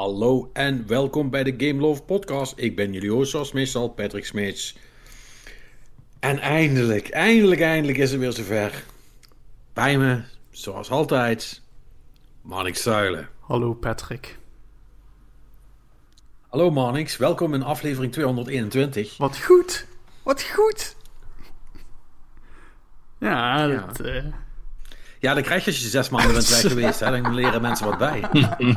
Hallo en welkom bij de Game Love Podcast. Ik ben jullie host zoals meestal, Patrick Smeets. En eindelijk is het weer zover. Bij me, zoals altijd, Marnix Zuilen. Hallo Patrick. Hallo Marnix, welkom in aflevering 221. Wat goed. Ja, dat... Ja, dat krijg je als je 6 maanden bent weg geweest. Hè? Dan leren mensen wat bij.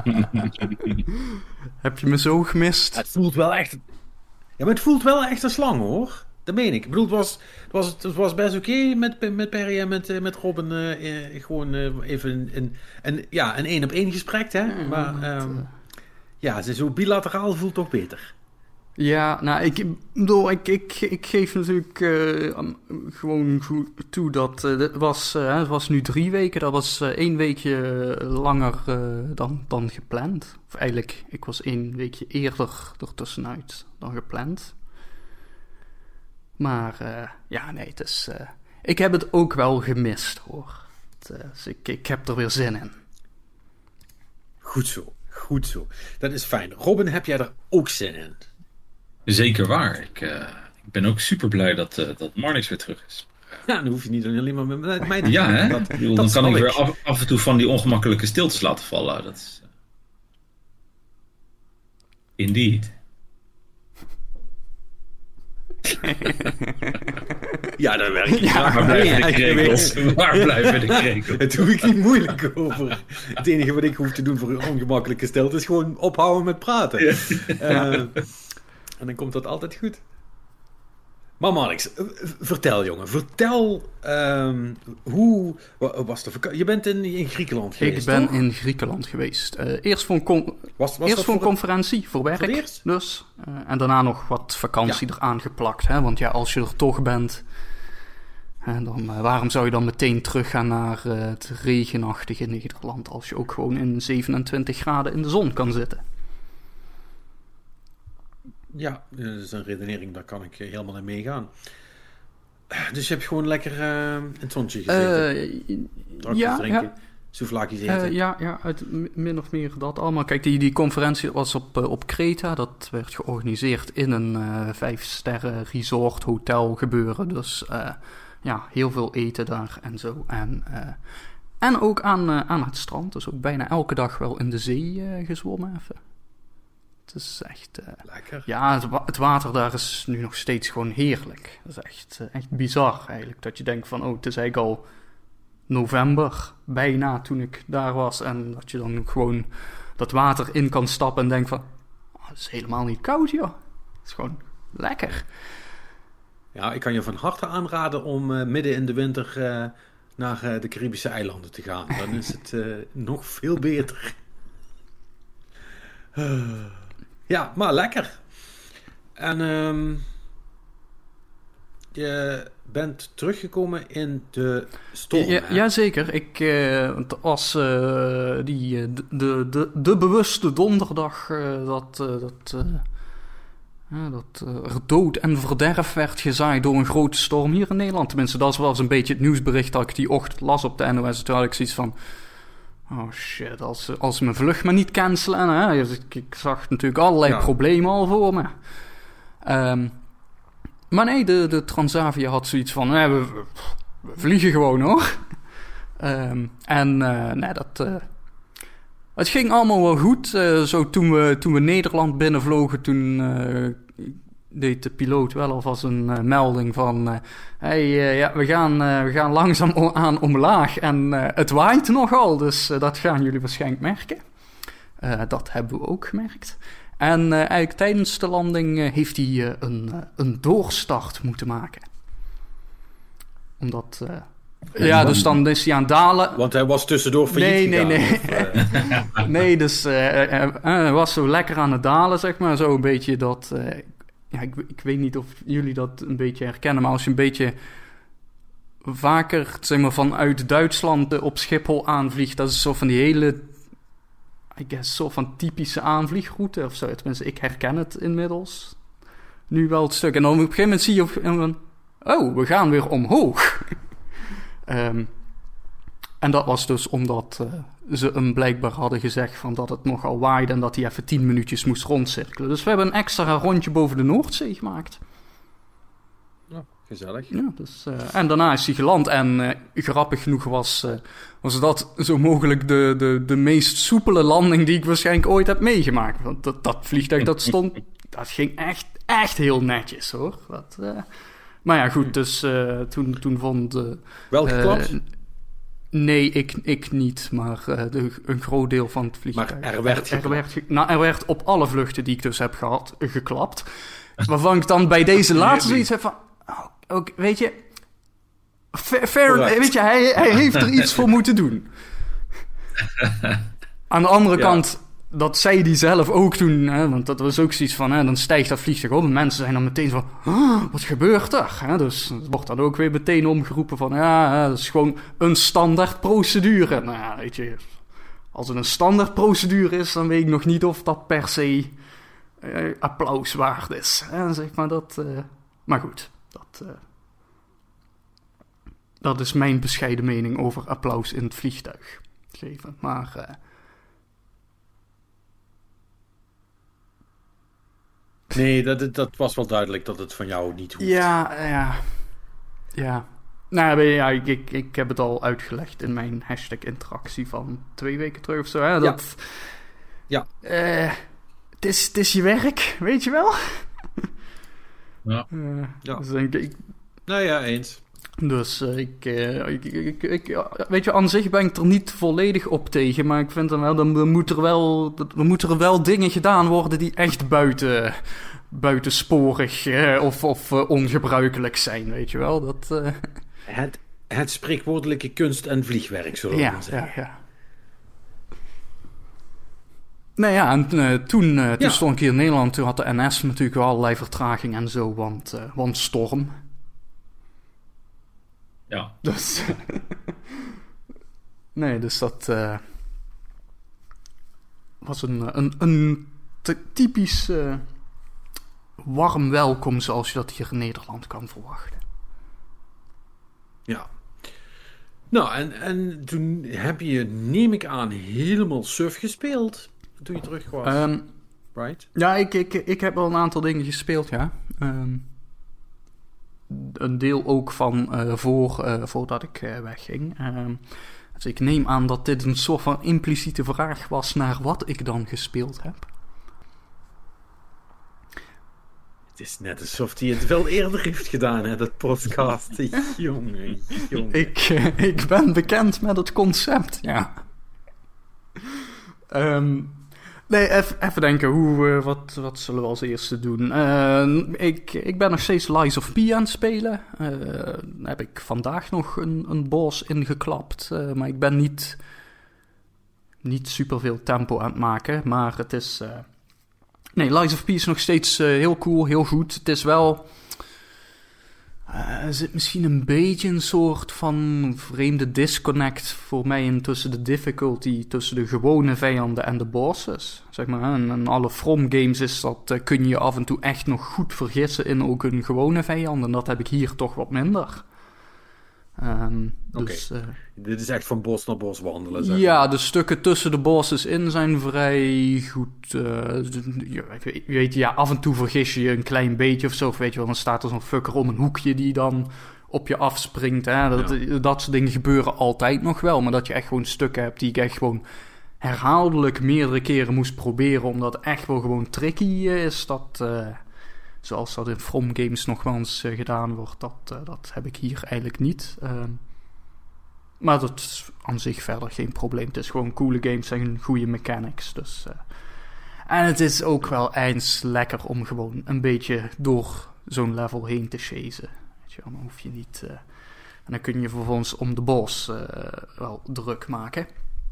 Heb je me zo gemist? Het voelt wel echt... Ja, maar het voelt wel echt een slang, hoor. Dat meen ik. Ik bedoel, het was best oké met Perry en met Robin. Gewoon even een 1-op-1 gesprek, hè. Maar zo bilateraal voelt toch beter. Ja, nou, ik bedoel, ik geef natuurlijk gewoon goed toe dat het was nu 3 weken. Dat was 1 weekje langer dan gepland. Of eigenlijk, ik was 1 weekje eerder ertussenuit dan gepland. Maar het is... ik heb het ook wel gemist, hoor. Dus ik heb er weer zin in. Goed zo. Dat is fijn. Robin, heb jij er ook zin in? Zeker waar. Ik ben ook super blij dat Marnix weer terug is. Ja, dan hoef je niet alleen maar met mij te ja, hè? Dan kan ik ik weer af en toe van die ongemakkelijke stiltes laten vallen. Dat is... Indeed. Ja, dat werkt niet. Waar blijven de krekels? Waar blijven de krekels? Het doe ik niet moeilijk over. Het enige wat ik hoef te doen voor een ongemakkelijke stilte is gewoon ophouden met praten. Ja. En dan komt dat altijd goed. Maar Marnix, vertel jongen. Hoe was de vakantie? Je bent in Griekenland geweest, Ik ben toch? in Griekenland geweest. Eerst voor een conferentie voor werk. Dus. En daarna nog wat vakantie eraan geplakt. Hè? Want ja, als je er toch bent... dan, waarom zou je dan meteen teruggaan naar het regenachtige Nederland... als je ook gewoon in 27 graden in de zon kan zitten? Ja, dat is een redenering, daar kan ik helemaal in meegaan. Dus je hebt gewoon lekker in het zonnetje gezeten? Drinken, souvlakjes eten? Uit min of meer dat allemaal. Kijk, die conferentie was op Kreta. Dat werd georganiseerd in een 5-sterren resort hotel gebeuren. Dus heel veel eten daar en zo. En ook aan het strand. Dus ook bijna elke dag wel in de zee gezwommen even. Het is echt... Lekker. Ja, het water daar is nu nog steeds gewoon heerlijk. Dat is echt bizar eigenlijk. Dat je denkt van, het is eigenlijk al november bijna toen ik daar was. En dat je dan gewoon dat water in kan stappen en denkt van... het is helemaal niet koud, joh. Het is gewoon lekker. Ja, ik kan je van harte aanraden om midden in de winter naar de Caribische eilanden te gaan. Dan is het nog veel beter. Ja, maar lekker. En je bent teruggekomen in de storm. Jazeker. Het was de bewuste donderdag dat er dood en verderf werd gezaaid door een grote storm hier in Nederland. Tenminste, dat was een beetje het nieuwsbericht dat ik die ochtend las op de NOS. Toen had ik zoiets van... oh shit, als ze mijn vlucht maar niet cancelen. Hè? Ik zag natuurlijk allerlei problemen al voor me. Maar nee, de Transavia had zoiets van... we vliegen gewoon, hoor. Het ging allemaal wel goed. Zo toen we Nederland binnenvlogen... toen deed de piloot wel alvast een melding van... we gaan langzaam aan omlaag en het waait nogal, dus dat gaan jullie waarschijnlijk merken. Dat hebben we ook gemerkt. En eigenlijk tijdens de landing heeft hij een doorstart moeten maken. Omdat... dus dan is hij aan het dalen. Want hij was tussendoor failliet gegaan. Nee. Nee, dus hij was zo lekker aan het dalen, zeg maar. Zo een beetje dat... ik weet niet of jullie dat een beetje herkennen, maar als je een beetje vaker, zeg maar, vanuit Duitsland op Schiphol aanvliegt, dat is zo van die hele, soort van typische aanvliegroute of zo. Tenminste, ik herken het inmiddels nu wel het stuk. En dan op een gegeven moment zie je we gaan weer omhoog. En dat was dus omdat ze hem blijkbaar hadden gezegd van dat het nogal waaide en dat hij even 10 minuutjes moest rondcirkelen. Dus we hebben een extra rondje boven de Noordzee gemaakt. Ja, gezellig. Ja, dus, en daarna is hij geland en grappig genoeg was dat zo mogelijk de meest soepele landing die ik waarschijnlijk ooit heb meegemaakt. Want dat vliegtuig dat ging echt heel netjes hoor. Maar ja goed, dus toen vond... Wel geklapt? Nee, ik niet, maar een groot deel van het vliegtuig. Maar er werd op alle vluchten die ik dus heb gehad, geklapt. Waarvan ik dan bij deze laatste zoiets heb van... Ook, weet je... weet je, hij heeft er iets voor moeten doen. Aan de andere kant... Dat zei hij zelf ook toen, hè, want dat was ook zoiets van, dan stijgt dat vliegtuig op en mensen zijn dan meteen van, wat gebeurt er? Hè? Dus het wordt dan ook weer meteen omgeroepen van, dat is gewoon een standaard procedure. Nou ja, weet je, als het een standaard procedure is, dan weet ik nog niet of dat per se applaus waard is. Hè? Zeg maar dat, maar goed, dat is mijn bescheiden mening over applaus in het vliegtuig geven. Maar... Nee, dat was wel duidelijk dat het van jou niet hoeft. Ja. Nou ja, ik heb het al uitgelegd in mijn #interactie van 2 weken terug of zo. Hè? Ja. Het is je werk, weet je wel? Ja. Dus ik, nou ja, eens. Dus ik weet je, aan zich ben ik er niet volledig op tegen, maar ik vind dan wel, er moeten er wel dingen gedaan worden die echt buitensporig of ongebruikelijk zijn, weet je wel. Dat, Het spreekwoordelijke kunst- en vliegwerk, zullen we maar zeggen. Ja. Nou ja, en toen stond ik hier in Nederland, toen had de NS natuurlijk wel allerlei vertraging en zo, want storm. Ja. Dus... nee, dus dat... was een typisch... warm welkom zoals je dat hier in Nederland kan verwachten. Ja. Nou, en toen heb je, neem ik aan, helemaal surf gespeeld toen je terug was. Right? Ja, ik heb wel een aantal dingen gespeeld, ja. Een deel ook van voordat ik wegging. Dus ik neem aan dat dit een soort van impliciete vraag was naar wat ik dan gespeeld heb. Het is net alsof hij het wel eerder heeft gedaan, hè, dat podcast. Jongen. Ik ben bekend met het concept, ja. Nee, even denken, wat zullen we als eerste doen? Ik ben nog steeds Lies of P aan het spelen. Heb ik vandaag nog een boss ingeklapt. Maar ik ben niet superveel tempo aan het maken. Maar het is... Nee, Lies of P is nog steeds heel cool, heel goed. Het is wel... Er zit misschien een beetje een soort van vreemde disconnect voor mij in tussen de difficulty, tussen de gewone vijanden en de bosses. Zeg maar, en alle From games is dat, kun je af en toe echt nog goed vergissen in ook een gewone vijand. En dat heb ik hier toch wat minder. Dus, dit is echt van bos naar bos wandelen, zeg ja, maar. de stukken tussen de bosses in zijn vrij goed. Je weet, ja, af en toe vergis je een klein beetje of zo. Of weet je wel, dan staat er zo'n fucker om een hoekje die dan op je afspringt. Hè? Dat soort dingen gebeuren altijd nog wel. Maar dat je echt gewoon stukken hebt die ik echt gewoon herhaaldelijk meerdere keren moest proberen. Omdat het echt wel gewoon tricky is. Zoals dat in From games nog wel eens gedaan wordt. Dat heb ik hier eigenlijk niet. Maar dat is aan zich verder geen probleem. Het is gewoon coole games en goede mechanics. Dus, en het is ook wel eens lekker om gewoon een beetje door zo'n level heen te chasen. Weet je, dan hoef je niet... en dan kun je vervolgens om de boss wel druk maken.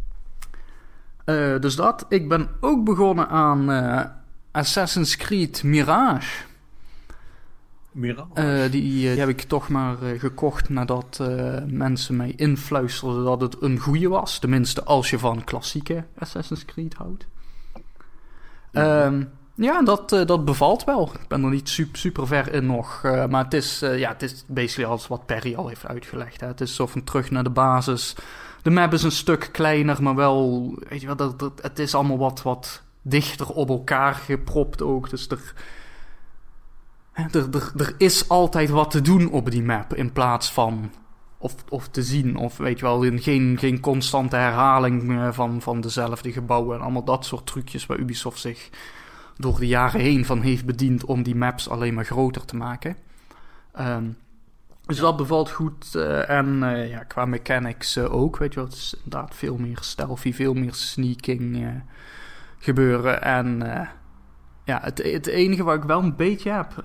Dus dat. Ik ben ook begonnen aan Assassin's Creed Mirage. Die heb ik toch maar gekocht nadat mensen mij influisterden dat het een goeie was. Tenminste, als je van klassieke Assassin's Creed houdt. Ja, dat bevalt wel. Ik ben er niet super ver in nog. Maar het is basically alles wat Perry al heeft uitgelegd. Hè. Het is zo van terug naar de basis. de map is een stuk kleiner, maar wel, weet je wel, het is allemaal wat dichter op elkaar gepropt ook. Dus er is altijd wat te doen op die map in plaats van of te zien. Of weet je wel, geen constante herhaling van dezelfde gebouwen en allemaal dat soort trucjes waar Ubisoft zich door de jaren heen van heeft bediend om die maps alleen maar groter te maken. Dus dat bevalt goed. En qua mechanics ook, weet je wel. Het is inderdaad veel meer stealthy, veel meer sneaking gebeuren. En het enige wat ik wel een beetje heb...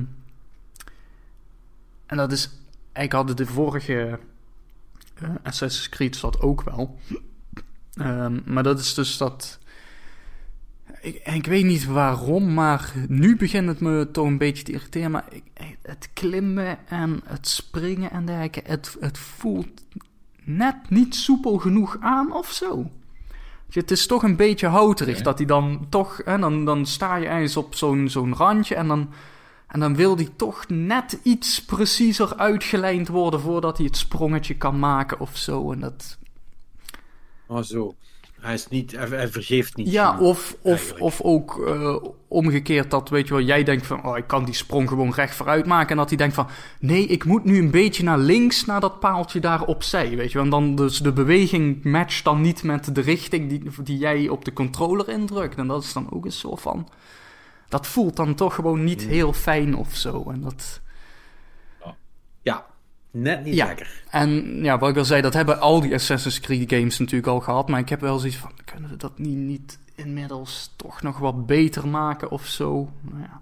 en dat is... Ik had de vorige Assassin's Creed dat ook wel. Maar dat is dus dat... Ik weet niet waarom, maar nu begint het me toch een beetje te irriteren. Maar het klimmen en het springen en dergelijke, het voelt net niet soepel genoeg aan of zo. Het is toch een beetje houterig dat hij dan toch... Dan sta je ergens op zo'n randje en dan wil hij toch net iets preciezer uitgelijnd worden voordat hij het sprongetje kan maken of zo. En dat... Oh zo. Hij vergeeft niet. Ja, of ook omgekeerd dat, weet je wel, jij denkt van, ik kan die sprong gewoon recht vooruit maken. En dat hij denkt van, nee, ik moet nu een beetje naar links, naar dat paaltje daar opzij, weet je wel. En dan dus de beweging matcht dan niet met de richting die jij op de controller indrukt. En dat is dan ook een soort van... Dat voelt dan toch gewoon niet heel fijn of zo. En dat... Ja, net niet lekker. En ja, wat ik al zei, dat hebben al die Assassin's Creed games natuurlijk al gehad. Maar ik heb wel zoiets van, kunnen we dat niet inmiddels toch nog wat beter maken of zo? Nou ja.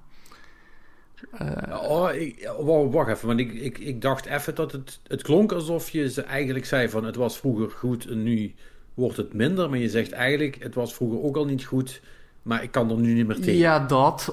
Wacht even, want ik dacht even dat het klonk alsof je ze eigenlijk zei van het was vroeger goed en nu wordt het minder. Maar je zegt eigenlijk, het was vroeger ook al niet goed... Maar ik kan er nu niet meer tegen. Ja, dat.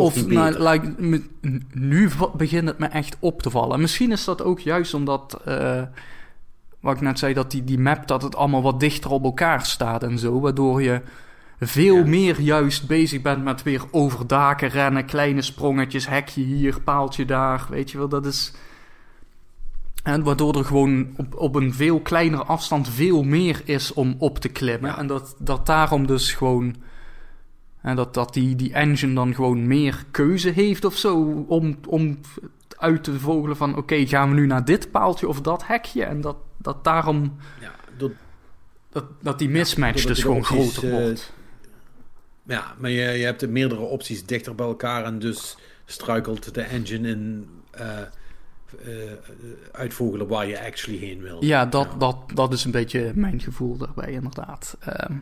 Nu begint het me echt op te vallen. Misschien is dat ook juist omdat... wat ik net zei, dat die map... dat het allemaal wat dichter op elkaar staat en zo. Waardoor je veel meer juist bezig bent met weer over daken rennen... kleine sprongetjes, hekje hier, paaltje daar. Weet je wel, dat is... En waardoor er gewoon op een veel kleinere afstand... veel meer is om op te klimmen. Ja. En dat daarom dus gewoon... En dat die engine dan gewoon meer keuze heeft of zo... om uit te vogelen van... Oké, gaan we nu naar dit paaltje of dat hekje? En dat daarom... Ja, dat die mismatch dus gewoon groter wordt. Ja, maar je hebt meerdere opties dichter bij elkaar... en dus struikelt de engine in... uitvogelen waar je actually heen wil. Ja, dat is een beetje mijn gevoel daarbij, inderdaad.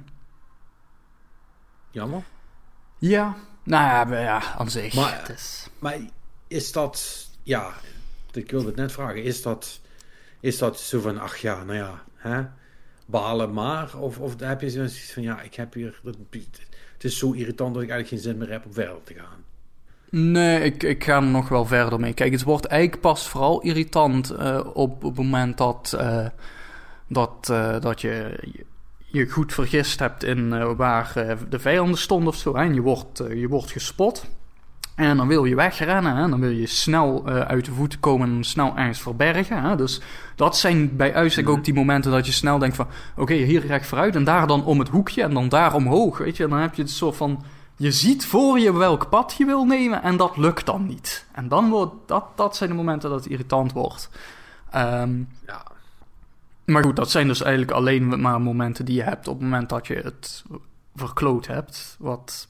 Jammer. Ja, nou ja, aan zich. Maar is dat... Ja, ik wilde het net vragen. Is dat zo van... Ach ja, nou ja, hè? Balen maar? Of heb je zoiets van... Ja, ik heb hier... Het is zo irritant dat ik eigenlijk geen zin meer heb om verder te gaan. Nee, ik ga er nog wel verder mee. Kijk, het wordt eigenlijk pas vooral irritant op het moment dat je goed vergist hebt in waar de vijanden stonden of zo. Hè? En je wordt gespot. En dan wil je wegrennen. Hè? Dan wil je snel uit de voeten komen en snel ergens verbergen. Hè? Dus dat zijn bij uitstek ook die momenten dat je snel denkt van... Oké, hier recht vooruit en daar dan om het hoekje en dan daar omhoog. Weet je, dan heb je het soort van... Je ziet voor je welk pad je wil nemen en dat lukt dan niet. En dan wordt dat zijn de momenten dat het irritant wordt. Ja. Maar goed, dat zijn dus eigenlijk alleen maar momenten die je hebt op het moment dat je het verkloot hebt. Wat...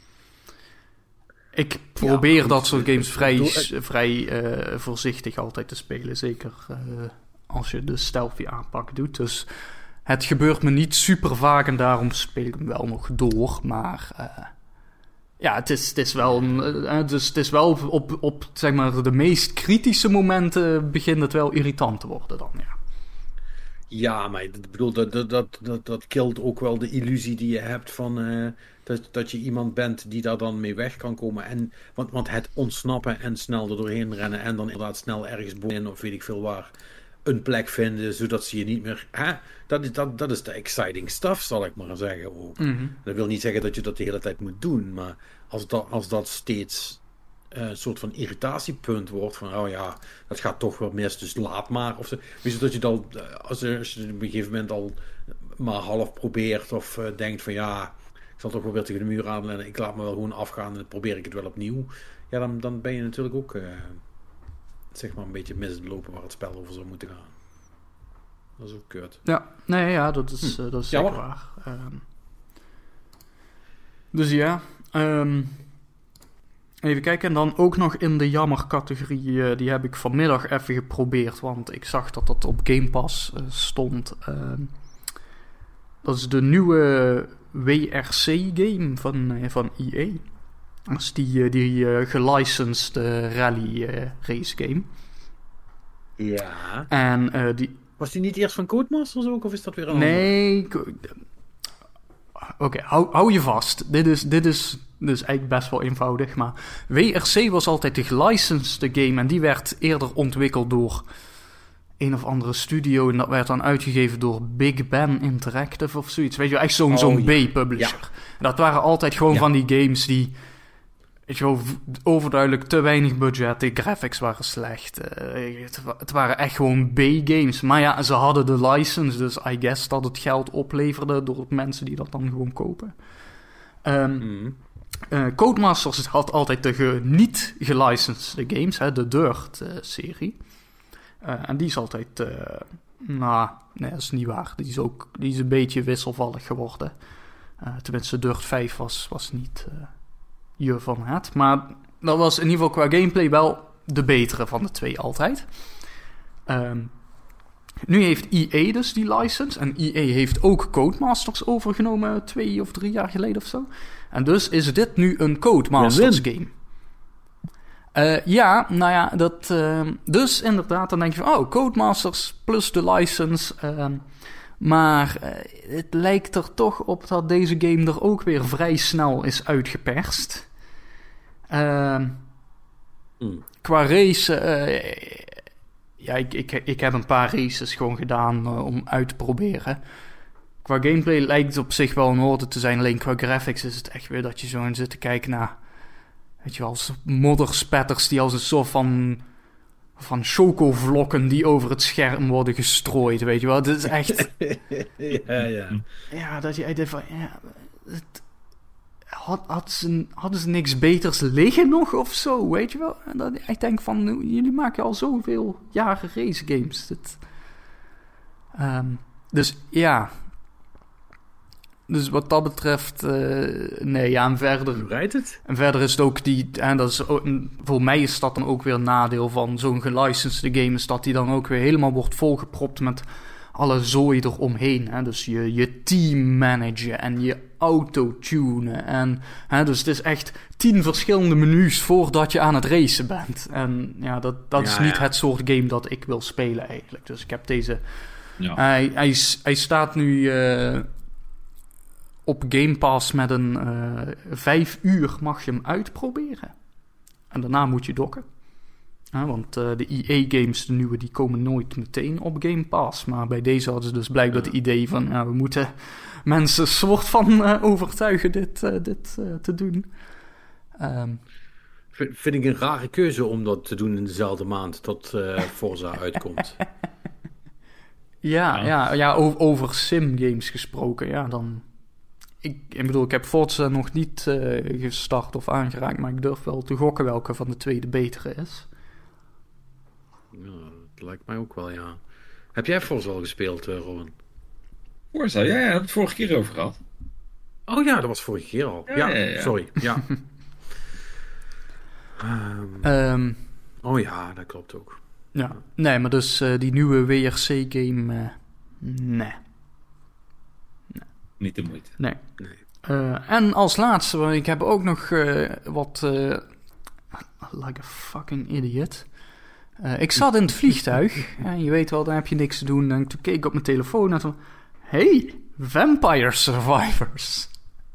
Ik probeer dat soort games vrij voorzichtig altijd te spelen. Zeker als je de stealthy aanpak doet. Dus het gebeurt me niet super vaak en daarom speel ik hem wel nog door. Maar ja, het is wel dus het is wel op zeg maar de meest kritische momenten begint het wel irritant te worden dan, ja. Ja, maar ik bedoel, dat killt ook wel de illusie die je hebt van dat je iemand bent die daar dan mee weg kan komen. Want het ontsnappen en snel er doorheen rennen en dan inderdaad snel ergens bovenin of weet ik veel waar een plek vinden, zodat ze je niet meer... Dat is de exciting stuff, zal ik maar zeggen ook. Mm-hmm. Dat wil niet zeggen dat je dat de hele tijd moet doen, maar als dat steeds een soort van irritatiepunt wordt. Van, oh ja, dat gaat toch wel mis, dus laat maar. Of zo. Weet je, dat je dan, als je op een gegeven moment al maar half probeert of denkt van ja, ik zal toch wel weer tegen de muur aan en ik laat me wel gewoon afgaan en dan probeer ik het wel opnieuw. Ja, dan ben je natuurlijk ook zeg maar een beetje mislopen waar het spel over zou moeten gaan. Dat is ook kut. Ja, nee, ja, dat is zeker waar. Dus ja, even kijken. En dan ook nog in de jammer-categorie, die heb ik vanmiddag even geprobeerd, want ik zag dat dat op Game Pass stond. Dat is de nieuwe WRC-game van EA. Dat is die gelicensed rally race game. Ja. En was die niet eerst van Codemasters ook, of is dat weer een Nee. Oké, hou je vast. Dit is eigenlijk best wel eenvoudig, maar WRC was altijd de gelicensed game en die werd eerder ontwikkeld door een of andere studio en dat werd dan uitgegeven door Big Ben Interactive of zoiets. Weet je wel, echt zo'n B-publisher. Ja. Dat waren altijd gewoon van die games die, weet je wel, overduidelijk te weinig budget, de graphics waren slecht. Het waren echt gewoon B-games. Maar ja, ze hadden de license, dus I guess dat het geld opleverde door mensen die dat dan gewoon kopen. Codemasters had altijd de niet gelicensed games, de Dirt-serie. En die is altijd, nee, dat is niet waar. Die is een beetje wisselvallig geworden. Tenminste, Dirt 5 was niet je van het. Maar dat was in ieder geval qua gameplay wel de betere van de twee altijd. Nu heeft EA dus die license. En EA heeft ook Codemasters overgenomen 2 of 3 jaar geleden of zo. En dus is dit nu een Codemasters game. Ja, nou ja, dus inderdaad, dan denk je van, Codemasters plus de license. Maar het lijkt er toch op dat deze game er ook weer vrij snel is uitgeperst. Qua race, ja, ik heb een paar races gewoon gedaan om uit te proberen. Qua gameplay lijkt het op zich wel in orde te zijn, alleen qua graphics is het echt weer dat je zo in zit te kijken naar, weet je wel, modderspetters die als een soort van chocovlokken die over het scherm worden gestrooid, weet je wel. Het is echt ja, dat je denkt van, ja, hadden ze niks beters liggen nog of zo, weet je wel? En dat ik denk van, jullie maken al zoveel jaren race games. Dus ja. Dus wat dat betreft, nee, ja, en verder. Hoe rijdt het? En verder is het ook en dat is ook, voor mij is dat dan ook weer een nadeel van zo'n gelicensed game, is dat die dan ook weer helemaal wordt volgepropt met alle zooi eromheen. Hè? Dus je team managen en je auto-tunen. En, dus het is echt 10 verschillende menus voordat je aan het racen bent. En ja, dat is niet het soort game dat ik wil spelen eigenlijk. Dus ik heb deze. Ja. Hij staat nu op Game Pass met een 5 uur mag je hem uitproberen. En daarna moet je dokken. Want de EA-games, de nieuwe, die komen nooit meteen op Game Pass. Maar bij deze hadden ze dus blijkbaar het idee van, we moeten mensen soort van overtuigen dit te doen. Vind ik een rare keuze om dat te doen in dezelfde maand dat Forza uitkomt. Ja, over sim-games gesproken, ja, dan. Ik bedoel, ik heb Forza nog niet gestart of aangeraakt, maar ik durf wel te gokken welke van de twee de betere is. Ja, dat lijkt mij ook wel, ja. Heb jij Forza al gespeeld, Robin? Forza, ja, daar heb ik het vorige keer over gehad. Oh ja, dat was vorige keer al. Ja. Sorry, ja. Oh ja, dat klopt ook. Ja, nee, maar dus die nieuwe WRC-game, nee. Niet de moeite. Nee. En als laatste, want ik heb ook nog wat. Like a fucking idiot. Ik zat in het vliegtuig. En je weet wel, dan heb je niks te doen. En toen keek ik op mijn telefoon en toen. Hey, Vampire Survivors.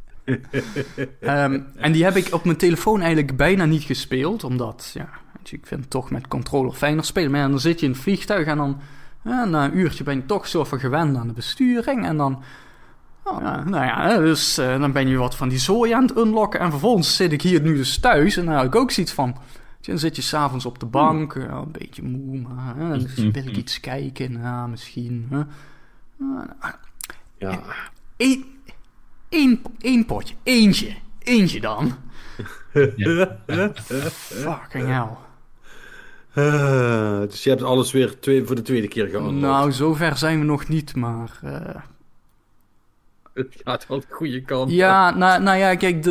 En die heb ik op mijn telefoon eigenlijk bijna niet gespeeld. Omdat, ja, ik vind het toch met controller fijner spelen. Maar ja, dan zit je in het vliegtuig en dan. Na een uurtje ben je toch zo van gewend aan de besturing. En dan. Oh, ja, nou ja, dus dan ben je wat van die zooi aan het unlocken. En vervolgens zit ik hier nu dus thuis. En dan heb ik ook zoiets van... Dan zit je s'avonds op de bank. Een beetje moe, maar dus wil ik iets kijken. Nou, misschien. Ja. Eén potje. Eentje dan. Fucking hell. Dus je hebt alles weer voor de tweede keer gehad. Nou, zover zijn we nog niet, maar... Het gaat wel de goede kant. Ja, nou ja, kijk,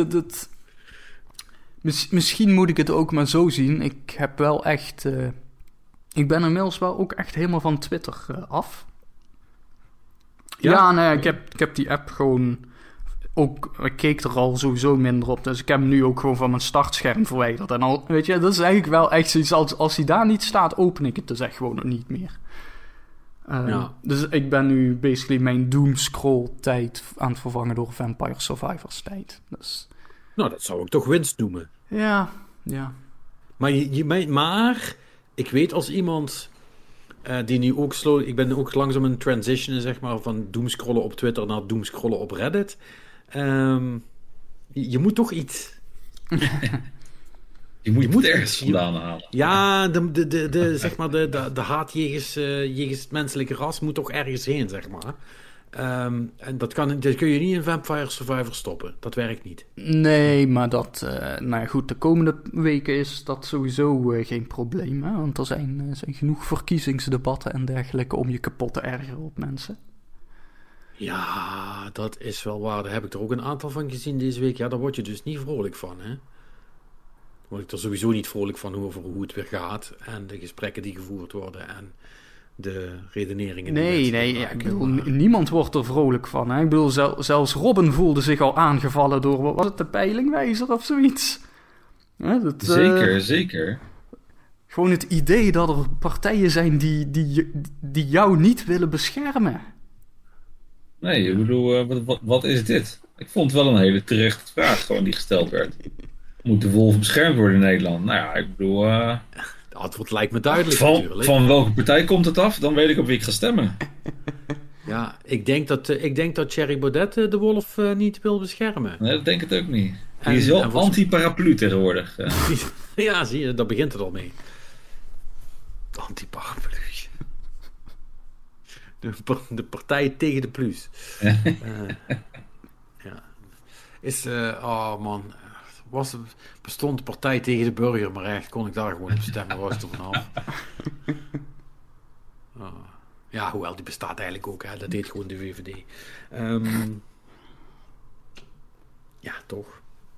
misschien moet ik het ook maar zo zien. Ik heb wel echt... ik ben inmiddels wel ook echt helemaal van Twitter af. Ja, nee, ik heb die app gewoon... Ik keek er al sowieso minder op. Dus ik heb hem nu ook gewoon van mijn startscherm verwijderd. En al, weet je, dat is eigenlijk wel echt zoiets... Als hij daar niet staat, open ik het dus echt gewoon nog niet meer. Dus ik ben nu basically mijn doomscroll tijd aan het vervangen door Vampire Survivors tijd. Dus... Nou, dat zou ik toch winst noemen. Ja. Maar ik weet als iemand die nu ook ik ben ook langzaam een transition, zeg maar, van doomscrollen op Twitter naar doomscrollen op Reddit. Je moet toch iets... Je moet ergens vandaan halen. Ja, zeg maar de haat jegens het menselijke ras moet toch ergens heen, zeg maar. En dat kun je niet in Vampire Survivor stoppen. Dat werkt niet. Nee, maar dat... nou ja, goed, de komende weken is dat sowieso geen probleem. Hè? Want er zijn genoeg verkiezingsdebatten en dergelijke om je kapot te ergeren op mensen. Ja, dat is wel waar. Daar heb ik er ook een aantal van gezien deze week. Ja, daar word je dus niet vrolijk van, hè. Daar word ik er sowieso niet vrolijk van over hoe het weer gaat. En de gesprekken die gevoerd worden en de redeneringen. Nee, ja, ik bedoel, niemand wordt er vrolijk van. Hè? Ik bedoel, zelfs Robin voelde zich al aangevallen door, wat was het, de peilingwijzer of zoiets? Ja, Zeker. Gewoon het idee dat er partijen zijn die jou niet willen beschermen. Nee, ik bedoel, wat is dit? Ik vond het wel een hele terechte vraag gewoon die gesteld werd. Moet de wolf beschermd worden in Nederland? Nou ja, ik bedoel... Het antwoord lijkt me duidelijk natuurlijk. Van welke partij komt het af? Dan weet ik op wie ik ga stemmen. Ja, ik denk dat Thierry Baudet de wolf niet wil beschermen. Nee, dat denk ik ook niet. Die is wel anti-paraplu tegenwoordig. Ja, zie je, daar begint het al mee. Anti-paraplu. De partij tegen de plus. Ja. Oh man... bestond de partij tegen de burger, maar echt kon ik daar gewoon op stemmen, was er vanaf. Ja, hoewel, die bestaat eigenlijk ook, hè. Dat deed gewoon de VVD. Ja, toch.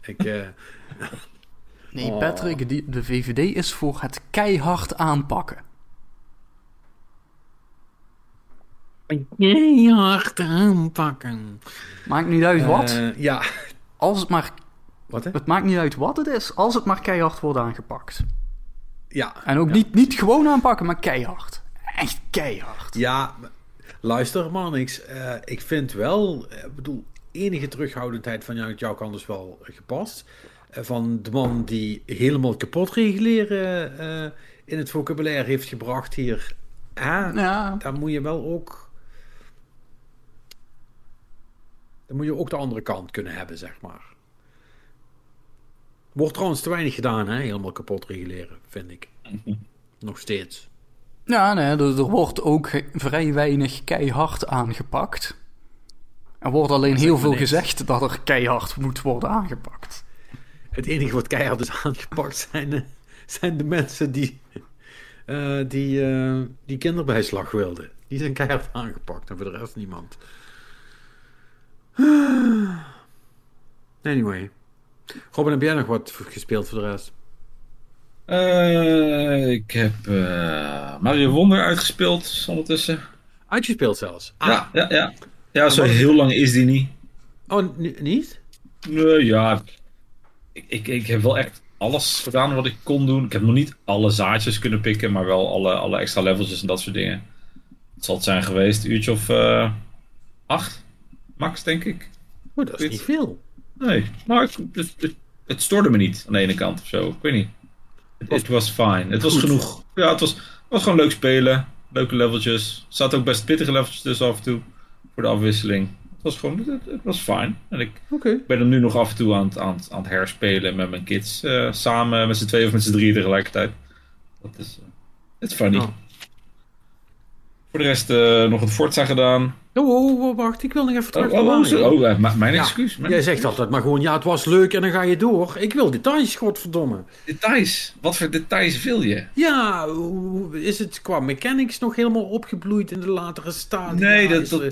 Nee, Patrick, de VVD is voor het keihard aanpakken. Keihard aanpakken. Maakt niet uit wat. Ja. Als het maar... Wat, hè? Het maakt niet uit wat het is, als het maar keihard wordt aangepakt. Ja. En ook niet gewoon aanpakken, maar keihard. Echt keihard. Ja, luister man, ik vind wel... enige terughoudendheid van jouw kant is wel gepast. Van de man die helemaal kapot reguleren in het vocabulaire heeft gebracht hier. Ja. Daar moet je wel ook... Dan moet je ook de andere kant kunnen hebben, zeg maar. Wordt trouwens te weinig gedaan, hè? Helemaal kapot reguleren, vind ik. Nog steeds. Ja, nee, er wordt ook vrij weinig keihard aangepakt. Er wordt alleen heel veel gezegd dat er keihard moet worden aangepakt. Het enige wat keihard is aangepakt zijn de mensen die kinderbijslag wilden. Die zijn keihard aangepakt en voor de rest niemand. Anyway. Robin, heb jij nog wat gespeeld voor de rest? Ik heb Mario Wonder uitgespeeld ondertussen. Uitgespeeld zelfs? Ja, zo heel lang is die niet. Oh, niet? Ja, ik heb wel echt alles gedaan wat ik kon doen. Ik heb nog niet alle zaadjes kunnen pikken, maar wel alle extra leveltjes en dat soort dingen. Het zal het zijn geweest, een uurtje of 8, max, denk ik. Oh, dat is niet veel. Nee, maar het stoorde me niet aan de ene kant of zo. Ik weet niet. Het was fine. Het was genoeg. Ja, het was gewoon leuk spelen. Leuke leveltjes. Er zaten ook best pittige leveltjes dus af en toe. Voor de afwisseling. was gewoon, het was fijn. En ik Oké. ben hem nu nog af en toe aan het herspelen met mijn kids. Samen met z'n 2 of met z'n 3 tegelijkertijd. Dat is, het is funny. Oh. Voor de rest nog het Forza gedaan. Wacht, ik wil nog even terug naar Mario. Mijn Ja, excuus. Jij zegt altijd maar gewoon, ja, het was leuk en dan ga je door. Ik wil details, godverdomme. Details. Wat voor details wil je? Ja, is het qua mechanics nog helemaal opgebloeid in de latere stadia? Nee,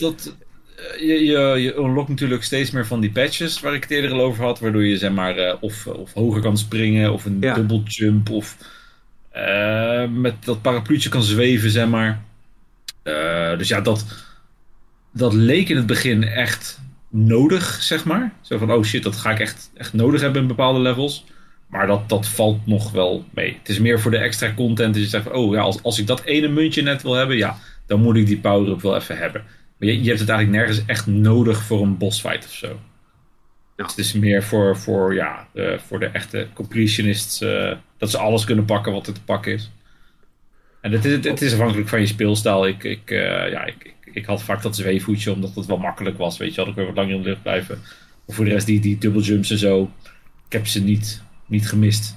je unlockt natuurlijk steeds meer van die patches waar ik het eerder al over had. Waardoor je zeg maar of hoger kan springen of een double jump of met dat parapluutje kan zweven, zeg maar. Dus ja, dat leek in het begin echt nodig, zeg maar. Zo van, oh shit, dat ga ik echt nodig hebben in bepaalde levels. Maar dat valt nog wel mee. Het is meer voor de extra content. Dat je zegt van, oh ja, als ik dat ene muntje net wil hebben, ja, dan moet ik die power-up wel even hebben. Maar je hebt het eigenlijk nergens echt nodig voor een bossfight of zo. Ja. Dus het is meer voor de echte completionists. Dat ze alles kunnen pakken wat er te pakken is. En het is afhankelijk van je speelstijl. Ik had vaak dat zweefvoetje, omdat het wel makkelijk was. Weet je, had ik weer wat langer in de lucht blijven. Of voor de rest die double jumps en zo. Ik heb ze niet gemist.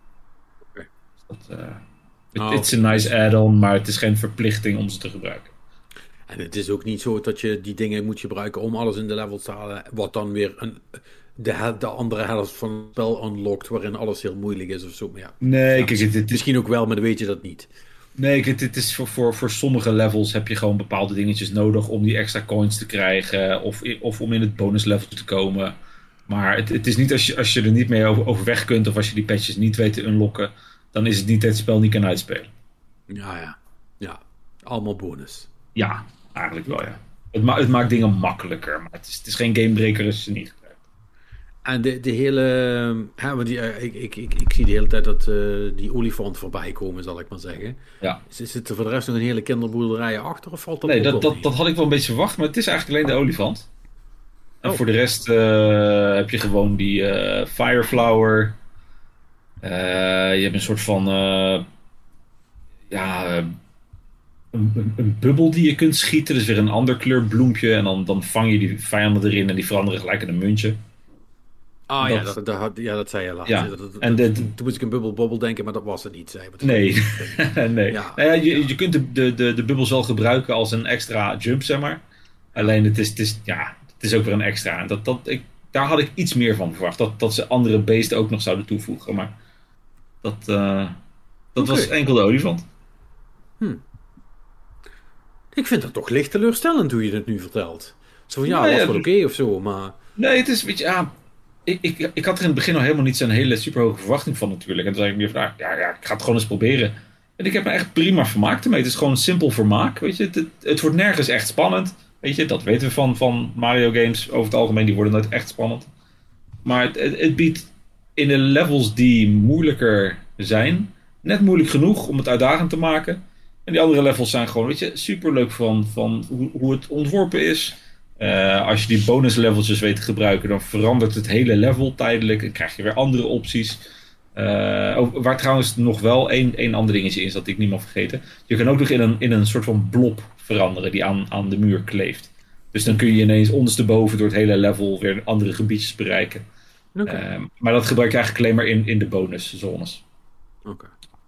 Okay. Het is een nice add-on, maar het is geen verplichting om ze te gebruiken. En het is ook niet zo dat je die dingen moet gebruiken om alles in de level te halen. Wat dan weer de andere helft van het spel unlockt, waarin alles heel moeilijk is of zo. Maar ja, nee, kijk, het misschien ook wel, maar dan weet je dat niet. Nee, het is voor sommige levels heb je gewoon bepaalde dingetjes nodig om die extra coins te krijgen. Of om in het bonus level te komen. Maar het is niet als je er niet mee overweg kunt, of als je die patches niet weet te unlocken, dan is het niet dat het spel niet kan uitspelen. Ja. Allemaal bonus. Ja, eigenlijk wel, ja. Het maakt dingen makkelijker, maar het is geen gamebreaker als je ze niet krijgt. En de hele... want ik zie de hele tijd dat die olifant voorbij komen, zal ik maar zeggen. Ja. Zit er voor de rest nog een hele kinderboerderij achter? Of valt dat nee, dat had ik wel een beetje verwacht, maar het is eigenlijk alleen de olifant. En voor de rest heb je gewoon die Fireflower. Je hebt een soort van... een bubbel die je kunt schieten. Dus weer een ander kleur bloempje. En dan vang je die vijanden erin en die veranderen gelijk in een muntje. Dat zei je laatst. Ja. Toen moest ik een bubbel denken, maar dat was het niet. Nee. Nee. Ja. Nou ja, je kunt de bubbels wel gebruiken als een extra jump, zeg maar. Alleen het is ook weer een extra. En daar had ik iets meer van verwacht. Dat ze andere beesten ook nog zouden toevoegen. Maar dat was enkel de olifant. Ik vind het toch licht teleurstellend hoe je het nu vertelt. Zo van, was wel oké of zo, maar... Nee, het is, weet je, ik had er in het begin nog helemaal niet zo'n hele super hoge verwachting van natuurlijk. En toen zei ik meer van, ik ga het gewoon eens proberen. En ik heb me echt prima vermaakt ermee. Het is gewoon simpel vermaak, weet je. Het wordt nergens echt spannend. Weet je, dat weten we van Mario games over het algemeen. Die worden nooit echt spannend. Maar het biedt in de levels die moeilijker zijn, net moeilijk genoeg om het uitdagend te maken. En die andere levels zijn gewoon, weet je, super leuk van hoe het ontworpen is. Als je die bonus leveltjes weet te gebruiken, dan verandert het hele level tijdelijk. Dan krijg je weer andere opties. Waar trouwens nog wel één ander dingetje is dat ik niet mag vergeten. Je kan ook nog in een soort van blob veranderen die aan de muur kleeft. Dus dan kun je ineens ondersteboven door het hele level weer andere gebiedjes bereiken. Okay. Maar dat gebruik je eigenlijk alleen maar in de bonuszones. Oké.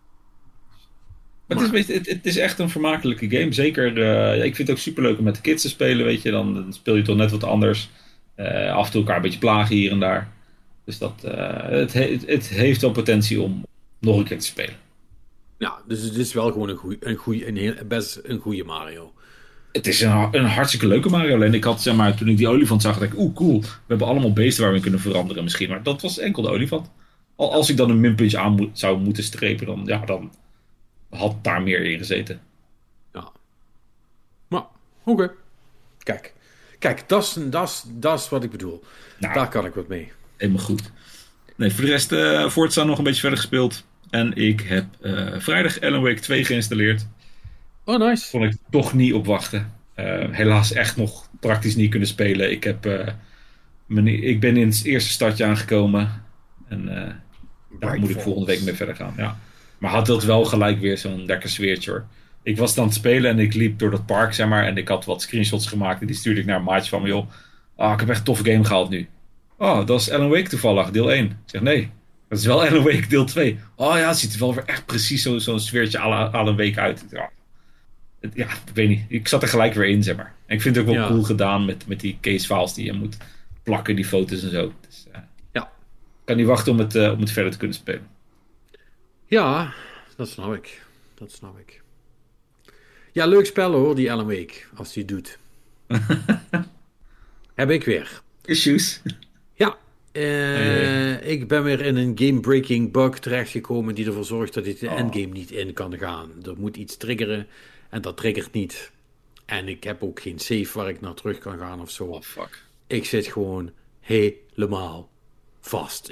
Het is echt een vermakelijke game. Zeker, ik vind het ook superleuk om met de kids te spelen, weet je. Dan speel je toch net wat anders. Af en toe elkaar een beetje plagen hier en daar. Dus het heeft wel potentie om nog een keer te spelen. Ja, dus het is wel gewoon best een goede Mario. Het is een hartstikke leuke Mario. Alleen ik had, zeg maar, toen ik die olifant zag, dacht ik, cool. We hebben allemaal beesten waar we kunnen veranderen misschien. Maar dat was enkel de olifant. Als ik dan een minpuntje aan zou moeten strepen, dan had daar meer in gezeten. Ja. Maar, oké. Kijk, dat is wat ik bedoel. Nou, daar kan ik wat mee. Helemaal goed. Nee, voor de rest Forza nog een beetje verder gespeeld. En ik heb vrijdag Alan Wake 2 geïnstalleerd. Oh, nice. Kon ik toch niet op wachten. Helaas echt nog praktisch niet kunnen spelen. Ik ben in het eerste stadje aangekomen. En daar moet ik volgende week mee verder gaan. Ja. Maar had dat wel gelijk weer zo'n lekker sfeertje hoor. Ik was dan aan het spelen en ik liep door dat park, zeg maar. En ik had wat screenshots gemaakt en die stuurde ik naar een maatje van me. Joh, ik heb echt een toffe game gehaald nu. Oh, dat is Alan Wake toevallig, deel 1. Ik zeg, nee, dat is wel Alan Wake deel 2. Oh ja, het ziet er wel weer echt precies zo'n sfeertje Alan Wake uit. Ja, ik weet niet. Ik zat er gelijk weer in, zeg maar. En ik vind het ook wel cool gedaan met die case files die je moet plakken, die foto's en zo. Dus, ja. Ik kan niet wachten om het verder te kunnen spelen. Ja, dat snap ik. Ja, leuk spel hoor, die Alan Wake, als die het doet. Heb ik weer. Issues. Ja, ik ben weer in een game-breaking bug terechtgekomen die ervoor zorgt dat ik de endgame niet in kan gaan. Er moet iets triggeren en dat triggert niet. En ik heb ook geen save waar ik naar terug kan gaan of zo. Oh, fuck. Ik zit gewoon helemaal vast.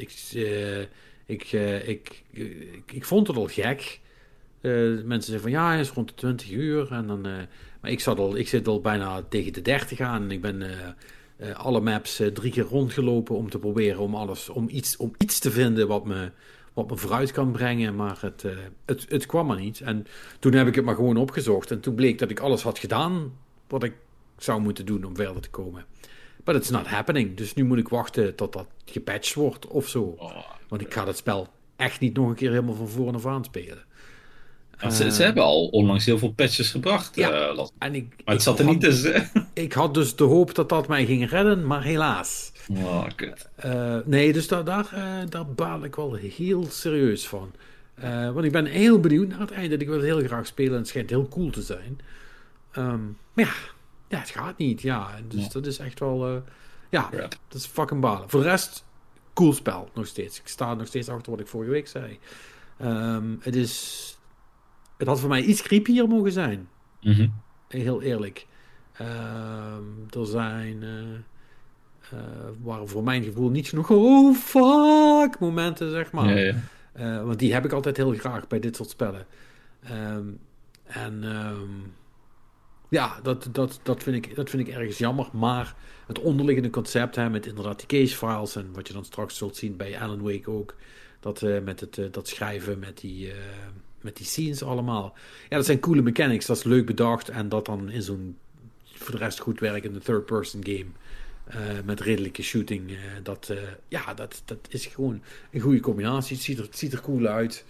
Ik vond het al gek. Mensen zeggen van ja, hij is rond de 20 uur. En dan, maar ik zit al bijna tegen de 30 aan. En ik ben alle maps 3 keer rondgelopen om te proberen om iets te vinden wat me vooruit kan brengen. Maar het kwam er niet. En toen heb ik het maar gewoon opgezocht. En toen bleek dat ik alles had gedaan wat ik zou moeten doen om verder te komen. But it's not happening. Dus nu moet ik wachten tot dat gepatcht wordt of zo. Want ik ga dat spel echt niet nog een keer helemaal van voren af aan spelen. Ze hebben al onlangs heel veel patches gebracht. Ja, maar het zat er niet tussen. Ik had dus de hoop dat mij ging redden, maar helaas. Kut. Nee, dus daar baal ik wel heel serieus van. Want ik ben heel benieuwd naar het einde. Ik wil het heel graag spelen en het schijnt heel cool te zijn. Maar ja, het gaat niet. Ja, dus dat is echt wel... dat is fucking balen. Voor de rest, cool spel nog steeds. Ik sta nog steeds achter wat ik vorige week zei. Het had voor mij iets creepier mogen zijn. Mm-hmm. Heel eerlijk. Er waren voor mijn gevoel niet genoeg oh fuck momenten, zeg maar. Ja. Want die heb ik altijd heel graag bij dit soort spellen. Dat vind ik ergens jammer. Maar het onderliggende concept met inderdaad die case files en wat je dan straks zult zien bij Alan Wake ook. Dat schrijven met die scenes allemaal. Ja, dat zijn coole mechanics. Dat is leuk bedacht. En dat dan in zo'n voor de rest goed werkende third-person game. Met redelijke shooting. Dat is gewoon een goede combinatie. Het ziet er cool uit.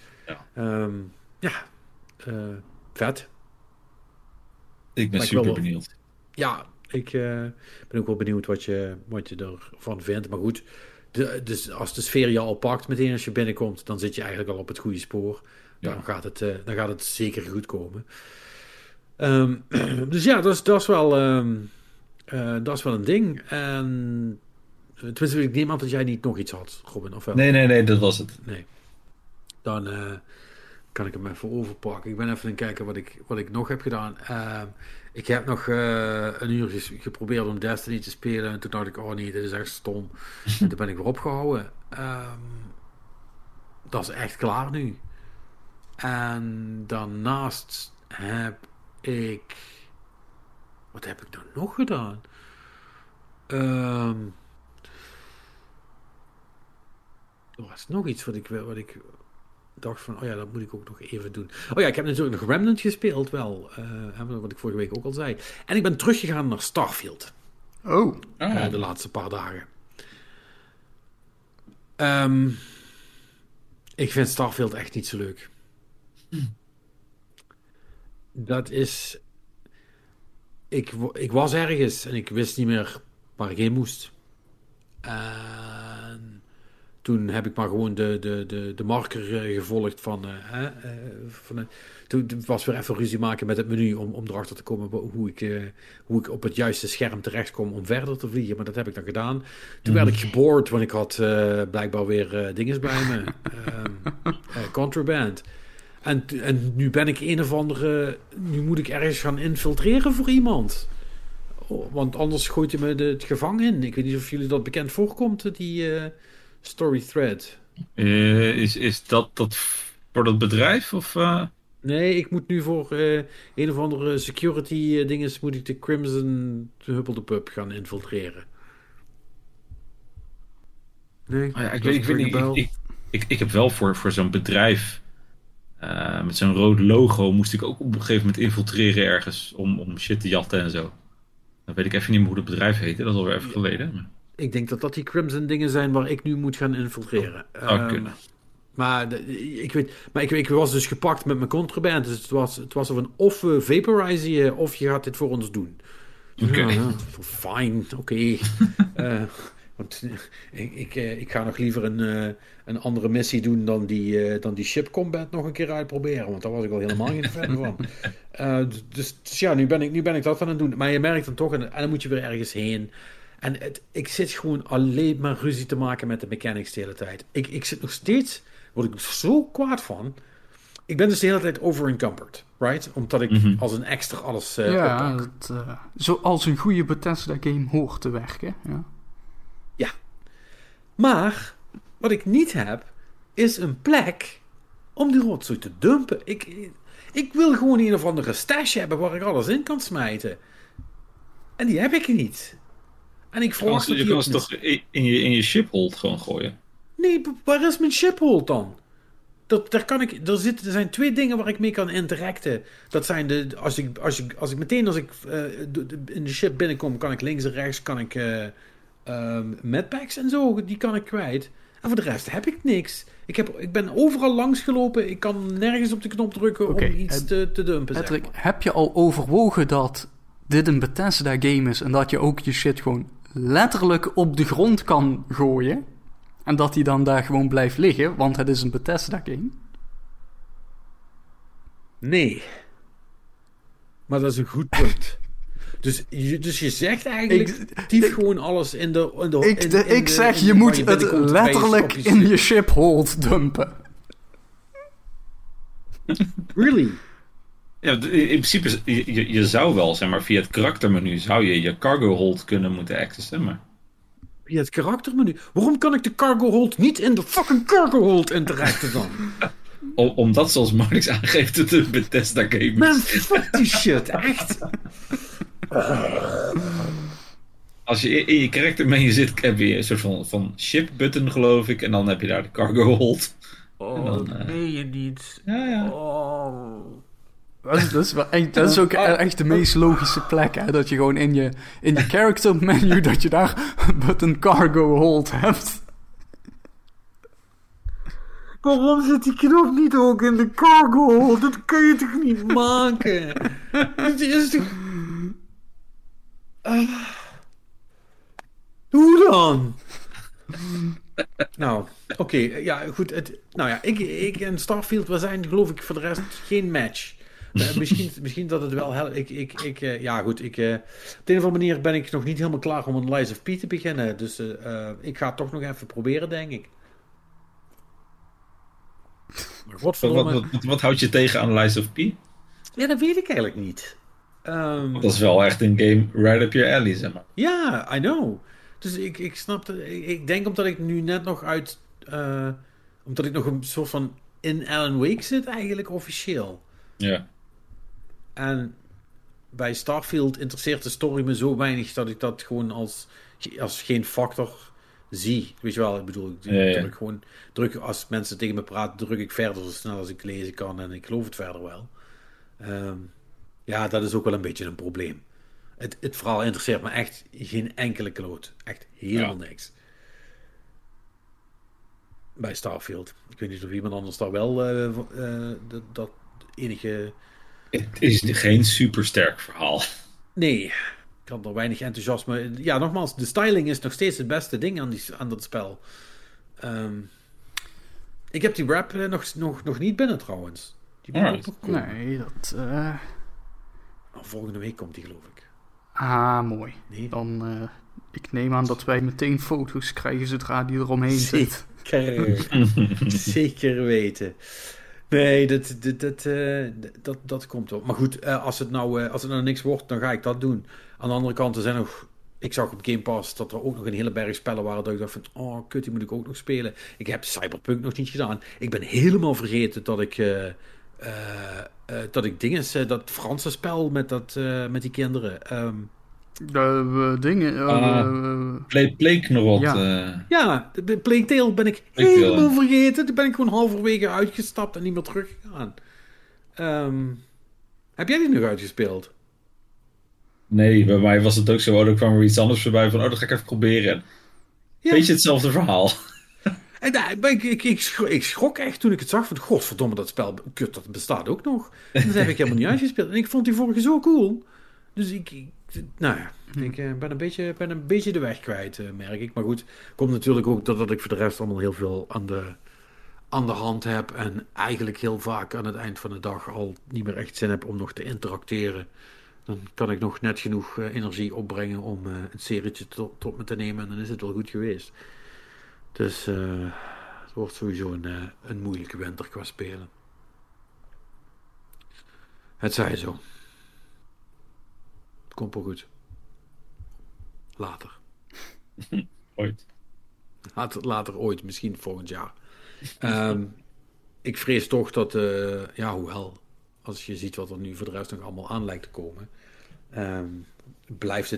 Vet. Ik ben super benieuwd. Ja, ik ben ook wel benieuwd wat je ervan vindt. Maar goed, dus als de sfeer je al pakt meteen als je binnenkomt, dan zit je eigenlijk al op het goede spoor. Dan gaat het zeker goed komen. Dus ja, dat is wel een ding. En tenminste, ik neem aan dat jij niet nog iets had, Robin, of wel? Nee, dat was het. Nee. Dan kan ik hem even overpakken. Ik ben even aan het kijken wat ik nog heb gedaan. Ik heb nog een uur geprobeerd om Destiny te spelen. En toen dacht ik, oh nee, dit is echt stom. En toen ben ik weer opgehouden. Dat is echt klaar nu. En daarnaast heb ik... Wat heb ik dan nog gedaan? Er was nog iets wat ik dacht van... Oh ja, dat moet ik ook nog even doen. Oh ja, ik heb natuurlijk nog Remnant gespeeld wel. Wat ik vorige week ook al zei. En ik ben teruggegaan naar Starfield. De laatste paar dagen. Ik vind Starfield echt niet zo leuk. Dat is... Ik was ergens en ik wist niet meer waar ik heen moest. En toen heb ik maar gewoon de marker gevolgd toen was weer even ruzie maken met het menu om erachter te komen hoe ik op het juiste scherm terecht kom om verder te vliegen. Maar dat heb ik dan gedaan. Toen werd ik geboord, want ik had blijkbaar weer dinges bij me. Contraband. En nu ben ik een of andere... Nu moet ik ergens gaan infiltreren voor iemand. Want anders gooit hij me het gevangen in. Ik weet niet of jullie dat bekend voorkomt, die story thread. Is dat voor dat bedrijf? Of, Nee, ik moet nu voor een of andere security dinges... moet ik de Crimson Huppel de Pub gaan infiltreren. Nee, ik weet niet. Ik heb wel voor zo'n bedrijf... met zo'n rood logo moest ik ook op een gegeven moment infiltreren ergens om shit te jatten en zo. Dan weet ik even niet meer hoe het bedrijf heette. Dat is alweer even geleden. Maar... Ik denk dat die Crimson dingen zijn waar ik nu moet gaan infiltreren. kunnen. Maar ik was dus gepakt met mijn contraband. Dus het was of we vaporizen je of je gaat dit voor ons doen. Oké. Fine, oké. Want ik ga nog liever een andere missie doen dan die ship combat nog een keer uitproberen. Want daar was ik al helemaal geen fan van. Dus ja, nu ben ik dat aan het doen. Maar je merkt dan toch, en dan moet je weer ergens heen. En ik zit gewoon alleen maar ruzie te maken met de mechanics de hele tijd. Ik zit nog steeds, word ik zo kwaad van. Ik ben dus de hele tijd over-encumbered, right? Omdat ik als een extra alles oppak. Zoals een goede Bethesda-game hoort te werken. Ja. Maar, wat ik niet heb, is een plek om die rotzooi te dumpen. Ik wil gewoon een of andere stash hebben waar ik alles in kan smijten. En die heb ik niet. En ik verwacht dat je kan ze toch in je shiphold gewoon gooien? Nee, waar is mijn shiphold dan? Er zijn 2 dingen waar ik mee kan interacten. Dat zijn als ik in de ship binnenkom, kan ik links en rechts medpacks en zo, die kan ik kwijt. En voor de rest heb ik niks. Ik ben overal langs gelopen. Ik kan nergens op de knop drukken om iets te dumpen. Patrick, heb je al overwogen dat dit een Bethesda game is en dat je ook je shit gewoon letterlijk op de grond kan gooien en dat die dan daar gewoon blijft liggen, want het is een Bethesda game? Nee. Maar dat is een goed punt. Dus je zegt eigenlijk, tief gewoon alles in de... Ik zeg, je moet het letterlijk in je shiphold dumpen. Really? Ja, in principe, je zou wel, zeg maar, via het karaktermenu zou je cargo hold kunnen moeten accessen, maar... Via het karaktermenu? Waarom kan ik de cargo hold niet in de fucking cargo hold interacten dan? Omdat, zoals Marnix aangeeft, het een Bethesda game is. Man, fuck die shit, echt. Als je in je karaktermenu zit, heb je een soort van ship button, geloof ik, en dan heb je daar de cargo hold. Nee, je niet. Ja. Oh... Dat is ook echt de meest logische plek, hè? Dat je gewoon in je character menu, dat je daar button cargo hold hebt. Waarom zit die knop niet ook in de cargo hold? Dat kun je toch niet maken? Het is toch... Hoe dan? Nou, oké, ja, goed. Ik en Starfield, we zijn geloof ik voor de rest geen match. Misschien dat het wel helpt. Op de een of andere manier ben ik nog niet helemaal klaar om een Lies of P te beginnen. Dus ik ga het toch nog even proberen, denk ik. Maar wat houdt je tegen aan Lies of P? Ja, dat weet ik eigenlijk niet. Dat is wel echt een game right up your alley, zeg maar. Ja, I know. Dus ik snap het. Ik denk omdat ik nu net nog omdat ik nog een soort van in Alan Wake zit eigenlijk officieel. Ja. En bij Starfield interesseert de story me zo weinig dat ik dat gewoon als geen factor zie. Weet je wel, ik bedoel, druk als mensen tegen me praten, druk ik verder zo snel als ik lezen kan en ik geloof het verder wel. Ja, dat is ook wel een beetje een probleem. Het verhaal interesseert me echt geen enkele kloot. Echt helemaal niks. Bij Starfield. Ik weet niet of iemand anders daar wel dat enige... Het is geen supersterk verhaal. Nee, ik had er weinig enthousiasme. Ja, nogmaals, de styling is nog steeds het beste ding aan dat spel. Ik heb die rap nog niet binnen trouwens. Die moet ook nog komen. Nee, dat... Volgende week komt die, geloof ik. Ah, mooi. Nee. Dan, ik neem aan dat wij meteen foto's krijgen zodra die eromheen zit. Zeker weten. Nee, dat komt op. Maar goed, als het nou niks wordt, dan ga ik dat doen. Aan de andere kant, er zijn nog... Ik zag op Game Pass dat er ook nog een hele berg spellen waren dat ik dacht van, oh kut, die moet ik ook nog spelen. Ik heb Cyberpunk nog niet gedaan. Ik ben helemaal vergeten dat ik dat Franse spel met die kinderen... Plague nog wat. Ja, de Plague Tale ben ik helemaal vergeten. Toen ben ik gewoon halverwege uitgestapt en niet meer teruggegaan. Heb jij die nog uitgespeeld? Nee, bij mij was het ook zo. Er kwam er iets anders voorbij van, dat ga ik even proberen. Ja. Beetje hetzelfde verhaal. En ik schrok echt toen ik het zag. Van, godverdomme, dat spel, kut, dat bestaat ook nog. En dat heb ik helemaal niet uitgespeeld. En ik vond die vorige zo cool. Dus ik ben een beetje de weg kwijt, merk ik. Maar goed, komt natuurlijk ook doordat ik voor de rest allemaal heel veel aan de hand heb. En eigenlijk heel vaak aan het eind van de dag al niet meer echt zin heb om nog te interacteren. Dan kan ik nog net genoeg energie opbrengen om een serietje tot me te nemen. En dan is het wel goed geweest. Dus het wordt sowieso een moeilijke winter qua spelen. Het zij zo. Het komt wel goed. Later. Ooit. Later ooit, misschien volgend jaar. Ik vrees toch dat, hoewel, als je ziet wat er nu voor de rest nog allemaal aan lijkt te komen, blijft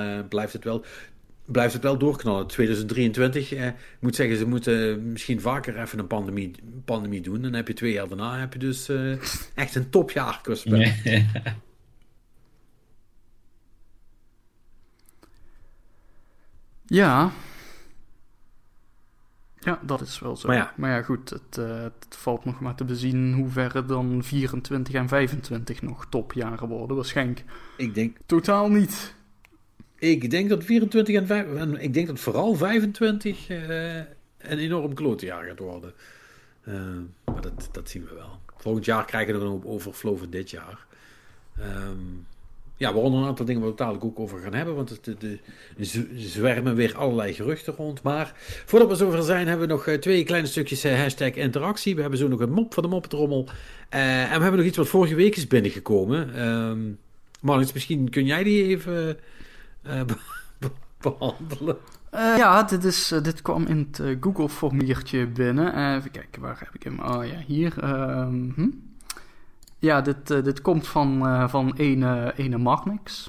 het wel doorknallen. 2023, ik moet zeggen, ze moeten misschien vaker even een pandemie doen. Dan heb je 2 jaar daarna heb je dus echt een topjaar qua spel. Ja. Ja, dat is wel zo. Maar ja goed, het valt nog maar te bezien hoe ver dan 24 en 25 nog topjaren worden. Waarschijnlijk ik denk totaal niet. Ik denk dat 24 en 25, ik denk dat vooral 25 een enorm klote jaar gaat worden. Maar dat zien we wel. Volgend jaar krijgen we nog een hoop overflow van dit jaar. Waaronder een aantal dingen waar we het dadelijk ook over gaan hebben. Want er zwermen weer allerlei geruchten rond. Maar voordat we zover zijn, hebben we nog 2 kleine stukjes hashtag interactie. We hebben zo nog een mop van de moppetrommel. En we hebben nog iets wat vorige week is binnengekomen. Marlins, misschien kun jij die even behandelen. Dit kwam in het Google-formuliertje binnen. Even kijken, waar heb ik hem? Oh ja, hier. Ja, dit komt van ene Marnix.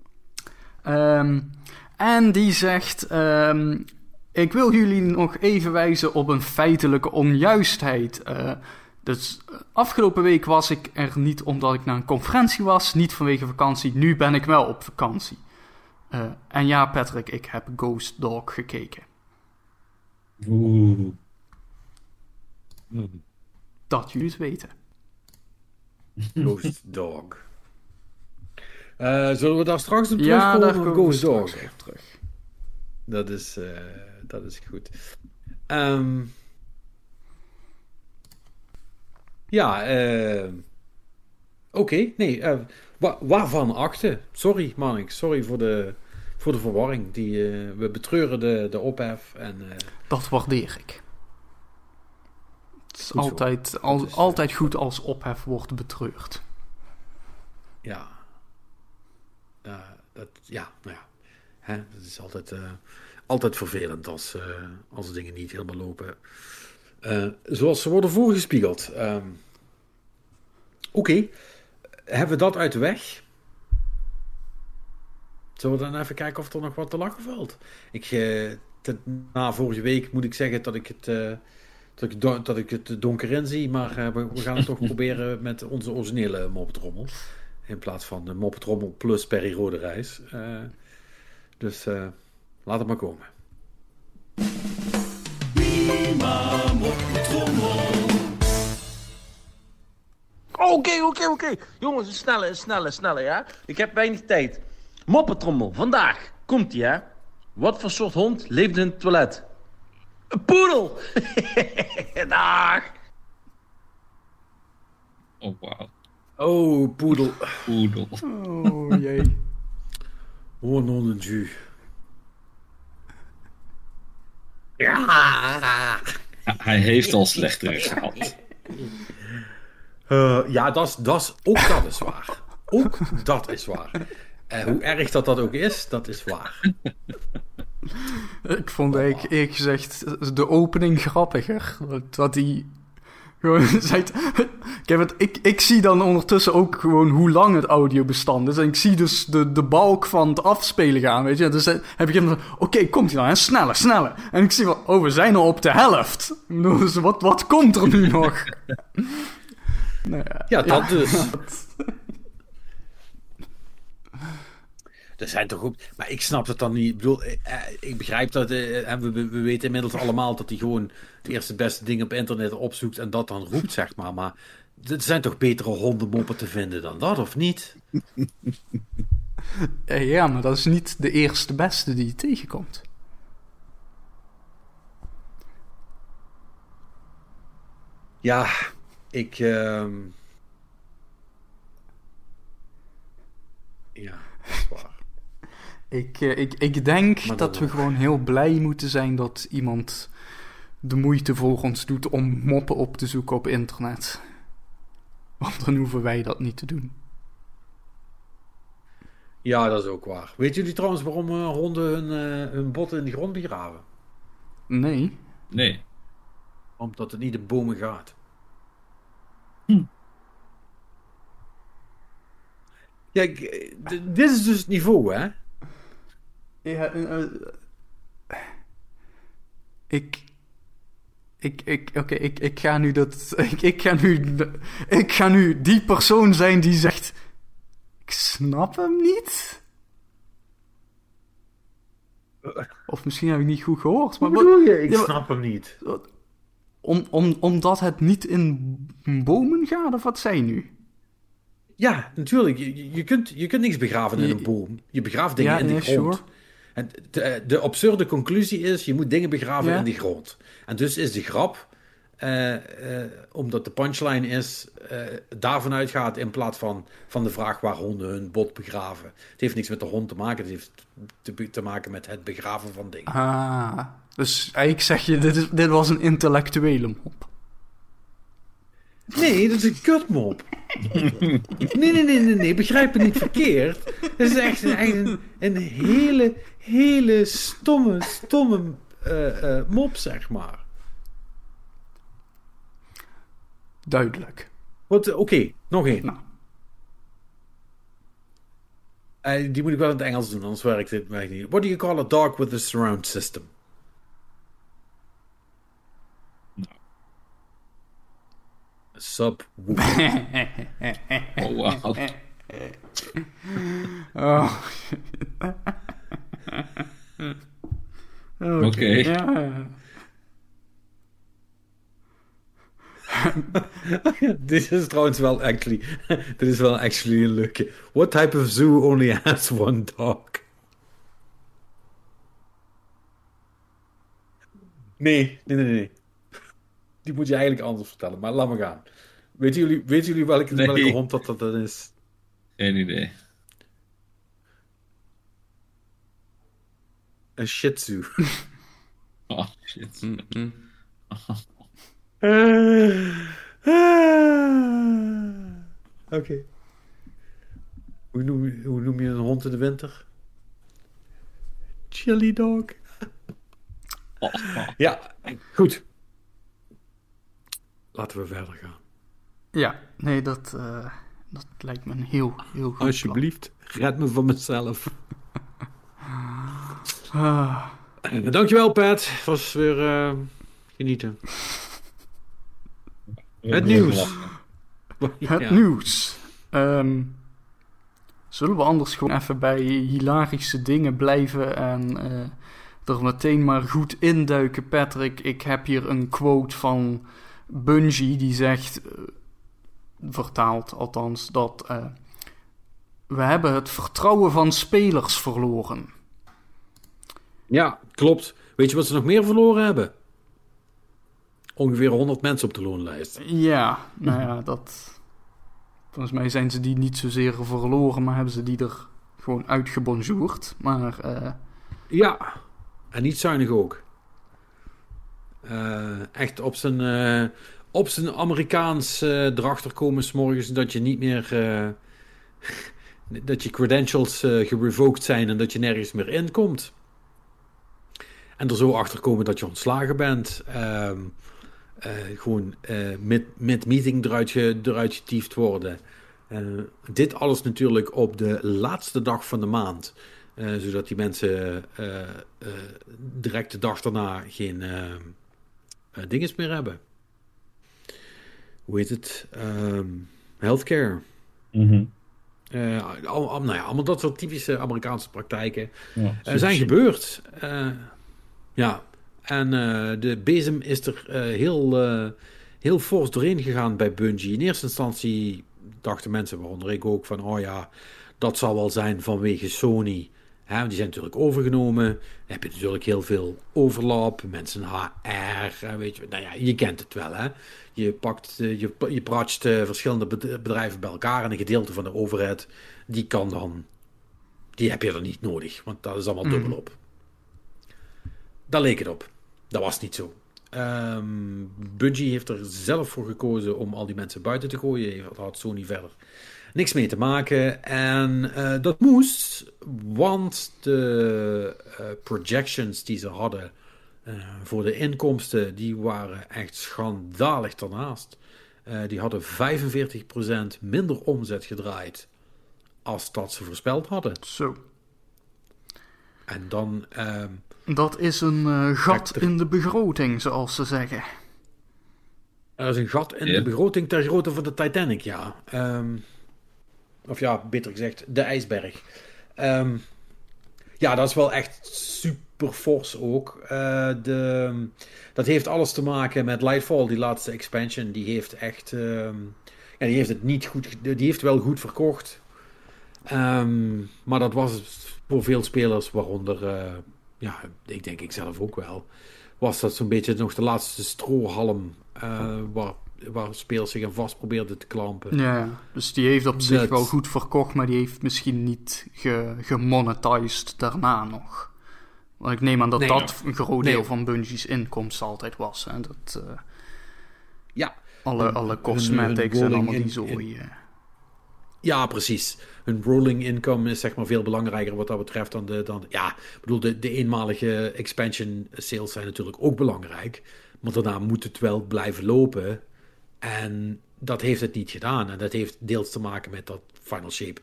En die zegt: ik wil jullie nog even wijzen op een feitelijke onjuistheid. Dus afgelopen week was ik er niet omdat ik naar een conferentie was, niet vanwege vakantie. Nu ben ik wel op vakantie. En ja, Patrick, ik heb Ghost Dog gekeken. Oeh. Dat jullie het weten. Ghost Dog. Zullen we daar straks op terugkomen? Ja, daar komen Ghost we Dog. straks op terug. Dat is goed. Oké. Nee, waarvan achten? Sorry, Marnix. Sorry voor de verwarring. We betreuren de ophef. Dat waardeer ik. Het is goed altijd goed als ophef wordt betreurd. Ja. Het is altijd vervelend als dingen niet helemaal lopen zoals ze worden voorgespiegeld. Oké. Hebben we dat uit de weg? Zullen we dan even kijken of er nog wat te lachen valt? Na vorige week moet ik zeggen dat ik het donker in zie, maar we gaan het toch proberen met onze originele moppetrommel. In plaats van de moppetrommel plus Perry Rode Reis. Dus laat het maar komen. Oké. Jongens, sneller, ja? Ik heb weinig tijd. Moppetrommel, vandaag. Komt-ie, hè? Wat voor soort hond leeft in het toilet? Een poedel! Dag! Oh, wauw. Oh, poedel. Poedel. Oh, jee. Oh, non de Dieu. Ja, hij heeft al slechtere gehad. Ook dat is waar. Ook dat is waar. Hoe erg dat ook is, dat is waar. Ik vond eigenlijk gezegd de opening grappiger. Wat hij gewoon zei. Ik zie dan ondertussen ook gewoon hoe lang het audiobestand is. En ik zie dus de balk van het afspelen gaan, weet je. Dus heb ik hem van, oké, komt hij dan, hè? Sneller. En ik zie van, we zijn al op de helft. Dus wat komt er nu nog? Nou ja, dat dus. Er zijn toch ook... Maar ik snap het dan niet. Ik bedoel, ik begrijp dat... we weten inmiddels allemaal dat hij gewoon het eerste beste ding op internet opzoekt en dat dan roept, zeg maar. Maar er zijn toch betere hondenmoppen te vinden dan dat, of niet? Ja, maar dat is niet de eerste beste die je tegenkomt. Ja, ik... Ja, dat is waar. Ik denk Maar dat we gewoon heel blij moeten zijn dat iemand de moeite voor ons doet om moppen op te zoeken op internet. Want dan hoeven wij dat niet te doen. Ja, dat is ook waar. Weet jullie trouwens waarom honden hun botten in de grond begraven? Nee. Nee. Omdat het niet de bomen gaat. Ja, dit is dus het niveau, hè? Ja, ik ga nu dat... Ik ga nu die persoon zijn die zegt... Ik snap hem niet. Of misschien heb ik niet goed gehoord. Maar Wat bedoel je? Ik Ja, maar- snap hem niet. Omdat het niet in bomen gaat, of wat zei je nu? Ja, natuurlijk. Je kunt niks begraven in een boom. Je begraaft dingen in de grond. Sure. En de absurde conclusie is, je moet dingen begraven Ja. in de grond. En dus is de grap, omdat de punchline is, daarvan uitgaat in plaats van de vraag waar honden hun bot begraven. Het heeft niks met de hond te maken, het heeft te maken met het begraven van dingen. Ah, dus eigenlijk zeg je, dit was een intellectuele mop. Nee, dat is een kutmop. Nee, begrijp me niet verkeerd. Dat is echt een hele stomme mop, zeg maar. Duidelijk. Oké, nog één. Nou. Die moet ik wel in het Engels doen, anders werkt dit niet. What do you call a dog with a surround system? A subwoofer. Oh, wow. Oh. Oké. Ja. Dit is trouwens wel actually... Dit is wel actually een leuke. What type of zoo only has one dog? Nee. Die moet je eigenlijk anders vertellen, maar laat me gaan. Weten jullie welke hond dat is? Geen idee. Een Shih Tzu. Oh, shit. Oké. Hoe noem je een hond in de winter? Chili dog. Ja, goed. Laten we verder gaan. Ja, nee, dat lijkt me een heel goed plan. Alsjeblieft, red me van mezelf. Ah, Dankjewel, Pat. Het was weer genieten. Het nieuws. het nieuws. Zullen we anders gewoon even bij hilarische dingen blijven en er meteen maar goed induiken, Patrick? Ik heb hier een quote van Bungie die zegt, vertaald althans, dat we hebben het vertrouwen van spelers verloren. Ja, klopt. Weet je wat ze nog meer verloren hebben? Ongeveer 100 mensen op de loonlijst. Ja, nou ja, dat... Volgens mij zijn ze die niet zozeer verloren, maar hebben ze die er gewoon uitgebonjourd. Maar... Ja, en niet zuinig ook. Echt op zijn Amerikaans erachter komen 's morgens dat je niet meer... dat je credentials gerevoked zijn en dat je nergens meer inkomt. En er zo achter komen dat je ontslagen bent. Gewoon met meeting eruit getiefd worden. Dit alles natuurlijk op de laatste dag van de maand. Zodat die mensen direct de dag daarna geen dinges meer hebben. Hoe heet het? Healthcare. Mhm. Allemaal dat soort typische Amerikaanse praktijken shit. zijn gebeurd. En de bezem is er heel fors doorheen gegaan bij Bungie. In eerste instantie dachten mensen, waaronder ik ook, van dat zal wel zijn vanwege Sony. Die zijn natuurlijk overgenomen. Dan heb je natuurlijk heel veel overlap. Mensen HR. Weet je, je kent het wel. Hè? Je pratst verschillende bedrijven bij elkaar. En een gedeelte van de overhead, die heb je er niet nodig. Want dat is allemaal dubbelop. Daar leek het op. Dat was niet zo. Bungie heeft er zelf voor gekozen om al die mensen buiten te gooien. Daar had Sony verder niks mee te maken. En dat moest, want de projections die ze hadden voor de inkomsten, die waren echt schandalig daarnaast. Die hadden 45% minder omzet gedraaid als dat ze voorspeld hadden. Zo. En dan... dat is een gat in de begroting, zoals ze zeggen. Er is een gat in de begroting ter grootte van de Titanic, ja. Beter gezegd, de ijsberg. Dat is wel echt super fors ook. Dat heeft alles te maken met Lightfall, die laatste expansion. Die heeft echt... die heeft het niet goed... Die heeft wel goed verkocht. Maar dat was voor veel spelers, waaronder... ik denk ik zelf ook wel. Was dat zo'n beetje nog de laatste strohalm waar spelers zich aan vast probeerden te klampen. Ja, dus die heeft op zich wel goed verkocht, maar die heeft misschien niet gemonetized daarna nog. Want ik neem aan dat een groot deel van Bungie's inkomsten altijd was. Hè? Dat, alle cosmetics en allemaal die zooi. Ja, precies. Hun rolling income is zeg maar veel belangrijker wat dat betreft dan de eenmalige expansion sales zijn natuurlijk ook belangrijk. Maar daarna moet het wel blijven lopen. En dat heeft het niet gedaan. En dat heeft deels te maken met dat Final Shape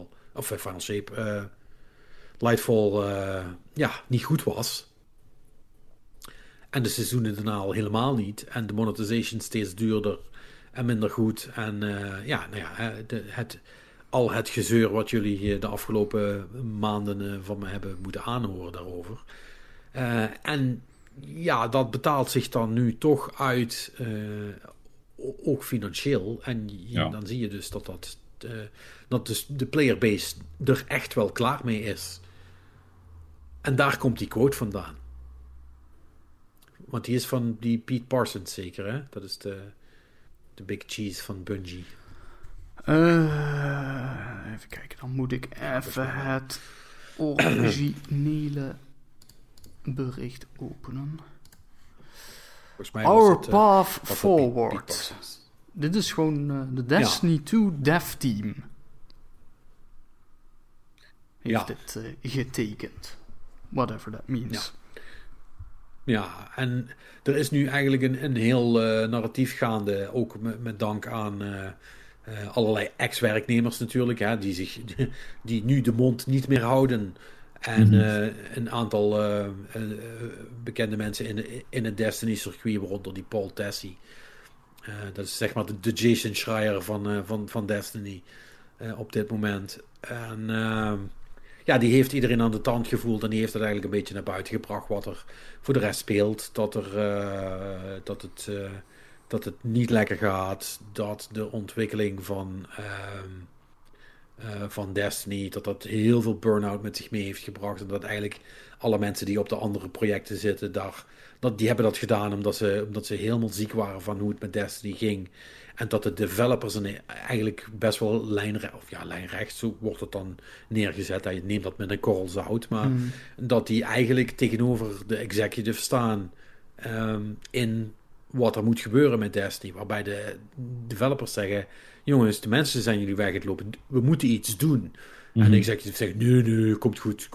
Lightfall niet goed was. En de seizoenen daarna al helemaal niet. En de monetization steeds duurder en minder goed. En het gezeur wat jullie de afgelopen maanden van me hebben moeten aanhoren daarover. Dat betaalt zich dan nu toch uit, ook financieel. En dan zie je dus dat dus de playerbase er echt wel klaar mee is. En daar komt die quote vandaan. Want die is van die Pete Parsons zeker, hè? Dat is de Big Cheese van Bungie. Even kijken, dan moet ik even het originele bericht openen. Our Path Forward. Dit is gewoon de Destiny 2 dev team. Heeft dit getekend. Whatever that means. Ja, en er is nu eigenlijk een heel narratief gaande, ook met dank aan allerlei ex-werknemers natuurlijk, hè, die nu de mond niet meer houden. En een aantal bekende mensen in het Destiny-circuit, waaronder die Paul Tassi. Dat is zeg maar de Jason Schreier van Destiny op dit moment. En die heeft iedereen aan de tand gevoeld en die heeft het eigenlijk een beetje naar buiten gebracht wat er voor de rest speelt. Dat het niet lekker gaat, dat de ontwikkeling van Destiny, dat heel veel burn-out met zich mee heeft gebracht. En dat eigenlijk alle mensen die op de andere projecten zitten, die hebben dat gedaan omdat ze helemaal ziek waren van hoe het met Destiny ging. En dat de developers eigenlijk best wel lijnrecht, zo wordt het dan neergezet. Je neemt dat met een korrel zout. Maar dat die eigenlijk tegenover de executive staan in wat er moet gebeuren met Destiny. Waarbij de developers zeggen, jongens, de mensen zijn jullie weg het lopen. We moeten iets doen. En de executive zeggen, nee, komt goed.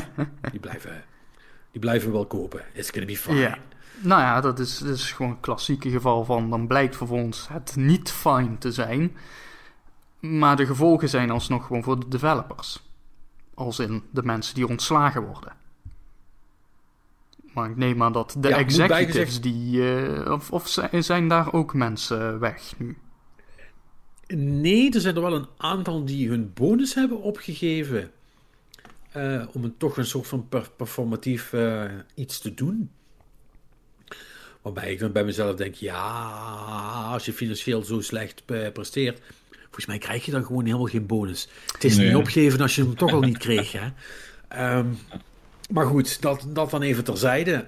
Die blijven wel kopen. It's gonna be fine. Yeah. Nou ja, dat is gewoon een klassieke geval van... dan blijkt vervolgens het niet fine te zijn. Maar de gevolgen zijn alsnog gewoon voor de developers. Als in de mensen die ontslagen worden. Maar ik neem aan dat de executives die... of zijn daar ook mensen weg nu? Nee, er zijn er wel een aantal die hun bonus hebben opgegeven. Om toch een soort van performatief iets te doen. Waarbij ik dan bij mezelf denk, ja, als je financieel zo slecht presteert, volgens mij krijg je dan gewoon helemaal geen bonus. Het is niet opgeven als je hem toch al niet kreeg, hè. Maar goed, dat dan even terzijde.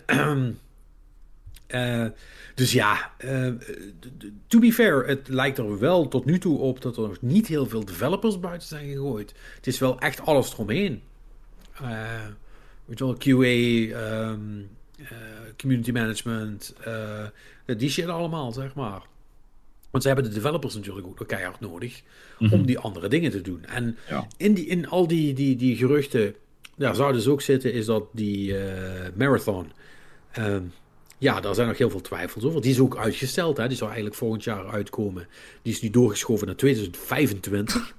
Dus ja, to be fair, het lijkt er wel tot nu toe op dat er nog niet heel veel developers buiten zijn gegooid. Het is wel echt alles eromheen. Weet je wel, QA, community management, die shit allemaal, zeg maar. Want ze hebben de developers natuurlijk ook nog keihard nodig om die andere dingen te doen. En in al die geruchten, daar zou dus ook zitten, is dat die marathon, daar zijn nog heel veel twijfels over. Die is ook uitgesteld, hè? Die zou eigenlijk volgend jaar uitkomen. Die is nu doorgeschoven naar 2025.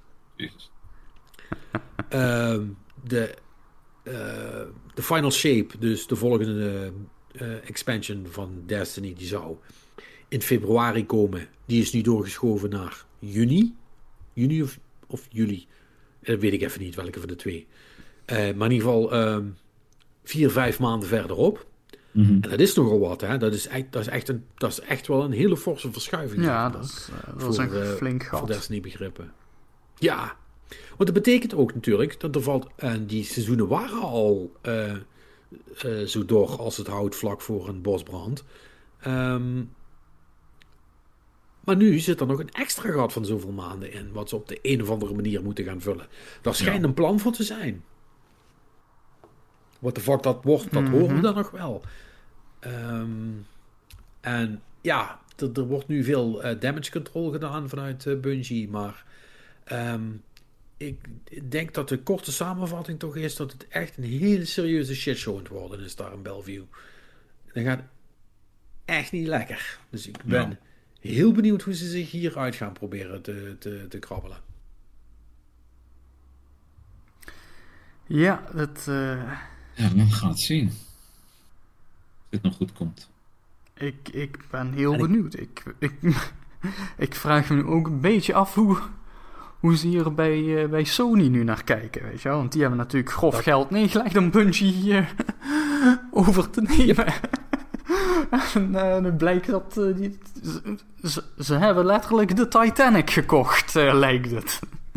De Final Shape, dus de volgende expansion van Destiny, die zou in februari komen. Die is nu doorgeschoven naar juni. Juni of juli. Dat weet ik even niet welke van de twee. Maar in ieder geval 4-5 maanden verderop. En dat is nogal wat, hè? Dat is echt wel een hele forse verschuiving. Ja, dat is een flink gat. Voor Destiny begrippen. Ja, want dat betekent ook natuurlijk dat er valt. En die seizoenen waren al zo door als het hout vlak voor een bosbrand. Maar nu zit er nog een extra gat van zoveel maanden in, wat ze op de een of andere manier moeten gaan vullen. Daar schijnt een plan voor te zijn. What the fuck dat wordt, dat horen we dan nog wel. En ja, er wordt nu veel damage control gedaan vanuit Bungie, maar ik denk dat de korte samenvatting toch is dat het echt een hele serieuze shitshow aan het worden is daar in Bellevue. Dat gaat echt niet lekker. Dus ik ben heel benieuwd hoe ze zich hieruit gaan proberen te krabbelen. Ja, dat... Ja, we gaan het zien. Of dit nog goed komt. Ik ben heel benieuwd. Ik vraag me ook een beetje af hoe ze hier bij Sony nu naar kijken, weet je wel? Want die hebben natuurlijk grof geld neergelegd om Bungie over te nemen. En dan blijkt dat ze hebben letterlijk de Titanic gekocht, lijkt het.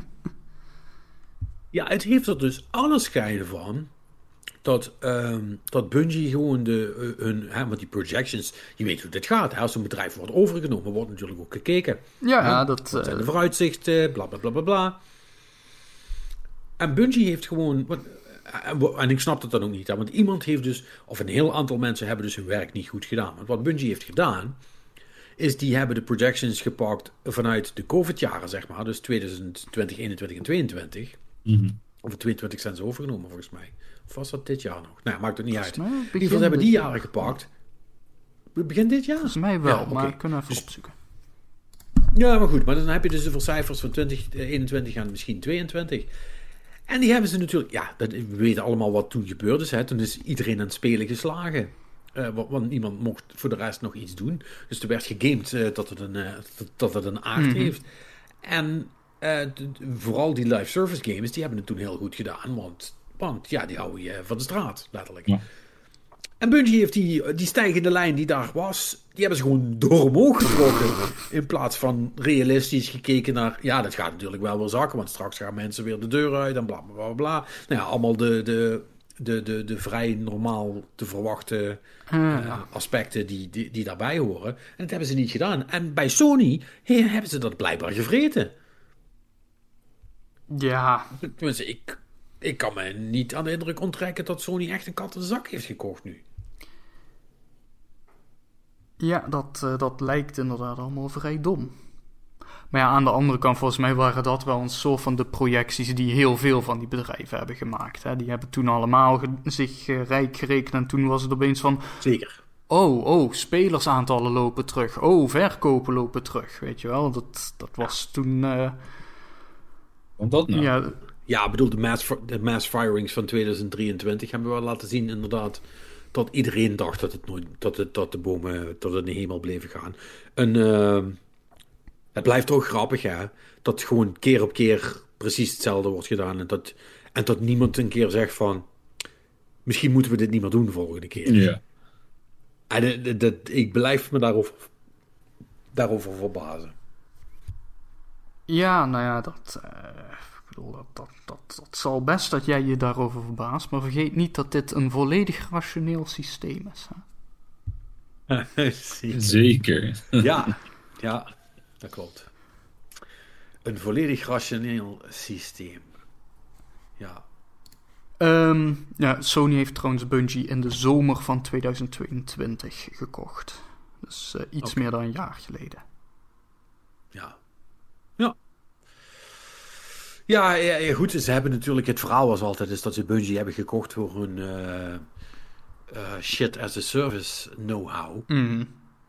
Ja, het heeft er dus alle schijnen van dat Bungie gewoon want die projections, je weet hoe dit gaat. Hè? Als een bedrijf wordt overgenomen, wordt natuurlijk ook gekeken. Ja, dat zijn de vooruitzichten, bla bla bla bla bla. En Bungie heeft gewoon, en ik snap dat dan ook niet, hè? Want iemand heeft dus, of een heel aantal mensen hebben dus hun werk niet goed gedaan. Want wat Bungie heeft gedaan, is die hebben de projections gepakt vanuit de COVID-jaren, zeg maar. Dus 2020, 21 en 22. Of 22 zijn ze overgenomen, volgens mij. Of was dat dit jaar nog? Nou, maakt het niet uit. In ieder geval hebben die jaren gepakt. Begin dit jaar? Volgens mij wel, maar we kunnen even opzoeken. Ja, maar goed. Maar dan heb je dus de cijfers van 2021 en misschien 22. En die hebben ze natuurlijk... Ja, we weten allemaal wat toen gebeurd is. Hè. Toen is iedereen aan het spelen geslagen. Want niemand mocht voor de rest nog iets doen. Dus er werd gegamed dat het een aard heeft. En vooral die live service games, die hebben het toen heel goed gedaan. Want ja, die hou je van de straat, letterlijk. Ja. En Bungie heeft die stijgende lijn die daar was, die hebben ze gewoon door omhoog getrokken. In plaats van realistisch gekeken naar, ja, dat gaat natuurlijk wel weer zakken, want straks gaan mensen weer de deur uit en bla bla bla bla. Nou ja, allemaal de vrij normaal te verwachten aspecten die daarbij horen. En dat hebben ze niet gedaan. En bij Sony hebben ze dat blijkbaar gevreten. Ja. Tenminste, ik kan me niet aan de indruk onttrekken dat Sony echt een kat in de zak heeft gekocht nu. Ja, dat lijkt inderdaad allemaal vrij dom. Maar ja, aan de andere kant, volgens mij waren dat wel een soort van de projecties die heel veel van die bedrijven hebben gemaakt. Hè? Die hebben toen allemaal zich rijk gerekend en toen was het opeens van... Zeker. Oh, spelersaantallen lopen terug. Oh, verkopen lopen terug, weet je wel. Dat was toen... Want dat nou? Ja, ik bedoel, de mass firings van 2023 hebben we wel laten zien, inderdaad, dat iedereen dacht dat de bomen tot in de hemel bleven gaan. Het blijft toch grappig, hè? Dat gewoon keer op keer precies hetzelfde wordt gedaan. En dat niemand een keer zegt van... Misschien moeten we dit niet meer doen de volgende keer. Ja. En ik blijf me daarover verbazen. Ja, nou ja, ik bedoel, dat zal best dat jij je daarover verbaast. Maar vergeet niet dat dit een volledig rationeel systeem is. Hè? Zeker. Ja, dat klopt. Een volledig rationeel systeem. Ja. Ja, Sony heeft trouwens Bungie in de zomer van 2022 gekocht. Dus iets meer dan een jaar geleden. Ja. Ja, goed. Ze hebben natuurlijk... Het verhaal was altijd is dat ze Bungie hebben gekocht voor hun shit as a service know-how. Mm.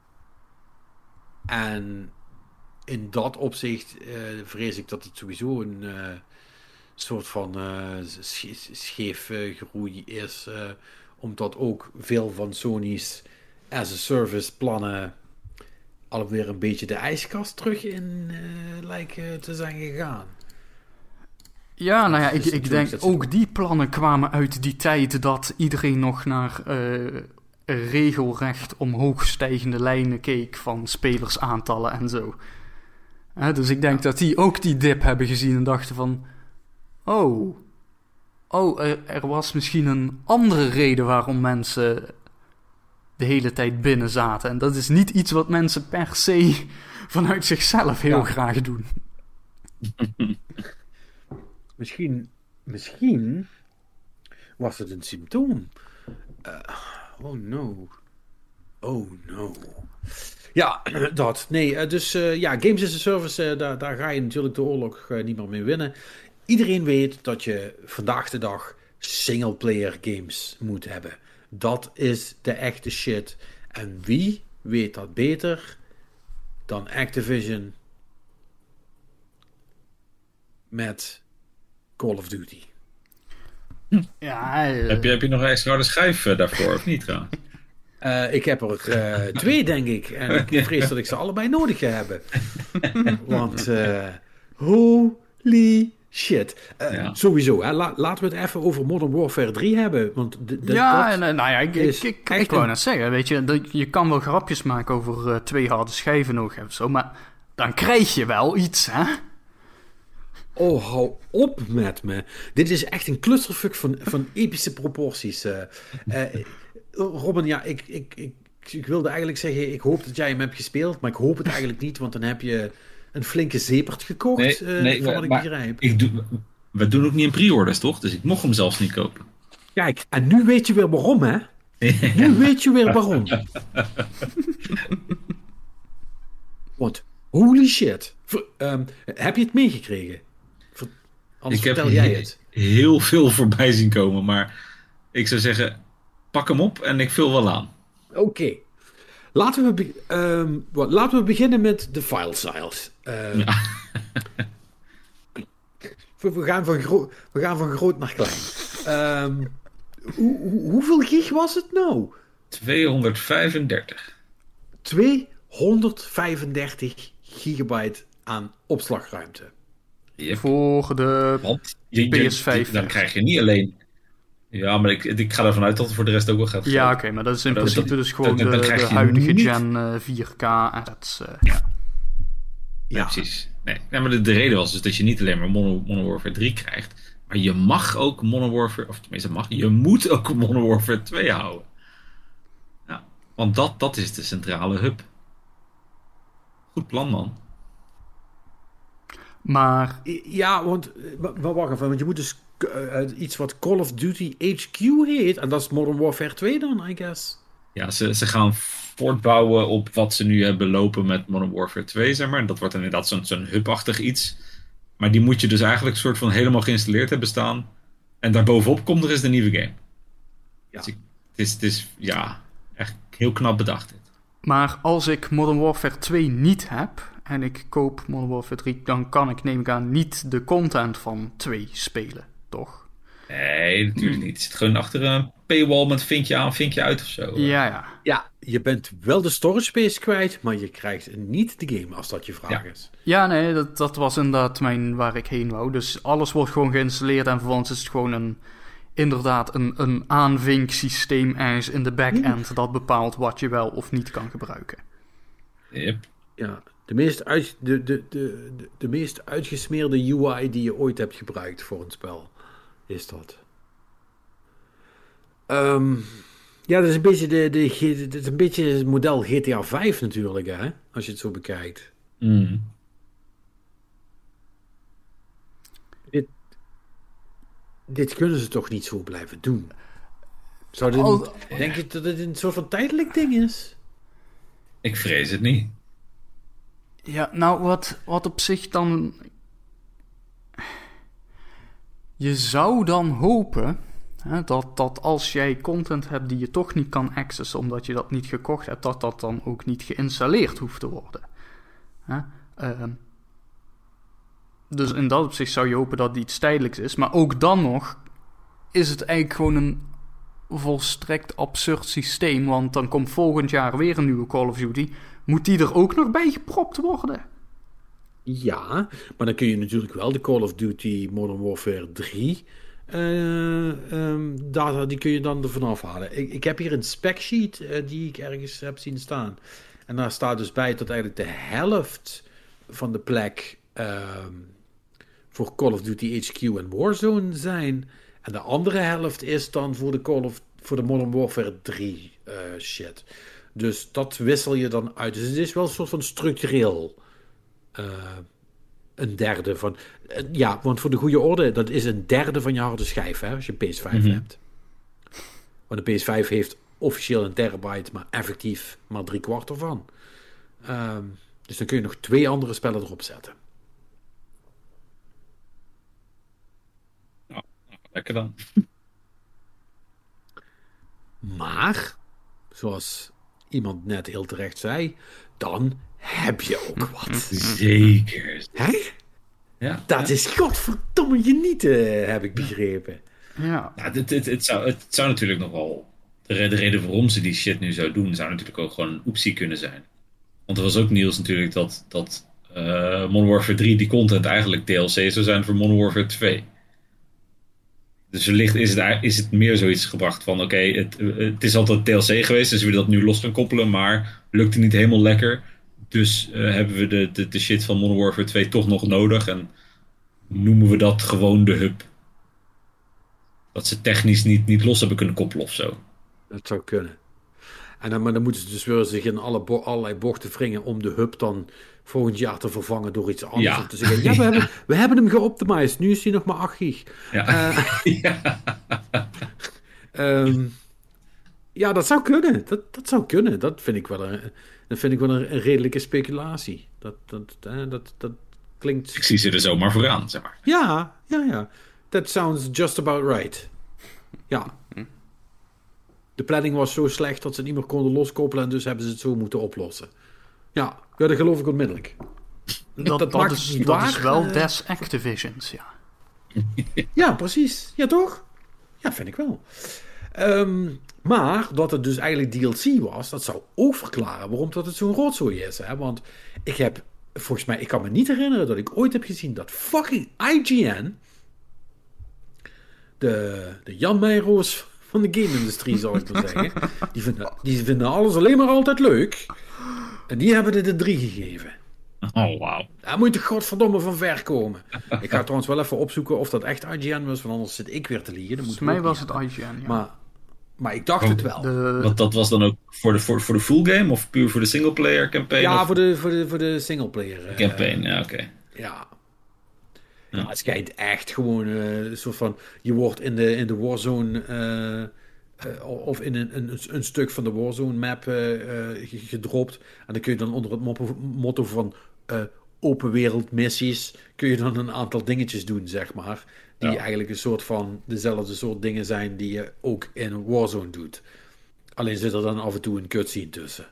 En in dat opzicht vrees ik dat het sowieso een soort van scheef groei is. Omdat ook veel van Sony's as a service plannen alweer een beetje de ijskast terug in lijken te zijn gegaan. Ja, nou ja, Dus ik denk ook die plannen kwamen uit die tijd dat iedereen nog naar regelrecht omhoog stijgende lijnen keek van spelersaantallen en zo. Dus ik denk dat die ook die dip hebben gezien en dachten van... er was misschien een andere reden waarom mensen de hele tijd binnen zaten. En dat is niet iets wat mensen per se vanuit zichzelf heel graag doen. Misschien was het een symptoom. Oh no. Ja, dat. Nee, dus Games as a Service, daar ga je natuurlijk de oorlog niet meer mee winnen. Iedereen weet dat je vandaag de dag singleplayer games moet hebben. Dat is de echte shit. En wie weet dat beter dan Activision met Call of Duty? Ja, Heb je nog een extra harde schijf daarvoor, of niet trouwens? Ik heb er 2, denk ik. En ik vrees dat ik ze allebei nodig ga hebben. Want holy shit. Sowieso, hè. Laten we het even over Modern Warfare 3 hebben. Want ik wou net zeggen, weet je, je kan wel grapjes maken over 2 harde schijven nog of zo, maar dan krijg je wel iets, hè? Oh, hou op met me. Dit is echt een clusterfuck van epische proporties. Robin, ja, ik wilde eigenlijk zeggen... Ik hoop dat jij hem hebt gespeeld, maar ik hoop het eigenlijk niet, want dan heb je een flinke zepert gekocht, van wat ik begrijp. We doen ook niet in pre-orders, toch? Dus ik mocht hem zelfs niet kopen. Kijk, en nu weet je weer waarom, hè? Nu weet je weer waarom. Want, holy shit. Heb je het meegekregen? Anders vertel jij het. Heel veel voorbij zien komen, maar ik zou zeggen, pak hem op en ik vul wel aan. Oké. Laten we beginnen met de file size. We gaan van groot naar klein. Hoeveel gig was het nou? 235. 235 gigabyte aan opslagruimte. Yep. Voor de PS5. Dan krijg je niet alleen... Ja, maar ik ga ervan uit dat het voor de rest ook wel gaat. Ja, oké, maar dat is in principe dus gewoon de huidige niet... gen 4K. En dat Ja, precies. Nee, maar de reden was dus dat je niet alleen maar Modern Warfare 3 krijgt, maar je mag ook Modern Warfare, of tenminste je moet ook Modern Warfare 2 houden. Ja, want dat is de centrale hub. Goed plan, man. Maar... Ja, want wacht even, want je moet dus iets wat Call of Duty HQ heet, en dat is Modern Warfare 2 dan, I guess. Ja, ze gaan voortbouwen op wat ze nu hebben lopen met Modern Warfare 2, zeg maar. En dat wordt inderdaad zo'n hub-achtig iets. Maar die moet je dus eigenlijk soort van helemaal geïnstalleerd hebben staan. En daarbovenop komt er eens de nieuwe game. Ja. Dus het is echt heel knap bedacht dit. Maar als ik Modern Warfare 2 niet heb en ik koop Modern Warfare 3, dan kan ik, neem ik aan, niet de content van 2 spelen, toch? Nee, natuurlijk niet. Het zit gewoon achter een paywall met vinkje aan, vinkje uit of zo. Ja. Ja, je bent wel de storage space kwijt, maar je krijgt niet de game als dat je vraag is. Ja, nee, dat was inderdaad waar ik heen wou. Dus alles wordt gewoon geïnstalleerd en vervolgens is het gewoon inderdaad een aanvinksysteem ergens in de back-end dat bepaalt wat je wel of niet kan gebruiken. Yep. Ja, de meest uitgesmeerde UI die je ooit hebt gebruikt voor een spel is dat. Ja, dat is een beetje dat is een beetje het model GTA 5 natuurlijk, hè? Als je het zo bekijkt. Mm. Dit kunnen ze toch niet zo blijven doen? Denk je dat het een soort van tijdelijk ding is? Ik vrees het niet. Ja, nou, wat op zich dan... Je zou dan hopen dat als jij content hebt die je toch niet kan accessen omdat je dat niet gekocht hebt, dat dan ook niet geïnstalleerd hoeft te worden. Dus in dat opzicht zou je hopen dat het iets tijdelijks is. Maar ook dan nog is het eigenlijk gewoon een volstrekt absurd systeem. Want dan komt volgend jaar weer een nieuwe Call of Duty. Moet die er ook nog bij gepropt worden? Ja, maar dan kun je natuurlijk wel de Call of Duty Modern Warfare 3... data, die kun je dan er vanaf halen. Ik heb hier een spec sheet die ik ergens heb zien staan. En daar staat dus bij dat eigenlijk de helft van de plek voor Call of Duty HQ en Warzone zijn. En de andere helft is dan voor de Modern Warfare 3 shit. Dus dat wissel je dan uit. Dus het is wel een soort van structureel een derde van... ja, want voor de goede orde, dat is een derde van je harde schijf, hè, als je PS5 hebt. Want de PS5 heeft officieel een terabyte, maar effectief maar 3/4 ervan. Dus dan kun je nog 2 andere spellen erop zetten. Nou, lekker dan. Maar, zoals iemand net heel terecht zei, dan heb je ook wat. Zeker. Hè? Ja, Dat is godverdomme genieten, heb ik begrepen. Ja. Ja, het zou natuurlijk nog wel... De reden waarom ze die shit nu zou doen, zou natuurlijk ook gewoon een optie kunnen zijn. Want er was ook nieuws natuurlijk dat Modern Warfare 3 die content eigenlijk DLC zou zijn voor Modern Warfare 2. Dus wellicht is het meer zoiets gebracht van oké, het is altijd DLC geweest, dus we willen dat nu los gaan koppelen, maar lukte niet helemaal lekker. Dus hebben we de shit van Modern Warfare 2 toch nog nodig en noemen we dat gewoon de hub. Dat ze technisch niet los hebben kunnen koppelen of zo. Dat zou kunnen. Maar dan moeten ze dus weer zich in allerlei bochten wringen om de hub dan volgend jaar te vervangen door iets anders. Ja. Om te zeggen, ja, we hebben hem geoptimized. Nu is hij nog maar 8 gig. Ja, ja, dat zou kunnen. Dat zou kunnen. Dat vind ik wel een redelijke speculatie. Dat klinkt... Ik zie ze er zomaar vooraan, zeg maar. Ja. That sounds just about right. Ja. De planning was zo slecht dat ze het niet meer konden loskoppelen en dus hebben ze het zo moeten oplossen. Ja, dat geloof ik onmiddellijk. Dat is wel des Activisions, ja. Ja, precies. Ja, toch? Ja, vind ik wel. Maar dat het dus eigenlijk DLC was, dat zou ook verklaren waarom dat het zo'n rotzooi is. Hè? Want ik kan me niet herinneren dat ik ooit heb gezien dat fucking IGN, de Jan Meijroos van de game-industrie, zal ik maar zeggen, die vinden alles alleen maar altijd leuk. En die hebben dit een 3 gegeven. Oh, wauw. Daar moet je godverdomme van ver komen. Ik ga trouwens wel even opzoeken of dat echt IGN was, want anders zit ik weer te liegen. Volgens mij was het IGN, ja. Maar ik dacht het wel. Want dat was dan ook voor de full game of puur voor de singleplayer campaign? Ja, voor de singleplayer. Campaign, ja, oké. Ja. Ja, het schijnt echt gewoon een soort van... Je wordt in de Warzone... of in een stuk van de Warzone map gedropt. En dan kun je dan onder het motto van open wereld missies... kun je dan een aantal dingetjes doen, zeg maar. Die eigenlijk een soort van dezelfde soort dingen zijn die je ook in Warzone doet. Alleen zit er dan af en toe een cutscene tussen.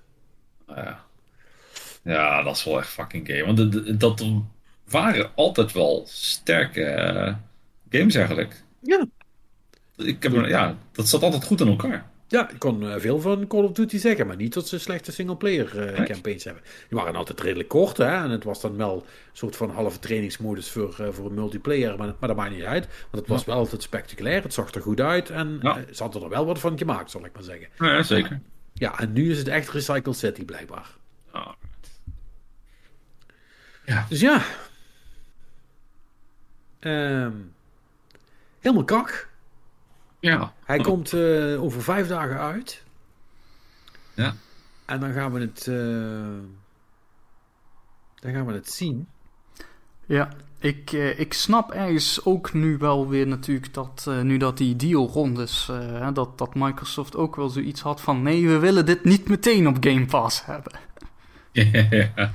Ja, dat is wel echt fucking gay. Want dat waren altijd wel sterke games eigenlijk. Ja. Dat zat altijd goed in elkaar. Ja, ik kon veel van Call of Duty zeggen, maar niet dat ze slechte singleplayer campaigns hebben. Die waren altijd redelijk kort, hè, en het was dan wel een soort van halve trainingsmodus voor een multiplayer, maar dat maakt niet uit. Want het was wel altijd spectaculair, het zag er goed uit en ze hadden er wel wat van gemaakt, zal ik maar zeggen. Ja, zeker. Ja, en nu is het echt Recycle City, blijkbaar. Oh. Ja. Dus ja. Helemaal kak. Ja. Hij komt over 5 dagen uit. Ja. En dan gaan we het zien. Ja, ik snap ergens ook nu wel weer natuurlijk dat nu dat die deal rond is, dat Microsoft ook wel zoiets had van nee, we willen dit niet meteen op Game Pass hebben. Ja.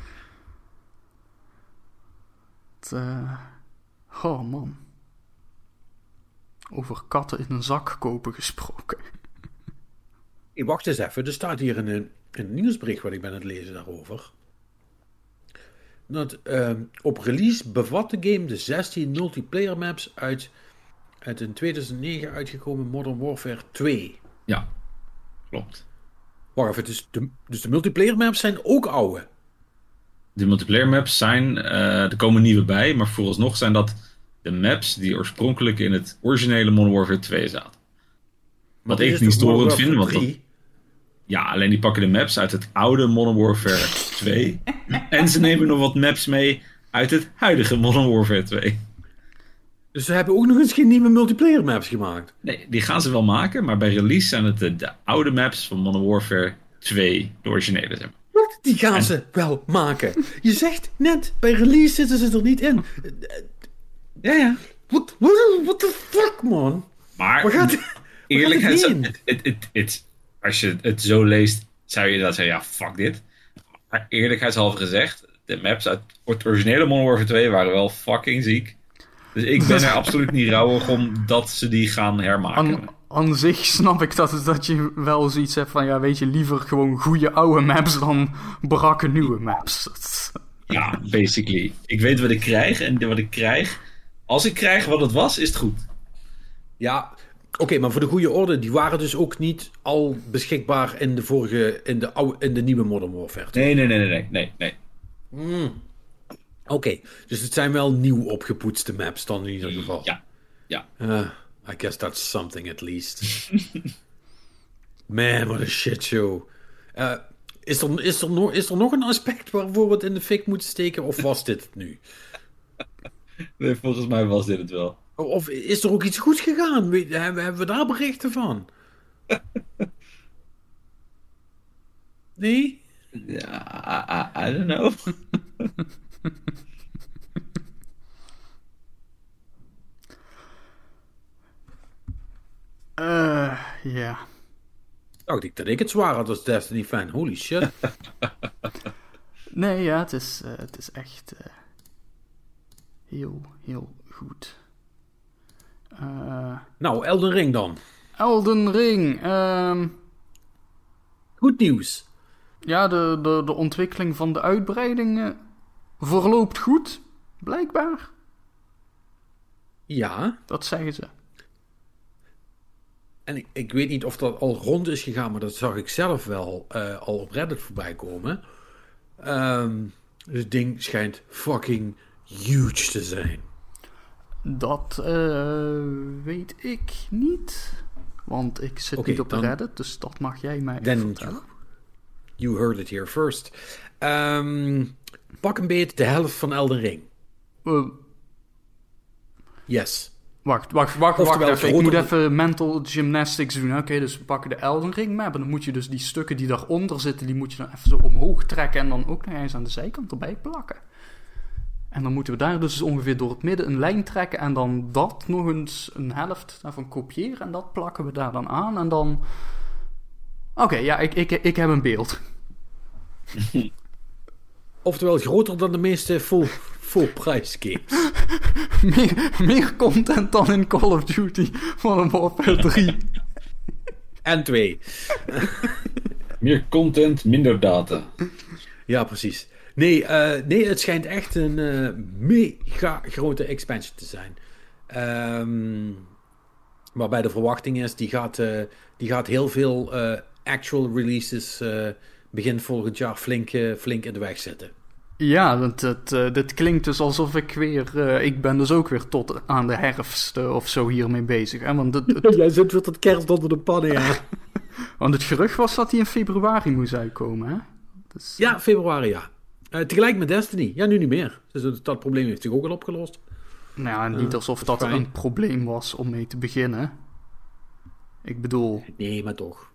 Oh man. Over katten in een zak kopen gesproken. Hey, wacht eens even, er staat hier een nieuwsbericht wat ik ben aan het lezen daarover. Dat op release bevat de game de 16 multiplayer maps uit in 2009 uitgekomen Modern Warfare 2. Ja, klopt. Wacht even, dus de multiplayer maps zijn ook oude? De multiplayer maps zijn, er komen nieuwe bij, maar vooralsnog zijn dat de maps die oorspronkelijk in het originele Modern Warfare 2 zaten. Wat ik niet storend vind, want ja, alleen die pakken de maps uit het oude Modern Warfare 2 en ze nemen nog wat maps mee uit het huidige Modern Warfare 2. Dus ze hebben ook nog eens geen nieuwe multiplayer maps gemaakt? Nee, die gaan ze wel maken, maar bij release zijn het de oude maps van Modern Warfare 2, de originele, zeg maar. Wat? Die gaan ze wel maken. Je zegt net, bij release zitten ze er niet in. Ja. What the fuck, man? Maar eerlijkheid, als je het zo leest, zou je dat zeggen, ja, fuck dit. Maar eerlijkheidshalve gezegd, de maps uit het originele Modern Warfare 2 waren wel fucking ziek. Dus ik ben er absoluut niet rouwig om dat ze die gaan hermaken. Aan zich snap ik dat je wel zoiets hebt van, ja, weet je, liever gewoon goede oude maps dan brakke nieuwe maps. Ja, basically. Ik weet wat ik krijg en wat ik krijg. Als ik krijg wat het was, is het goed. Ja, oké, maar voor de goede orde, die waren dus ook niet al beschikbaar in de nieuwe Modern Warfare. Nee. Oké, dus het zijn wel nieuw opgepoetste maps dan in ieder geval. Ja. I guess that's something at least. Man, what a shit show. Is er nog een aspect waarvoor we het in de fik moeten steken, of was dit het nu? Nee, volgens mij was dit het wel. Of is er ook iets goed gegaan? Hebben we daar berichten van? Nee? Ja, I don't know. Ja. Dacht ik dat ik het zwaar had als Destiny fan. Holy shit. Nee, ja, het is echt heel, heel goed. Nou, Elden Ring dan. Elden Ring. Goed nieuws. Ja, de ontwikkeling van de uitbreiding verloopt goed, blijkbaar. Ja. Dat zeggen ze. En ik weet niet of dat al rond is gegaan, maar dat zag ik zelf wel al op Reddit voorbij komen. Het ding schijnt fucking huge te zijn. Dat weet ik niet. Want ik zit niet op Reddit, dus dat mag jij mij vertellen. You heard it here first. Pak een beet de helft van Elden Ring. Yes. Wacht even. Ik moet even mental gymnastics doen. Oké, dus we pakken de Elden Ring map. En dan moet je dus die stukken die daaronder zitten, die moet je dan even zo omhoog trekken. En dan ook nog eens aan de zijkant erbij plakken. En dan moeten we daar dus ongeveer door het midden een lijn trekken. En dan dat nog eens een helft daarvan kopiëren. En dat plakken we daar dan aan. En dan... Oké, ja, ik heb een beeld. Oftewel groter dan de meeste full price games. meer content dan in Call of Duty Modern Warfare 3. En 2. Meer content, minder data. Ja, precies. Nee, het schijnt echt een mega grote expansion te zijn. Waarbij de verwachting is, die gaat heel veel actual releases begin volgend jaar flink in de weg zitten. Ja, dit klinkt dus alsof ik ben dus ook weer tot aan de herfst of zo hiermee bezig. Hè? Want Jij zit weer tot kerst onder de pannen, ja. Want het gerucht was dat hij in februari moest uitkomen, hè? Dus... Ja, februari, ja. Tegelijk met Destiny. Ja, nu niet meer. Dus dat probleem heeft zich ook al opgelost. Nou ja, niet alsof dat een probleem was om mee te beginnen. Ik bedoel... Nee, maar toch.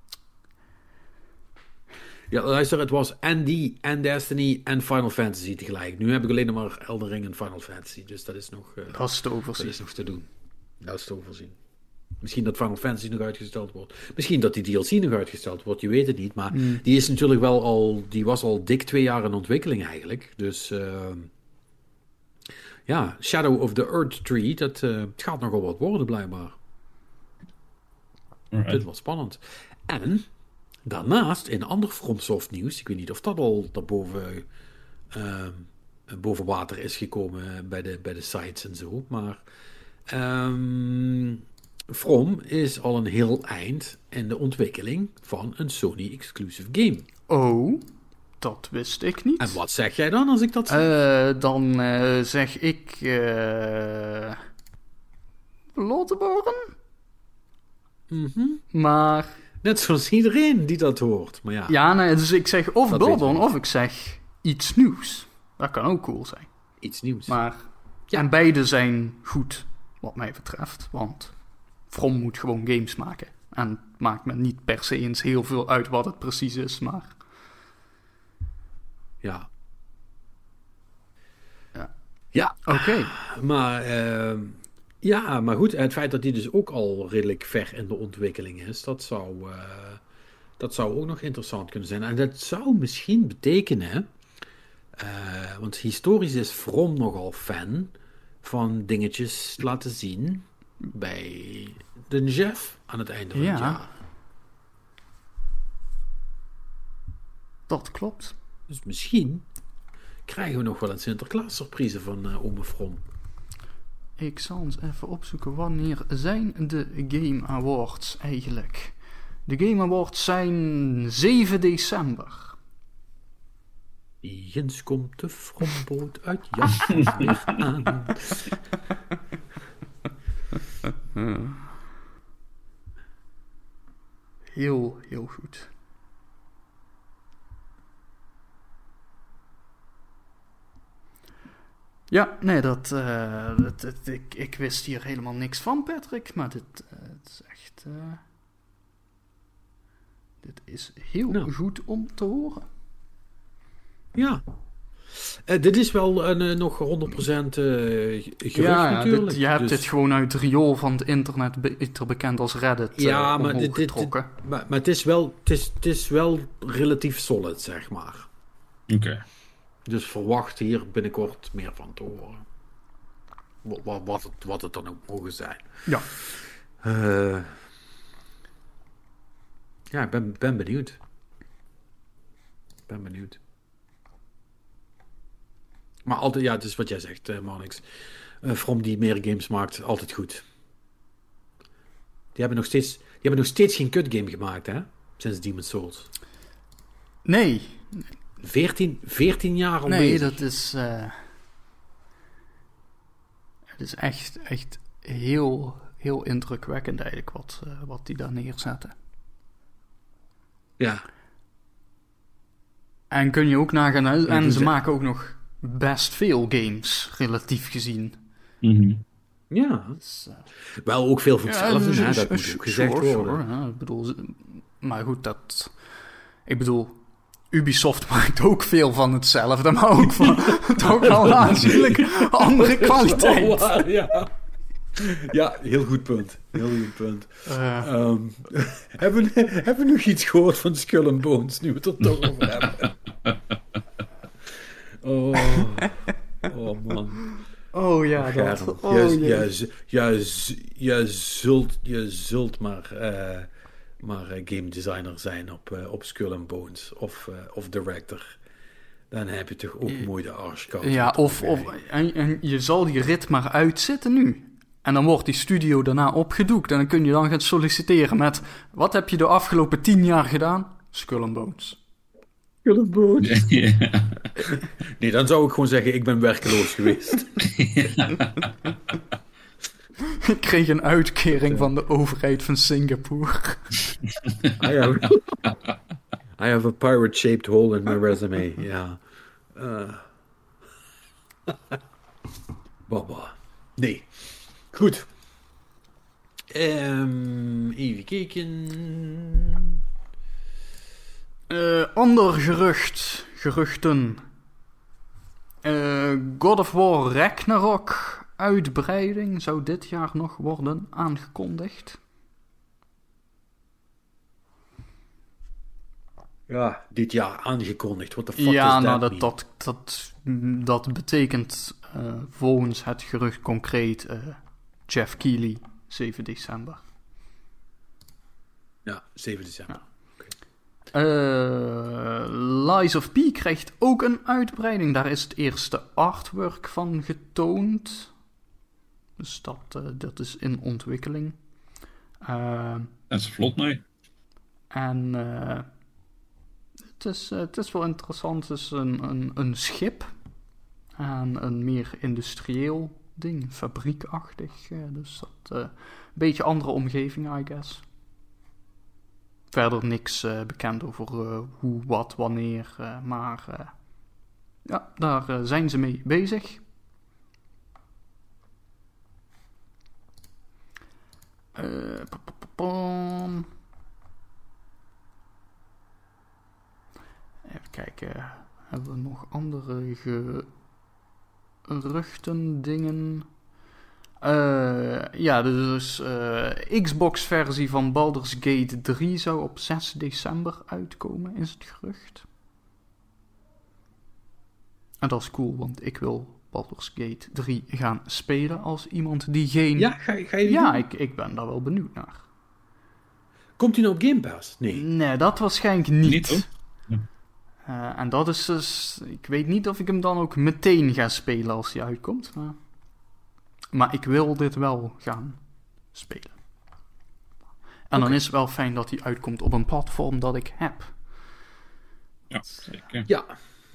Ja, luister, het was en die, en Destiny, en Final Fantasy tegelijk. Nu heb ik alleen nog maar Elden Ring en Final Fantasy. Dus dat is nog... dat is te overzien. Dat is nog te doen. Dat is te overzien. Misschien dat Final Fantasy nog uitgesteld wordt. Misschien dat die DLC nog uitgesteld wordt. Je weet het niet. Maar die is natuurlijk wel al... Die was al dik 2 jaar in ontwikkeling eigenlijk. Dus... ja, Shadow of the Earth Tree. Het gaat nogal wat worden blijkbaar. Dit was spannend. En... Daarnaast, in ander FromSoft nieuws, ik weet niet of dat al daarboven boven water is gekomen bij de sites en zo, maar From is al een heel eind in de ontwikkeling van een Sony-exclusive game. Oh, dat wist ik niet. En wat zeg jij dan als ik dat zeg? Dan zeg ik... Bloodborne? Maar... Net zoals iedereen die dat hoort. Maar ja, ja, nee, dus ik zeg of Bloodborne of ik zeg iets nieuws. Dat kan ook cool zijn. Iets nieuws. Maar, ja. En beide zijn goed, wat mij betreft. Want From moet gewoon games maken. En het maakt me niet per se eens heel veel uit wat het precies is, maar... Ja. Ja. Ja. Oké. Maar... ja, maar goed, het feit dat die dus ook al redelijk ver in de ontwikkeling is, dat zou ook nog interessant kunnen zijn. En dat zou misschien betekenen, want historisch is From nogal fan van dingetjes laten zien bij de Jeff aan het einde van het jaar. Dat klopt. Dus misschien krijgen we nog wel een Sinterklaas surprise van ome From. Ik zal eens even opzoeken, wanneer zijn de Game Awards eigenlijk? De Game Awards zijn 7 december. Jens komt de Fromboot uit Jan weer aan. Heel, heel goed. Ja, nee, ik wist hier helemaal niks van, Patrick, maar dit is echt... dit is heel goed om te horen. Ja. Dit is wel nog 100% gerucht natuurlijk. Je hebt dit gewoon uit het riool van het internet, beter bekend als Reddit, maar het is wel relatief solid, zeg maar. Oké. Dus verwacht hier binnenkort meer van te horen. Wat het dan ook mogen zijn. Ja. Ja, ik ben benieuwd. Maar altijd, ja, het is wat jij zegt, Marnix. From die meer games maakt, altijd goed. Die hebben nog steeds geen kutgame gemaakt, hè? Sinds Demon's Souls. Nee. 14 jaar al bezig. Nee, dat is... het is echt heel, heel indrukwekkend eigenlijk wat die daar neerzetten. Ja. En kun je ook nagaan... En ze maken ook nog best veel games, relatief gezien. Mm-hmm. Ja. Dus, wel ook veel van hetzelfde, dat moet ook gezegd worden. Ja, ik bedoel, maar goed, ik bedoel... Ubisoft maakt ook veel van hetzelfde, maar ook van toch wel een aanzienlijk andere kwaliteit. Waar, ja. Ja, heel goed punt. Hebben we nog iets gehoord van Skull and Bones, nu we het er toch over hebben? Oh man. Oh ja, dat. Je zult maar game designer zijn op Skull and Bones of director. Dan heb je toch ook mooi de arschkant. Ja, en je zal die rit maar uitzitten nu. En dan wordt die studio daarna opgedoekt. En dan kun je dan gaan solliciteren met... Wat heb je de afgelopen 10 jaar gedaan? Skull and Bones. Skull and Bones. Ja. Nee, dan zou ik gewoon zeggen, ik ben werkeloos geweest. Ik kreeg een uitkering van de overheid van Singapore. I have a pirate-shaped hole in my resume. Ja. Baba. Nee. Goed. Even kijken. Ander geruchten. God of War Ragnarok uitbreiding zou dit jaar nog worden aangekondigd. Ja, dit jaar aangekondigd. What the fuck Ja, is nou, that dat betekent volgens het gerucht concreet Jeff Keighley, 7 december. Ja, 7 december. Ja. Lies of P krijgt ook een uitbreiding. Daar is het eerste artwork van getoond. Dus dat is in ontwikkeling. Dat is vlot mee. En het is wel interessant. Het is een schip. En een meer industrieel ding. Fabriekachtig. Dus dat een beetje andere omgeving, I guess. Verder niks bekend over hoe, wat, wanneer. Maar ja, daar zijn ze mee bezig. Even kijken. Hebben we nog andere geruchten, dingen? Ja, dus Xbox-versie van Baldur's Gate 3 zou op 6 december uitkomen, is het gerucht. En dat is cool, want ik wil Baldur's Gate 3 gaan spelen als iemand die geen... Ja, ga je die Ja, doen? ik ben daar wel benieuwd naar. Komt hij nou op Game Pass? Nee. Nee, dat waarschijnlijk niet. Niet, hoor. En dat is dus... Ik weet niet of ik hem dan ook meteen ga spelen als hij uitkomt, maar ik wil dit wel gaan spelen. En dan is het wel fijn dat hij uitkomt op een platform dat ik heb. Ja, zeker. Ja.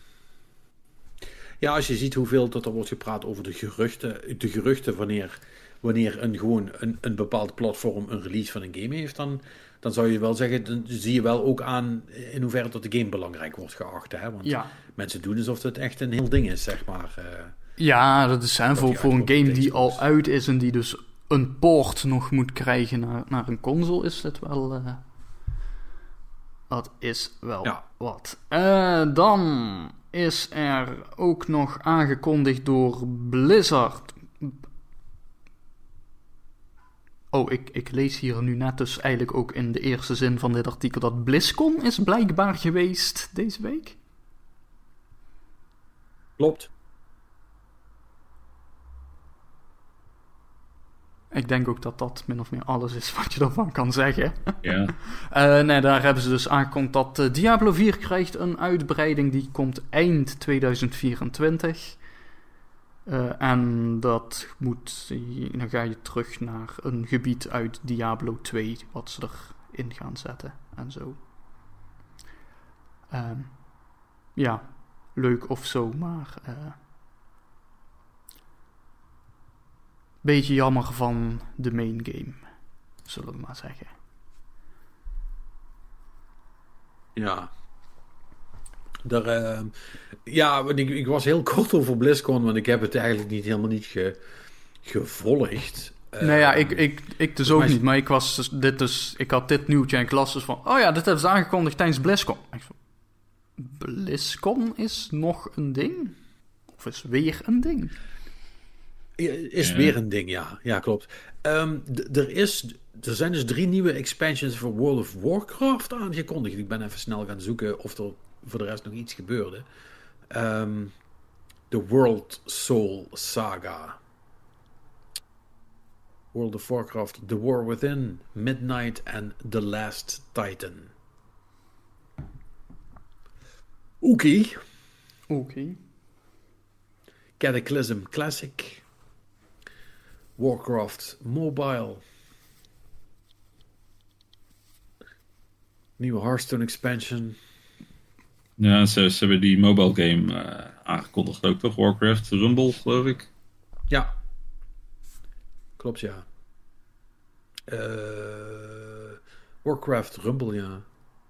Ja, als je ziet hoeveel dat er wordt gepraat over de geruchten wanneer een bepaald platform een release van een game heeft, dan zou je wel zeggen, dan zie je wel ook aan in hoeverre dat de game belangrijk wordt geacht. Hè? Want Ja. mensen doen alsof het echt een heel ding is, zeg maar. Ja, dat is voor een uitkomt game op die Xbox. al uit is en die dus een poort nog moet krijgen naar een console, is het wel... dat is wel wat. Dan is er ook nog aangekondigd door Blizzard. Oh, ik lees hier nu net dus eigenlijk ook in de eerste zin van dit artikel dat BlizzCon is blijkbaar geweest deze week. Klopt. Ik denk ook dat dat min of meer alles is wat je ervan kan zeggen. Ja. Nee, daar hebben ze dus aangekondigd dat Diablo 4 krijgt een uitbreiding. Die komt eind 2024. En dat moet... Dan ga je terug naar een gebied uit Diablo 2... wat ze erin gaan zetten en zo. Ja, leuk of zo, maar... beetje jammer van de main game, zullen we maar zeggen. Ja. Want ik was heel kort over BlizzCon, want ik heb het eigenlijk helemaal niet gevolgd. Nou ja, ik dus ook niet, maar ik had dit nieuwtje en klas dus van, oh ja, dit hebben ze aangekondigd tijdens BlizzCon. BlizzCon is nog een ding? Of is weer een ding? Is weer een ding, ja. Ja, klopt. Er zijn dus 3 nieuwe expansions voor World of Warcraft aangekondigd. Ik ben even snel gaan zoeken of er voor de rest nog iets gebeurde. De World Soul Saga. World of Warcraft, The War Within, Midnight en The Last Titan. Oké. Oké. Cataclysm Classic. Warcraft Mobile. Nieuwe Hearthstone expansion. Ja, ze hebben die mobile game aangekondigd ook, toch? Warcraft Rumble, geloof ik. Ja. Klopt, ja. Warcraft Rumble, ja.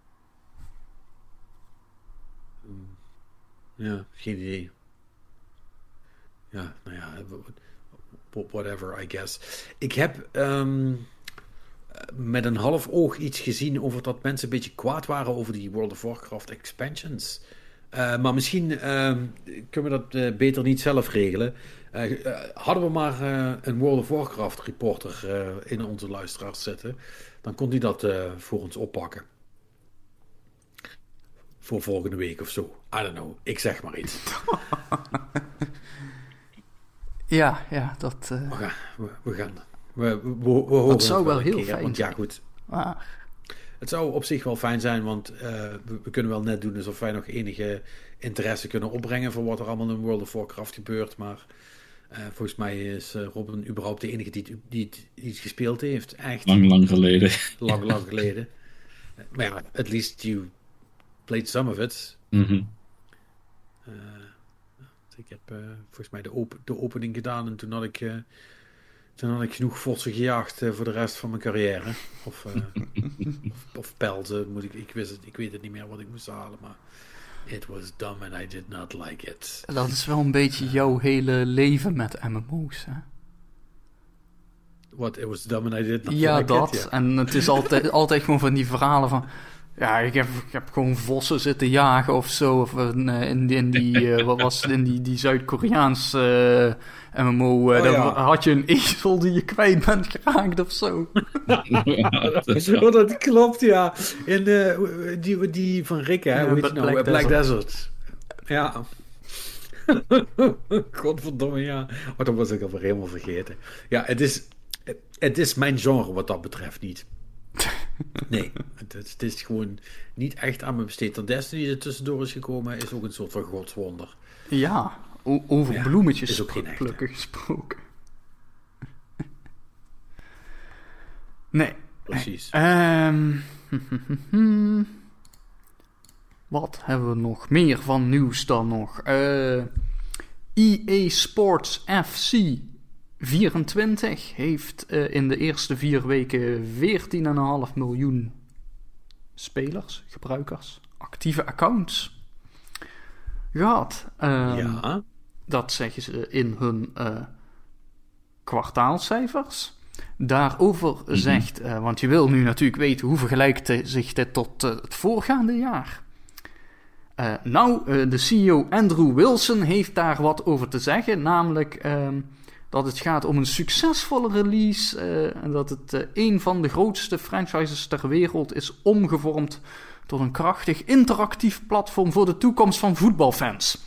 Ja, geen idee. Ja, nou ja, whatever, I guess. Ik heb met een half oog iets gezien over dat mensen een beetje kwaad waren over die World of Warcraft expansions. Maar misschien kunnen we dat beter niet zelf regelen. Hadden we maar een World of Warcraft reporter in onze luisteraars zitten, dan kon die dat voor ons oppakken. Voor volgende week of zo. I don't know. Ik zeg maar iets. Ja, dat... We gaan. We horen het zou wel heel fijn want, zijn. ja, goed. Ah. Het zou op zich wel fijn zijn, want we kunnen wel net doen alsof wij nog enige interesse kunnen opbrengen voor wat er allemaal in World of Warcraft gebeurt. Maar volgens mij is Robin überhaupt de enige die iets gespeeld heeft. Echt. Lang geleden. Lang geleden. Maar ja, at least you played some of it. Mm-hmm. Ik heb volgens mij de opening gedaan en toen had ik genoeg vossen gejaagd voor de rest van mijn carrière. Of pelzen. Ik weet het niet meer wat ik moest halen, maar it was dumb and I did not like it. Dat is wel een beetje jouw hele leven met MMO's, hè? What, it was dumb and I did not ja, like dat. it? Ja. En het is altijd gewoon van die verhalen van... Ja, ik heb gewoon vossen zitten jagen of zo. Of in die wat was het, in die Zuid-Koreaanse MMO. Daar had je een ezel die je kwijt bent geraakt of zo. Dat klopt, ja. In die van Rick, hè? Ja, Hoe heet het nou? Black Black Desert. Ja. Godverdomme, ja. Maar dat was ik alweer helemaal vergeten. Ja, het is mijn genre wat dat betreft niet. Nee, het is gewoon niet echt aan me besteed. Dat Destiny er tussendoor is gekomen is ook een soort van godswonder. Ja, over bloemetjes is ook geen echte. plukken gesproken. Nee. Precies. Wat hebben we nog meer van nieuws dan nog? EA Sports FC 24 heeft in de eerste 4 weken 14,5 miljoen spelers, gebruikers, actieve accounts gehad. Ja. Dat zeggen ze in hun kwartaalcijfers. Daarover zegt, want je wil nu natuurlijk weten hoe vergelijkt zich dit tot het voorgaande jaar. De CEO Andrew Wilson heeft daar wat over te zeggen, namelijk dat het gaat om een succesvolle release en dat het een van de grootste franchises ter wereld is omgevormd tot een krachtig interactief platform voor de toekomst van voetbalfans.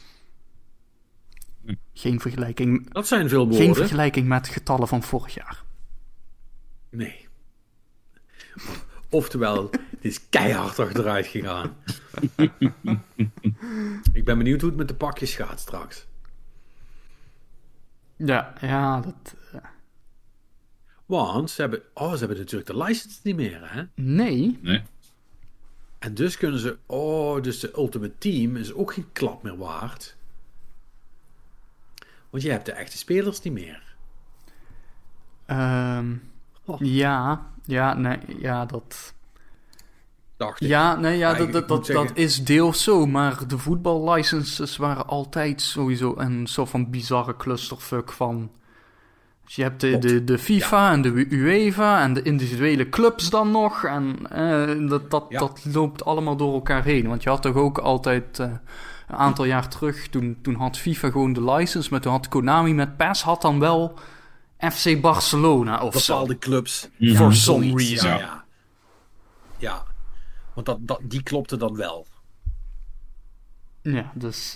Geen vergelijking. Dat zijn veel woorden. Geen vergelijking met getallen van vorig jaar. Nee. Oftewel, het is keihard achteruit gegaan. Ik ben benieuwd hoe het met de pakjes gaat straks. Ja, dat... Want ze hebben natuurlijk de license niet meer, hè? Nee. En dus kunnen ze... dus de Ultimate Team is ook geen klap meer waard. Want je hebt de echte spelers niet meer. Dat... Dacht ik. Dat is deels zo, maar de voetballicenses waren altijd sowieso een soort van bizarre clusterfuck van... Dus je hebt de FIFA en de UEFA en de individuele clubs dan nog. En dat loopt allemaal door elkaar heen. Want je had toch ook altijd een aantal jaar terug, toen had FIFA gewoon de license, maar toen had Konami met PES had dan wel FC Barcelona of zo. Bepaalde clubs. For some reason. Ja. Want die klopte dan wel. Ja, dus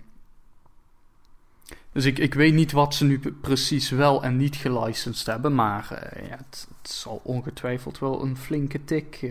ik weet niet wat ze nu precies wel en niet gelicensed hebben, maar het zal ongetwijfeld wel een flinke tik.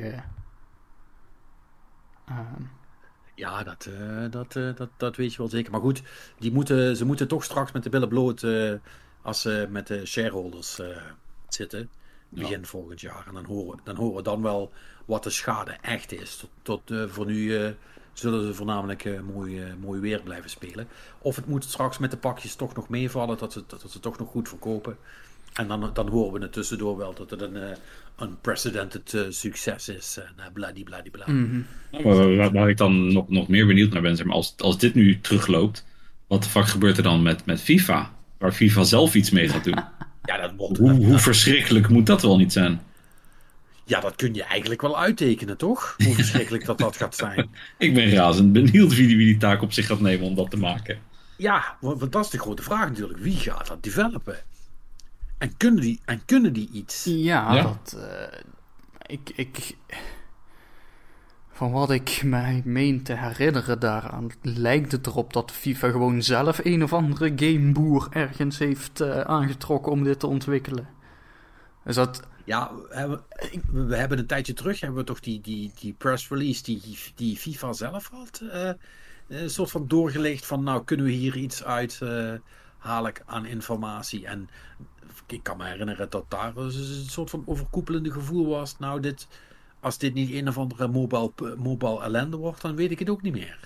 Ja, dat weet je wel zeker. Maar goed, ze moeten toch straks met de billen bloot als ze met de shareholders zitten, begin volgend jaar. En dan horen we dan wel wat de schade echt is. Voor nu zullen ze voornamelijk mooi weer blijven spelen. Of het moet straks met de pakjes toch nog meevallen, dat ze toch nog goed verkopen. En dan horen we het tussendoor wel dat het een unprecedented succes is. En bladibladibla. Mhm. Waar ik dan nog meer benieuwd naar ben, zeg maar, als dit nu terugloopt, wat de fuck gebeurt er dan met FIFA? Waar FIFA zelf iets mee gaat doen. Ja, dat wordt, Hoe verschrikkelijk moet dat wel niet zijn? Ja, dat kun je eigenlijk wel uittekenen, toch? Hoe verschrikkelijk dat gaat zijn. Ik ben razend benieuwd wie die taak op zich gaat nemen om dat te maken. Ja, want dat is de grote vraag natuurlijk. Wie gaat dat developen? En kunnen die iets? Ja, dat... Van wat ik mij meen te herinneren daaraan, lijkt het erop dat FIFA gewoon zelf een of andere gameboer ergens heeft aangetrokken om dit te ontwikkelen. Dus dat... Ja, we hebben een tijdje terug, hebben we toch die press release die FIFA zelf had een soort van doorgelegd van, nou, kunnen we hier iets uit halen aan informatie. En ik kan me herinneren dat daar een soort van overkoepelende gevoel was. Nou, als dit niet een of andere mobile ellende wordt, dan weet ik het ook niet meer.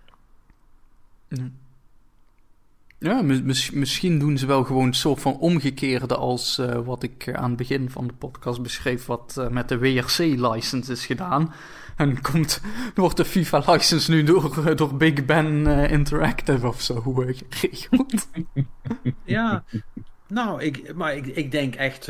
Ja, misschien doen ze wel gewoon een soort van omgekeerde als wat ik aan het begin van de podcast beschreef, wat met de WRC-license is gedaan. En wordt de FIFA-license nu door Big Ben Interactive of zo geregeld. Ja, nou, ik denk echt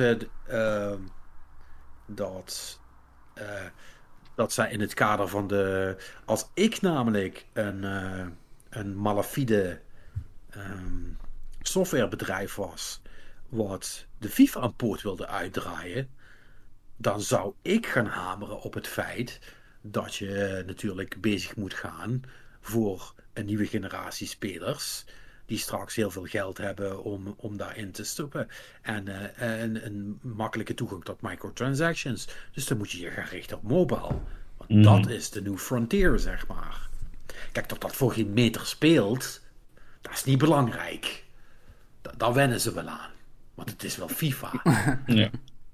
dat zij in het kader van als ik namelijk een malafide softwarebedrijf was wat de FIFA aan poort wilde uitdraaien, dan zou ik gaan hameren op het feit dat je natuurlijk bezig moet gaan voor een nieuwe generatie spelers die straks heel veel geld hebben om daarin te stoppen. En een makkelijke toegang tot microtransactions. Dus dan moet je je gaan richten op mobile. Want dat is de new frontier, zeg maar. Kijk, dat voor geen meter speelt, dat is niet belangrijk. Daar wennen ze wel aan. Want het is wel FIFA. Ja.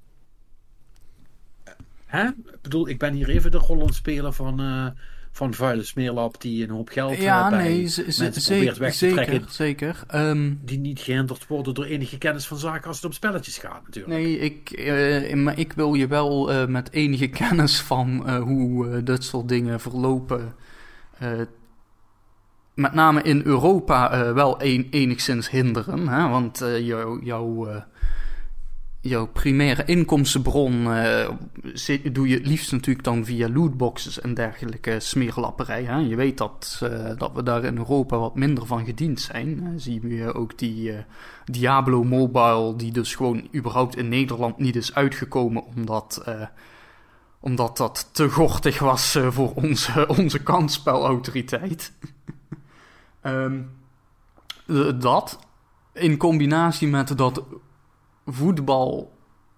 Hè? Ik bedoel, ik ben hier even de rol aan het spelen van vuile smeerlap die een hoop geld bij mensen probeert weg te trekken. Zeker. Die niet gehinderd worden door enige kennis van zaken als het om spelletjes gaat, natuurlijk. Nee, maar ik wil je wel met enige kennis van hoe dit soort dingen verlopen, met name in Europa, wel enigszins hinderen. Hè? Want jouw primaire inkomstenbron doe je het liefst natuurlijk dan via lootboxes en dergelijke smeerlapperij. Hè? Je weet dat we daar in Europa wat minder van gediend zijn. Zie je ook die Diablo Mobile, die dus gewoon überhaupt in Nederland niet is uitgekomen, omdat dat te gortig was voor onze kansspelautoriteit. Dat, in combinatie met dat voetbal,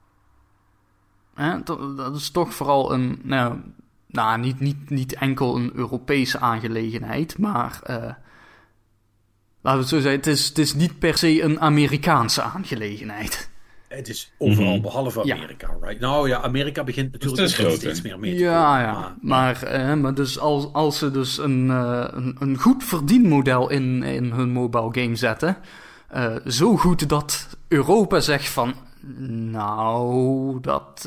dat is toch vooral niet enkel een Europese aangelegenheid, maar laten we het zo zeggen, het is niet per se een Amerikaanse aangelegenheid. Het is overal behalve Amerika, right? Nou ja, Amerika begint natuurlijk steeds meer mee te komen. Maar dus als ze dus een goed verdienmodel in hun mobile game zetten, zo goed dat Europa zegt van, nou,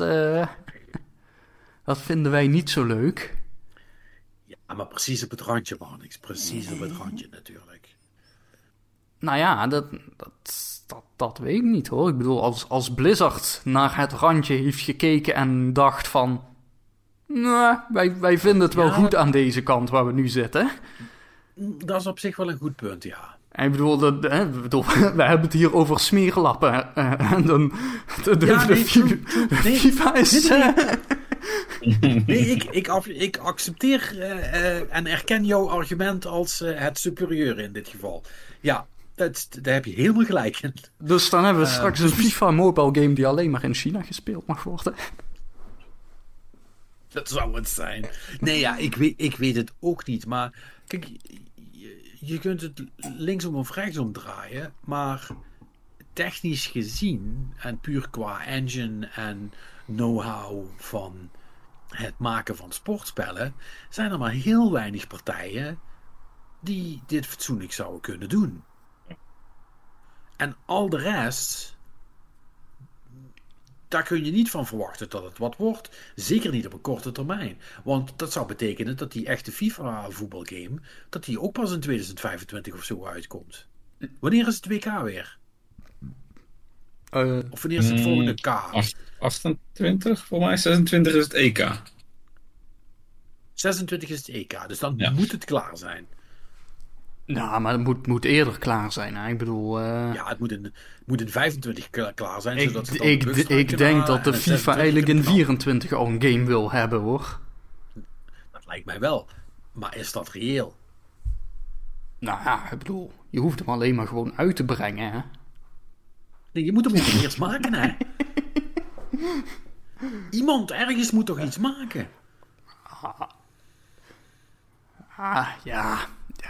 dat vinden wij niet zo leuk. Ja, maar precies op het randje, man. Precies op het randje natuurlijk. Nou ja, dat weet ik niet, hoor. Ik bedoel, als Blizzard naar het randje heeft gekeken en dacht van, nou, wij vinden het wel goed aan deze kant waar we nu zitten. Dat is op zich wel een goed punt, ja. En ik bedoel, we hebben het hier over smeerlappen. En dan... FIFA is... Nee, ik accepteer en erken jouw argument als het superieur in dit geval. Ja, daar heb je helemaal gelijk in. Dus dan hebben we straks een FIFA mobile game die alleen maar in China gespeeld mag worden. Dat zou het zijn. Nee, ja, ik weet het ook niet. Maar kijk, je kunt het linksom of rechtsom draaien. Maar technisch gezien en puur qua engine en know-how van het maken van sportspellen, zijn er maar heel weinig partijen die dit fatsoenlijk zouden kunnen doen. En al de rest, daar kun je niet van verwachten dat het wat wordt. Zeker niet op een korte termijn. Want dat zou betekenen dat die echte FIFA voetbalgame, dat die ook pas in 2025 of zo uitkomt. Wanneer is het WK weer? Of wanneer is het volgende K? 28, voor mij 26 is het EK. 26 is het EK, dus dan moet het klaar zijn. Nou, maar het moet eerder klaar zijn. Hè? Ik bedoel... Ja, het moet in 25 klaar zijn. Ik, zodat ik denk dat de FIFA eigenlijk in 24 al een game wil hebben, hoor. Dat lijkt mij wel. Maar is dat reëel? Nou ja, ik bedoel, je hoeft hem alleen maar gewoon uit te brengen, hè. Nee, je moet hem ook eerst maken, hè. Iemand ergens moet toch iets maken? Ja.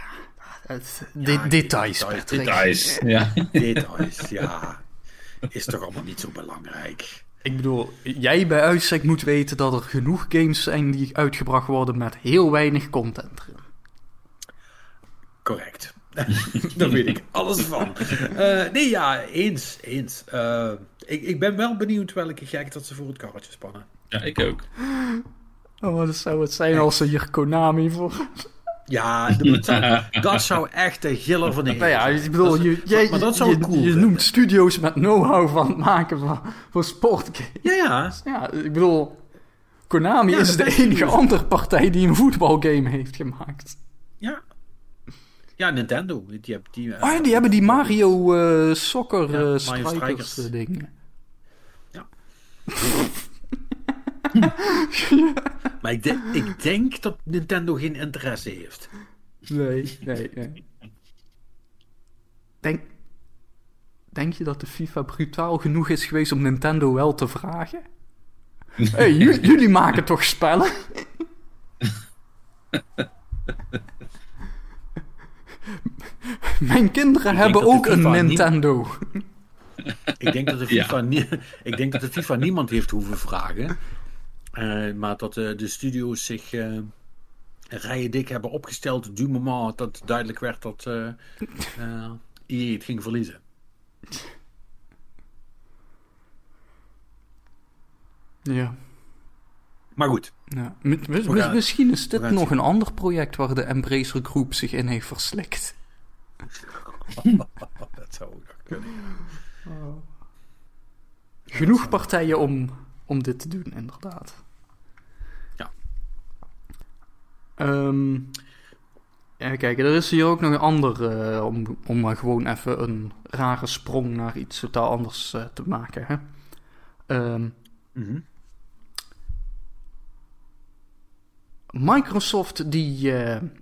Details, Patrick. Details, ja. Details, ja. Is toch allemaal niet zo belangrijk. Ik bedoel, jij bij uitstek moet weten dat er genoeg games zijn die uitgebracht worden met heel weinig content erin. Correct. Daar weet ik alles van. Nee, ja, eens. Ik ben wel benieuwd welke gek dat ze voor het karretje spannen. Ja, ik ook. Oh, wat zou het zijn als ze hier Konami voor... Ja, dat zou echt de giller van de Nou ja, ik bedoel, maar dat zou cool je noemt studio's met know-how van het maken van sportgames. Ja. Ja, ik bedoel, Konami is de enige andere partij die een voetbalgame heeft gemaakt. Ja. Ja, Nintendo. Die hebben die Mario Soccer Mario Strikers dingen. Ja. Maar ik denk dat Nintendo geen interesse heeft. Nee. Denk je dat de FIFA brutaal genoeg is geweest om Nintendo wel te vragen? Hey, jullie maken toch spellen? Mijn kinderen hebben ook een Nintendo. Ik denk dat de FIFA niemand heeft hoeven vragen. Maar dat de studio's zich rijen dik hebben opgesteld du moment dat duidelijk werd dat EA het ging verliezen. Ja. Maar goed. Ja. Misschien is dit nog een ander project waar de Embracer Group zich in heeft verslikt. Dat zou ook nog kunnen. Genoeg partijen om dit te doen, inderdaad. Ja. Ja, kijk, er is hier ook nog een ander, om maar gewoon even een rare sprong naar iets totaal anders te maken. Hè? Microsoft die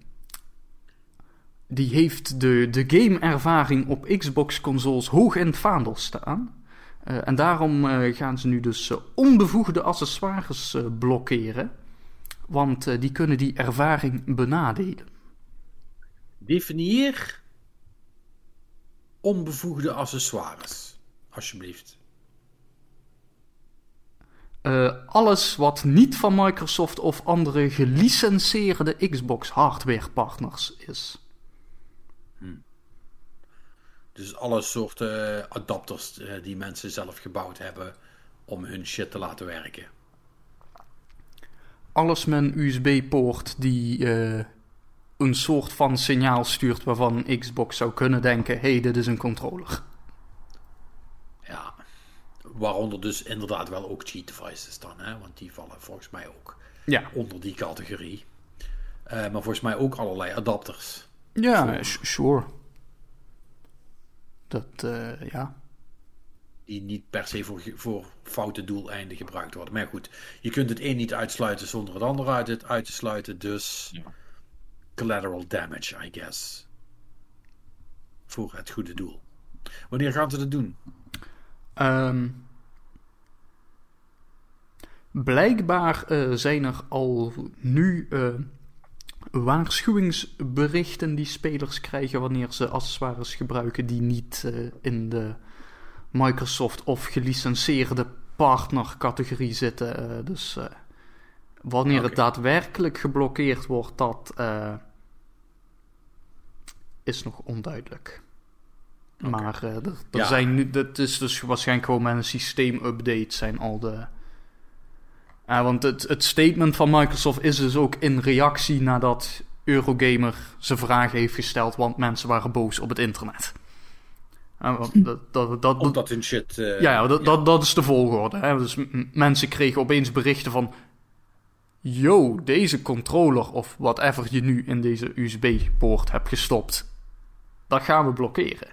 heeft de game-ervaring op Xbox-consoles hoog in het vaandel staan. En daarom gaan ze nu dus onbevoegde accessoires blokkeren. Want die kunnen die ervaring benadelen. Definieer onbevoegde accessoires, alsjeblieft. Alles wat niet van Microsoft of andere gelicenseerde Xbox hardware partners is. Dus alle soorten adapters die mensen zelf gebouwd hebben om hun shit te laten werken. Alles met een USB-poort die een soort van signaal stuurt waarvan Xbox zou kunnen denken, hey, dit is een controller. Ja, waaronder dus inderdaad wel ook cheat devices dan, hè? Want die vallen volgens mij ook onder die categorie. Maar volgens mij ook allerlei adapters. Ja, sure. Dat, ja. Die niet per se voor foute doeleinden gebruikt worden. Maar goed, je kunt het een niet uitsluiten zonder het ander uit te sluiten. Dus collateral damage, I guess. Voor het goede doel. Wanneer gaan ze dat doen? Blijkbaar zijn er al nu waarschuwingsberichten die spelers krijgen wanneer ze accessoires gebruiken die niet in de Microsoft of gelicenseerde partnercategorie zitten. Wanneer het daadwerkelijk geblokkeerd wordt, dat is nog onduidelijk. Okay. Maar zijn nu, dat is dus waarschijnlijk gewoon met een systeemupdate zijn al de... want het statement van Microsoft is dus ook in reactie nadat Eurogamer zijn vragen heeft gesteld, want mensen waren boos op het internet. Omdat hun shit... dat is de volgorde. Hè? Dus mensen kregen opeens berichten van... Yo, deze controller of whatever je nu in deze USB-poort hebt gestopt, dat gaan we blokkeren.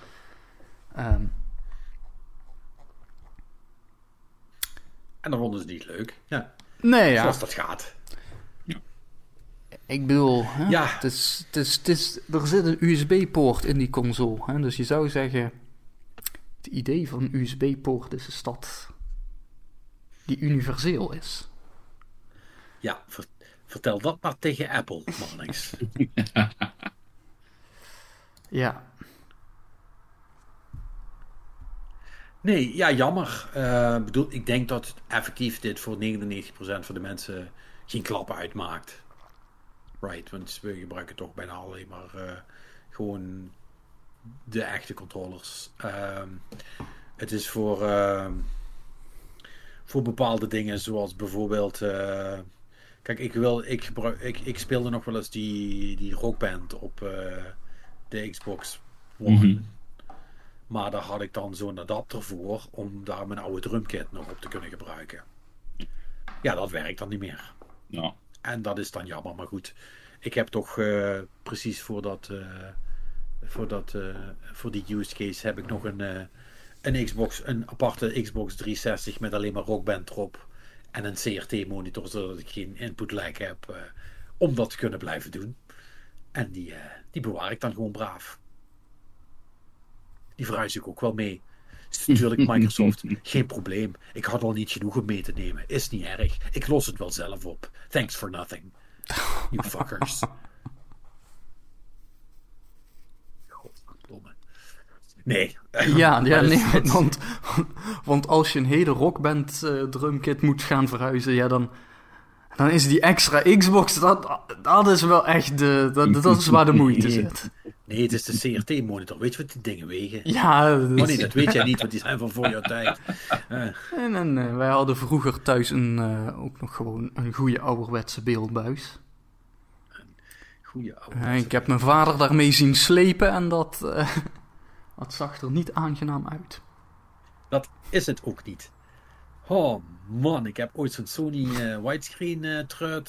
En dan vonden ze het niet leuk. Ja. Nee, ja. Zoals dat gaat. Ik bedoel, hè? Er zit een USB-poort in die console. Hè? Dus je zou zeggen, het idee van een USB-poort is een stad die universeel is. Ja, vertel dat maar tegen Apple, Marnix. Ja. Nee, ja, jammer. Ik denk dat effectief dit voor 99% van de mensen geen klappen uitmaakt. Right, want we gebruiken toch bijna alleen maar gewoon de echte controllers. Het is voor bepaalde dingen, zoals bijvoorbeeld... kijk, ik speelde nog wel eens die rockband op de Xbox One. Mm-hmm. Maar daar had ik dan zo'n adapter voor om daar mijn oude drumkit nog op te kunnen gebruiken. Ja, dat werkt dan niet meer. Ja. En dat is dan jammer, maar goed. Ik heb toch precies voor die use case heb ik nog een aparte Xbox 360 met alleen maar Rock Band erop. En een CRT-monitor, zodat ik geen input lag heb om dat te kunnen blijven doen. En die bewaar ik dan gewoon braaf. Die verhuis ik ook wel mee. Is natuurlijk Microsoft, geen probleem. Ik had al niet genoeg om mee te nemen. Is niet erg. Ik los het wel zelf op. Thanks for nothing. You fuckers. Godverdomme. Nee. Nee, want als je een hele rockband drumkit moet gaan verhuizen, ja, dan is die extra Xbox, dat is wel echt dat is waar de moeite zit. Nee, het is de CRT-monitor. Weet je wat die dingen wegen? Ja. Nee, dat weet jij niet, want die zijn van voor jouw tijd. En wij hadden vroeger thuis ook nog gewoon een goede ouderwetse beeldbuis. Ik heb mijn vader daarmee zien slepen en dat zag er niet aangenaam uit. Dat is het ook niet. Oh man, ik heb ooit zo'n Sony widescreen truit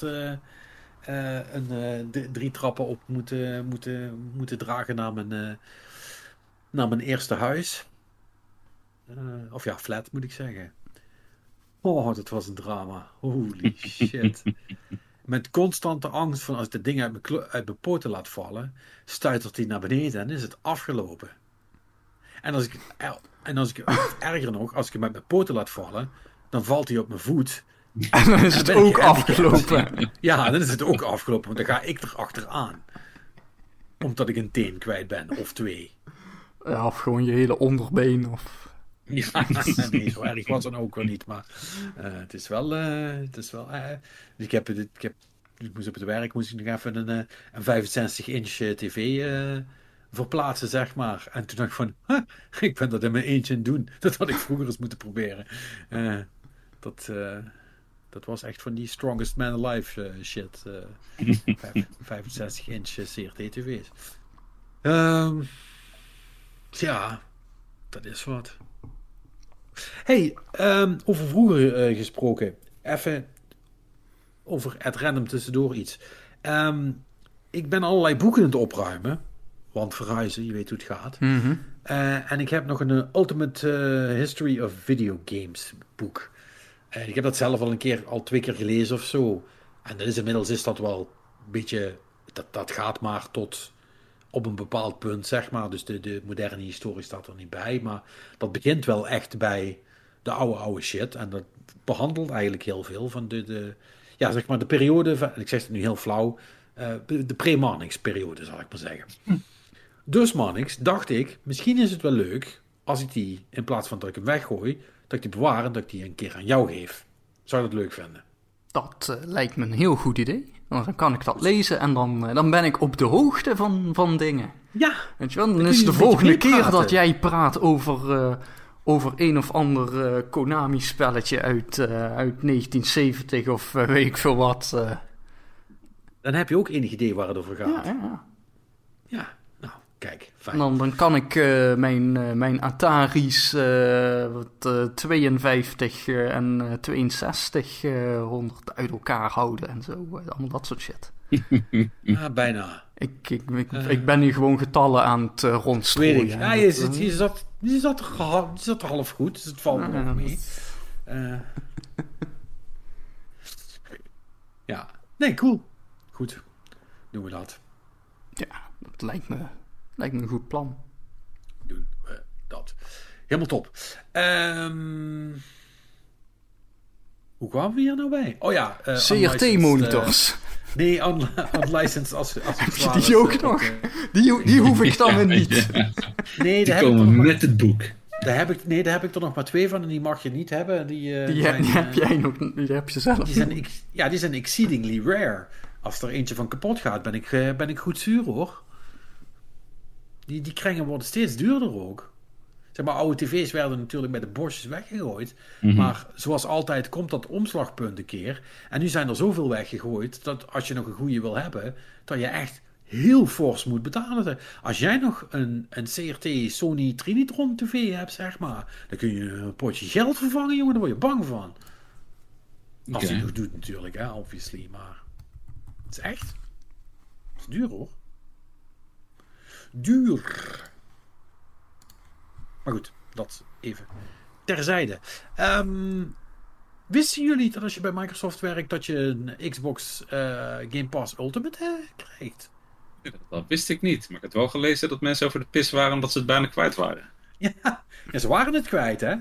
3 trappen op moeten dragen naar mijn eerste huis. Of ja, flat moet ik zeggen. Oh, dat was een drama. Holy shit. Met constante angst van als ik dat ding uit mijn poten laat vallen, stuitert hij naar beneden en is het afgelopen. En als ik erger nog, als ik hem met mijn poten laat vallen, dan valt hij op mijn voet. En dan is het ook afgelopen. Ja, dan is het ook afgelopen, want dan ga ik er achteraan. Omdat ik een teen kwijt ben, of 2. Ja, of gewoon je hele onderbeen, of... Ja, nee, zo erg was het ook wel niet, maar het is wel... Ik moest op het werk nog even een 65-inch tv verplaatsen, zeg maar. En toen dacht ik van, ik ben dat in mijn eentje aan het doen. Dat had ik vroeger eens moeten proberen. Dat was echt van die strongest man alive shit. 65-inch CRT-tv's. Ja, dat is wat. Hey, over vroeger gesproken. Even over at random tussendoor iets. Ik ben allerlei boeken aan het opruimen. Want verhuizen, je weet hoe het gaat. Mm-hmm. En ik heb nog een Ultimate History of Video Games boek. Ik heb dat zelf al 2 keer gelezen of zo. En inmiddels is dat wel een beetje... Dat gaat maar tot op een bepaald punt, zeg maar. Dus de moderne historie staat er niet bij. Maar dat begint wel echt bij de oude shit. En dat behandelt eigenlijk heel veel van zeg maar de periode van... Ik zeg het nu heel flauw. De pre-Marnix periode, zal ik maar zeggen. Dus Marnix, dacht ik, misschien is het wel leuk als ik die, in plaats van dat ik hem weggooi, dat ik die bewaar en dat ik die een keer aan jou geef. Zou je dat leuk vinden? Dat lijkt me een heel goed idee. Want dan kan ik dat lezen en dan ben ik op de hoogte van dingen. Ja. Weet je wel? Dan kun is je de een beetje volgende keer meepraten. dat jij praat over een of ander Konami-spelletje uit 1970 of weet ik veel wat. Dan heb je ook enig idee waar het over gaat. Ja. Ja, nou, kijk, fijn. En dan kan ik mijn Atari's 52 en 62 100 uit elkaar houden en zo. Allemaal dat soort shit. Bijna. Ik ben hier gewoon getallen aan het rondstrooien. Weet ik. Ja, je zat er half goed, dus het valt me nog mee. Ja, nee, cool. Goed, doen we dat. Ja, dat lijkt me een goed plan. Doen we dat. Helemaal top. Hoe kwamen we hier nou bij? Oh ja. CRT-monitors. Nee, unlicensed accessoires. Die ook nog. Die hoef ik dan weer niet. Nee, Die komen met het boek. Daar heb ik er nog maar 2 van en die mag je niet hebben. Die heb jij nog, die heb je zelf. Die zijn exceedingly rare. Als er eentje van kapot gaat, ben ik goed zuur, hoor. Die kringen worden steeds duurder ook. Zeg maar, oude tv's werden natuurlijk met de bosjes weggegooid. Mm-hmm. Maar zoals altijd komt dat omslagpunt een keer. En nu zijn er zoveel weggegooid dat als je nog een goede wil hebben, dat je echt heel fors moet betalen. Als jij nog een CRT Sony Trinitron TV hebt, zeg maar, dan kun je een potje geld vervangen, jongen. Daar word je bang van. Als hij nog doet natuurlijk, hè, obviously. Maar het is echt. Het is duur, hoor. Duur. Maar goed, dat even terzijde. Wisten jullie dat als je bij Microsoft werkt, dat je een Xbox Game Pass Ultimate krijgt? Dat wist ik niet, maar ik had wel gelezen dat mensen over de pis waren omdat ze het bijna kwijt waren. Ja, ze waren het kwijt, hè?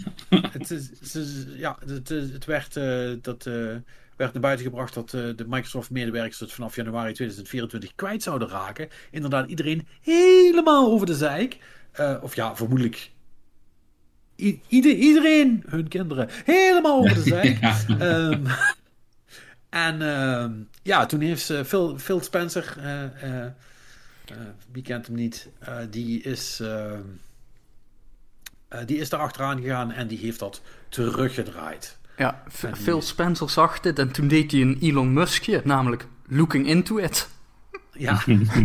Het werd naar buiten gebracht dat de Microsoft-medewerkers het vanaf januari 2024 kwijt zouden raken. Inderdaad, iedereen helemaal over de zeik. Of ja, vermoedelijk iedereen, hun kinderen, helemaal over de zeik. Toen heeft Phil Spencer, wie kent hem niet, die is daar achteraan gegaan en die heeft dat teruggedraaid. Ja, Phil Spencer zag dit en toen deed hij een Elon Muskje, namelijk looking into it. Ja.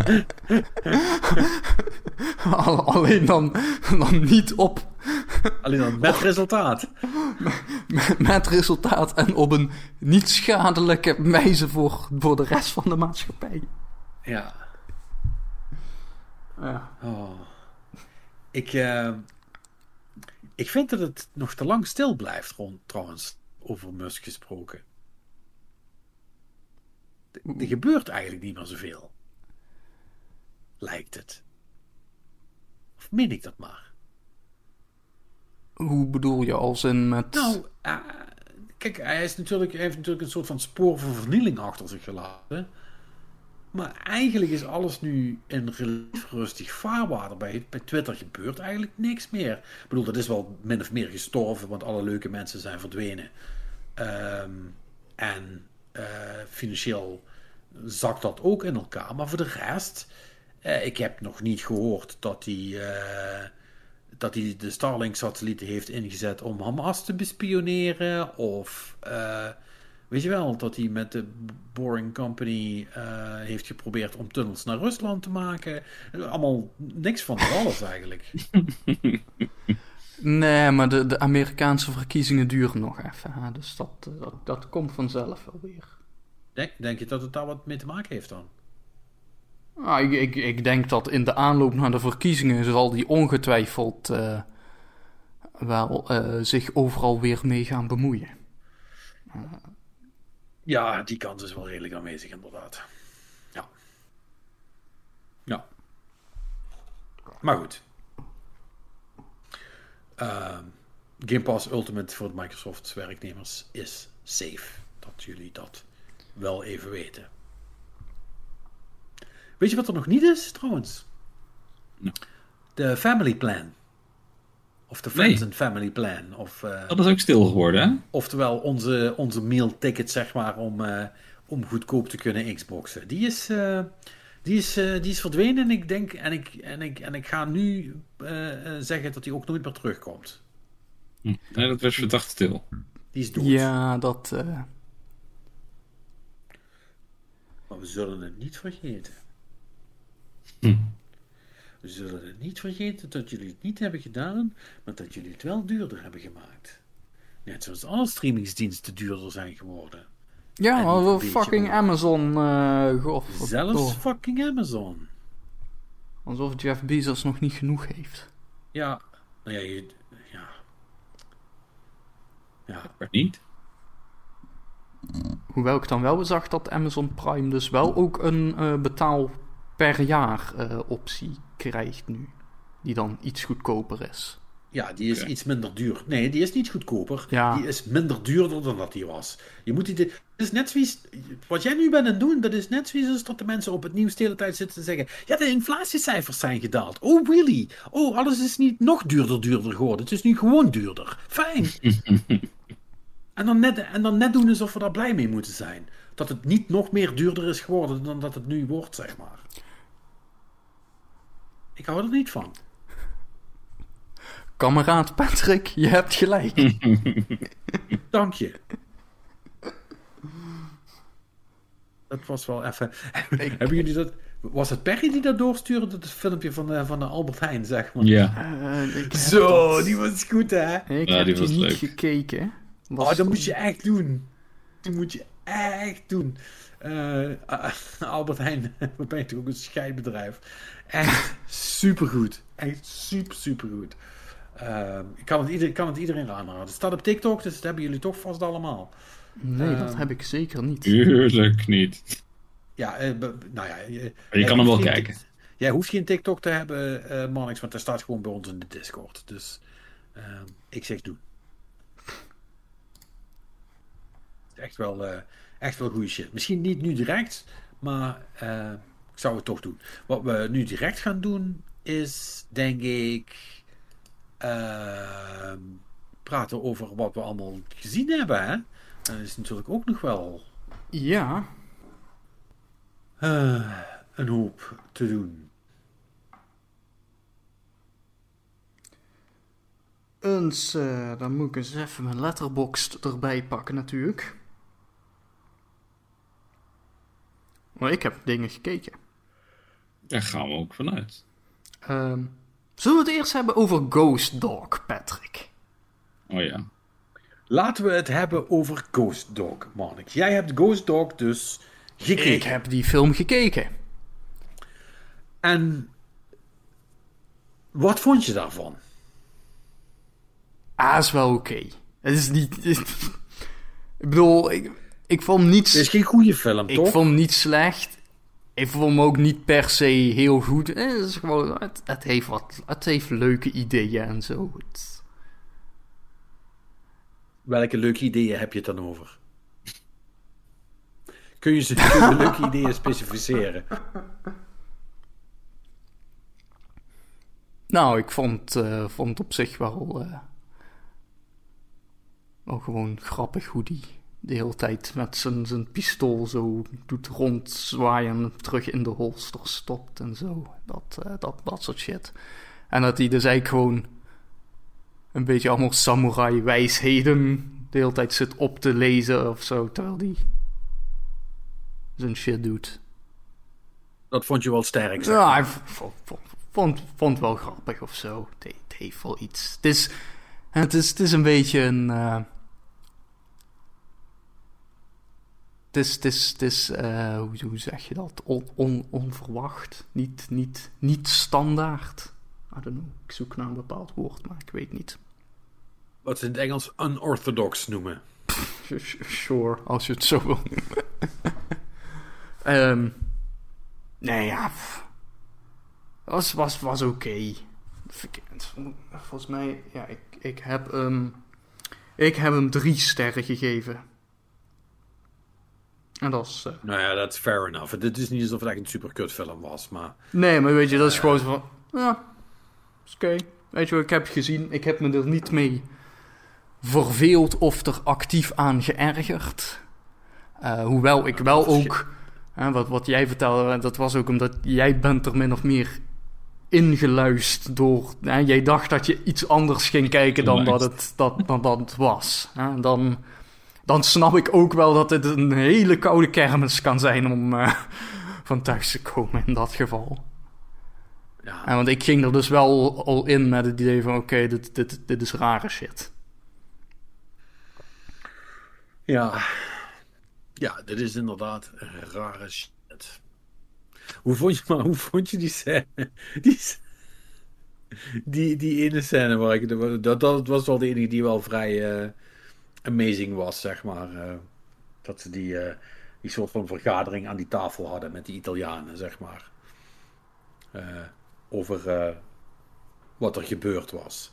Alleen dan niet op. Alleen dan met resultaat. Met resultaat en op een niet schadelijke wijze voor de rest van de maatschappij. Ja. Oh. Ik vind dat het nog te lang stil blijft trouwens, over Musk gesproken. Er gebeurt eigenlijk niet meer zoveel. Lijkt het. Of meen ik dat maar? Hoe bedoel je, als in met... Nou, kijk, hij heeft natuurlijk een soort van spoor van vernieling achter zich gelaten. Maar eigenlijk is alles nu in relatief rustig vaarwater. Bij Twitter gebeurt eigenlijk niks meer. Ik bedoel, dat is wel min of meer gestorven, want alle leuke mensen zijn verdwenen. Financieel zakt dat ook in elkaar. Maar voor de rest, ik heb nog niet gehoord dat hij de Starlink-satellieten heeft ingezet om Hamas te bespioneren. Of, weet je wel, dat hij met de Boring Company heeft geprobeerd om tunnels naar Rusland te maken. Allemaal niks van alles eigenlijk. Nee, maar de Amerikaanse verkiezingen duren nog even. Hè? Dus dat komt vanzelf wel weer. Denk je dat het daar wat mee te maken heeft dan? Ik denk dat in de aanloop naar de verkiezingen zal die ongetwijfeld zich overal weer mee gaan bemoeien. Ja, die kans is wel redelijk aanwezig inderdaad. Ja. Maar goed. Game Pass Ultimate voor de Microsoft werknemers is safe. Dat jullie dat wel even weten. Weet je wat er nog niet is, trouwens? No. De Family Plan. Of de Friends Nee. and Family Plan. Of, Dat is ook stil geworden, hè? oftewel onze meal ticket, zeg maar, om goedkoop te kunnen Xboxen. Die is verdwenen en ik denk en ik ga nu zeggen dat die ook nooit meer terugkomt. Nee, dat was verdacht stil. Die is dood. Ja, dat... Maar we zullen het niet vergeten. Hm. We zullen het niet vergeten dat jullie het niet hebben gedaan, maar dat jullie het wel duurder hebben gemaakt. Net zoals alle streamingsdiensten duurder zijn geworden. Ja, En maar niet een wel beetje fucking gewoon. Amazon... Zelfs fucking Amazon. Alsof Jeff Bezos nog niet genoeg heeft. Ja, nou ja, ja. Maar niet. Hoewel ik dan wel zag dat Amazon Prime dus wel ook een betaal per jaar optie krijgt nu. Die dan iets goedkoper is. Ja, die is Oké. iets minder duur. Nee, die is niet goedkoper. Ja. Die is minder duurder dan dat die was. Je moet het is net zoiets... Wat jij nu bent aan het doen, dat is net zoiets als dat de mensen op het nieuws de hele tijd zitten te zeggen... Ja, de inflatiecijfers zijn gedaald. Oh, really? Oh, alles is niet nog duurder geworden. Het is nu gewoon duurder. Fijn. En dan net doen alsof we daar blij mee moeten zijn. Dat het niet nog meer duurder is geworden dan dat het nu wordt, zeg maar. Ik hou er niet van. Kameraad Patrick, je hebt gelijk. Dank je. Dat was wel even... Hebben jullie dat... Was het Perry die dat doorstuurde? Dat filmpje van de Albert Heijn, zeg maar. Ja. Ik heb Zo, dat- die was goed, hè? Ik Ja, heb die die was niet leuk. gekeken. Oh, dat moet je echt doen. Die moet je echt doen. Albert Heijn, waarbij het ook een scheidbedrijf. Echt supergoed. Echt supergoed. Ik kan het iedereen aanraden. Het staat op TikTok, dus dat hebben jullie toch vast allemaal. Nee, dat heb ik zeker niet. Tuurlijk niet. Ja, nou ja. Maar je kan hem wel kijken. Jij hoeft geen TikTok te hebben, Monix, want dat staat gewoon bij ons in de Discord. Dus ik zeg doen. Echt wel goede shit. Misschien niet nu direct, maar ik zou het toch doen. Wat we nu direct gaan doen is, denk ik, praten over wat we allemaal gezien hebben. Hè? Dat is natuurlijk ook nog wel Ja, een hoop te doen. dan moet ik eens even mijn letterbox erbij pakken natuurlijk. Maar ik heb dingen gekeken. Daar gaan we ook vanuit. Zullen we het eerst hebben over Ghost Dog, Patrick? Oh ja. Laten we het hebben over Ghost Dog, Monix. Jij hebt Ghost Dog dus gekeken. Ik heb die film gekeken. En wat vond je daarvan? Is wel oké. Het is niet... Ik bedoel, ik vond niets... Het is geen goede film, Ik toch? vond hem niet slecht. Ik vond hem ook niet per se heel goed. Het is gewoon... Het heeft leuke ideeën en zo. Welke leuke ideeën heb je het dan over? Kun je de leuke ideeën specificeren? Nou, ik vond op zich wel gewoon grappig hoe die de hele tijd met zijn pistool zo doet rondzwaaien en terug in de holster stopt en zo. Dat soort shit. En dat hij dus eigenlijk gewoon een beetje allemaal samurai wijsheden de hele tijd zit op te lezen of zo, terwijl hij zijn shit doet. Dat vond je wel sterk, zeg. Ja, ik vond het wel grappig of zo. Het heeft wel iets. Het is een beetje een... Het is hoe zeg je dat? Onverwacht. Niet standaard. I don't know. Ik zoek naar een bepaald woord, maar ik weet niet. Wat ze in het Engels unorthodox noemen. Sure, als je het zo wil noemen. Nee, ja... Was oké. Volgens mij, ja, ik heb hem 3 sterren gegeven. En dat is... Nou ja, dat is fair enough. Dit is niet alsof het echt een superkut film was, maar... Nee, maar weet je, dat is gewoon zo van... Ja, is oké. weet je wat ik heb gezien? Ik heb me er niet mee verveeld of er actief aan geërgerd. Hoewel ik wel ook... wat jij vertelde, dat was ook omdat jij bent er min of meer ingeluisterd door... jij dacht dat je iets anders ging kijken dan dat het was. Dan snap ik ook wel dat het een hele koude kermis kan zijn om van thuis te komen in dat geval. Ja. Want ik ging er dus wel al in met het idee van... Oké, dit is rare shit. Ja. Ja, dit is inderdaad rare shit. Hoe vond je die scène? Die ene scène waar ik... Dat was wel de enige die wel vrij amazing was, zeg maar. Dat ze die soort van vergadering aan die tafel hadden met die Italianen, zeg maar. Over wat er gebeurd was.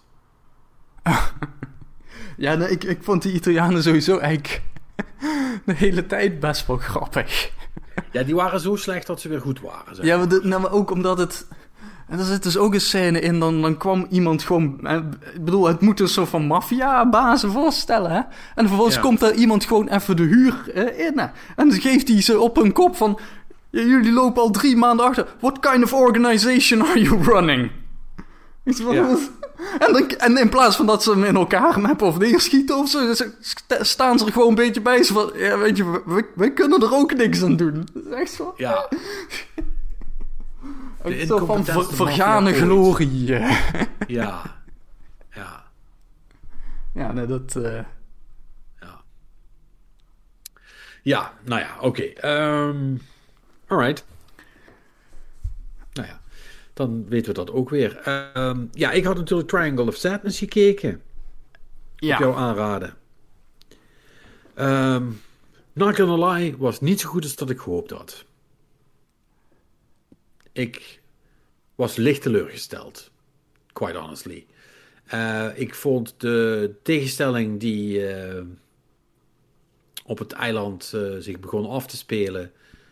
Ja, nee, ik vond die Italianen sowieso eigenlijk de hele tijd best wel grappig. Ja, die waren zo slecht dat ze weer goed waren. Zeg. Ja, maar ook omdat het... En er zit dus ook een scène in, dan kwam iemand gewoon... Ik bedoel, het moet een soort van maffia-bazen voorstellen, hè? En vervolgens komt er iemand gewoon even de huur in. En dan geeft hij ze op hun kop van... Jullie lopen al 3 maanden achter. What kind of organization are you running? Ja. En in plaats van dat ze hem in elkaar mappen of neerschieten of zo... staan ze er gewoon een beetje bij. Zo van, ja, weet je, wij kunnen er ook niks aan doen. Dat is echt zo. Ja. Een soort van vergane glorie. Ja. Ja. Ja, nee, dat... Ja. Ja, nou ja, oké. Alright. Nou ja, dan weten we dat ook weer. Ja, ik had natuurlijk Triangle of Sadness gekeken. Ja. Op jou aanraden. Not gonna lie, was niet zo goed als dat ik gehoopt had. Ik was licht teleurgesteld. Quite honestly. Ik vond de tegenstelling die op het eiland zich begon af te spelen...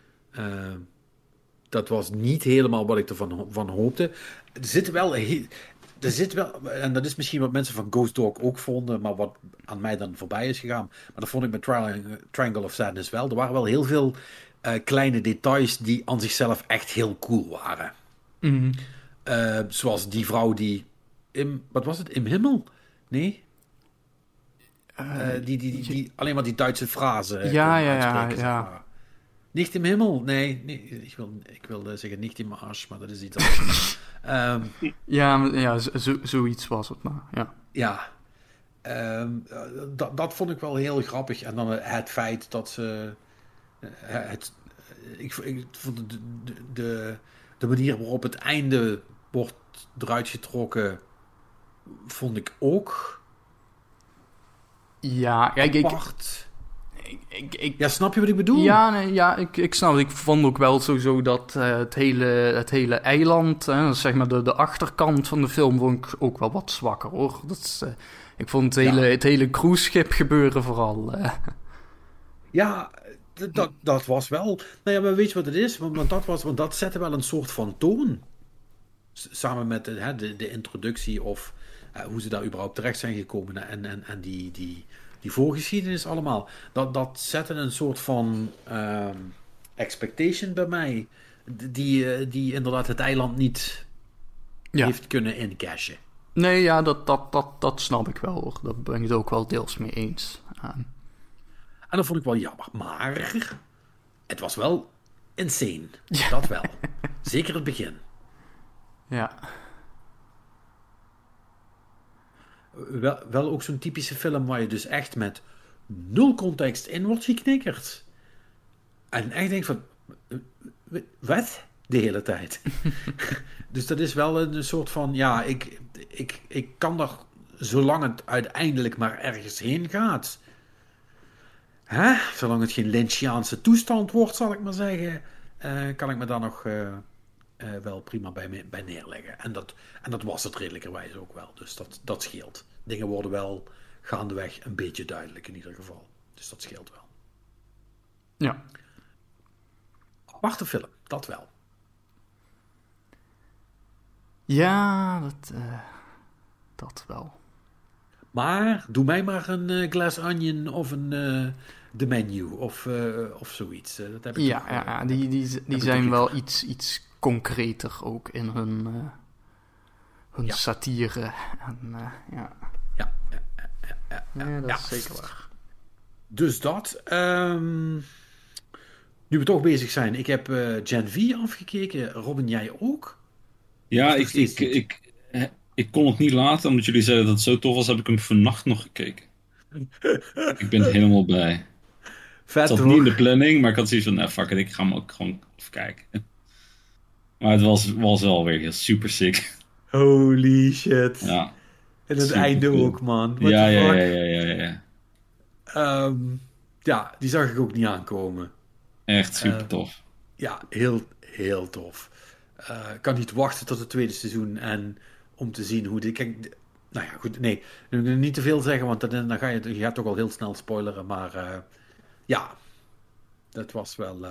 dat was niet helemaal wat ik ervan van hoopte. Er zit wel, en dat is misschien wat mensen van Ghost Dog ook vonden, maar wat aan mij dan voorbij is gegaan. Maar dat vond ik met Triangle of Sadness wel. Er waren wel heel veel kleine details die aan zichzelf echt heel cool waren. Mm. Zoals die vrouw die... wat was het? Im Himmel? Nee? Die alleen maar die Duitse frase. Ja. Nicht im Himmel? Nee, ik wil zeggen nicht im Arsch, maar dat is iets anders. Zoiets was het maar, ja. Ja. Dat vond ik wel heel grappig. En dan het feit dat ze... Ik vond de manier waarop het einde wordt eruit getrokken... vond ik ook... Ja, kijk, apart. Ja, snap je wat ik bedoel? Ja, ik snap het. Ik vond ook wel sowieso dat het hele eiland, zeg maar de achterkant van de film, vond ik ook wel wat zwakker, hoor. Ik vond het hele cruiseschip gebeuren vooral. Ja, dat was wel... Nou ja, maar weet je wat het is? Want dat zette wel een soort van toon. Samen met de introductie of hoe ze daar überhaupt terecht zijn gekomen en die voorgeschiedenis allemaal. Dat zette een soort van expectation bij mij die inderdaad het eiland niet heeft kunnen incashen. Nee, ja, dat snap ik wel, hoor. Daar ben ik het ook wel deels mee eens. En dat vond ik wel jammer. Maar het was wel insane. Ja. Dat wel. Zeker het begin. Ja. Wel ook zo'n typische film waar je dus echt met 0 context in wordt geknikkerd. En echt denkt van... Wat? De hele tijd. Dus dat is wel een soort van... Ja, ik kan daar... Zolang het uiteindelijk maar ergens heen gaat... Zolang het geen Lynchiaanse toestand wordt, zal ik maar zeggen... kan ik me daar nog... wel prima bij neerleggen. En dat was het redelijkerwijs ook wel. Dus dat scheelt. Dingen worden wel gaandeweg een beetje duidelijk in ieder geval. Dus dat scheelt wel. Ja. Aparte film, dat wel. Ja, Dat wel. Maar doe mij maar een Glass Onion of een The Menu of zoiets. Dat heb ik Ja, die zijn wel iets concreter ook in hun satire. En, ja, dat is zeker waar. Dus dat. Nu we toch bezig zijn. Ik heb Gen V afgekeken. Robin, jij ook? Ja, Of nog steeds niet? ik kon het niet laten, omdat jullie zeiden dat het zo tof was, heb ik hem vannacht nog gekeken. Ik ben helemaal blij. Vet, Het zat niet in de planning, maar ik had zoiets van, fuck it, ik ga hem ook gewoon even kijken. Maar het was wel weer heel super sick. Holy shit. Ja. En het Super einde cool. ook, man. Ja. Ja, die zag ik ook niet aankomen. Echt super tof. Ja, heel, heel tof. Ik kan niet wachten tot het tweede seizoen en om te zien hoe dit... Kijk, nou ja, goed, nee. Ik wil niet te veel zeggen, want dan ga je gaat toch al heel snel spoileren. Maar ja, dat was wel...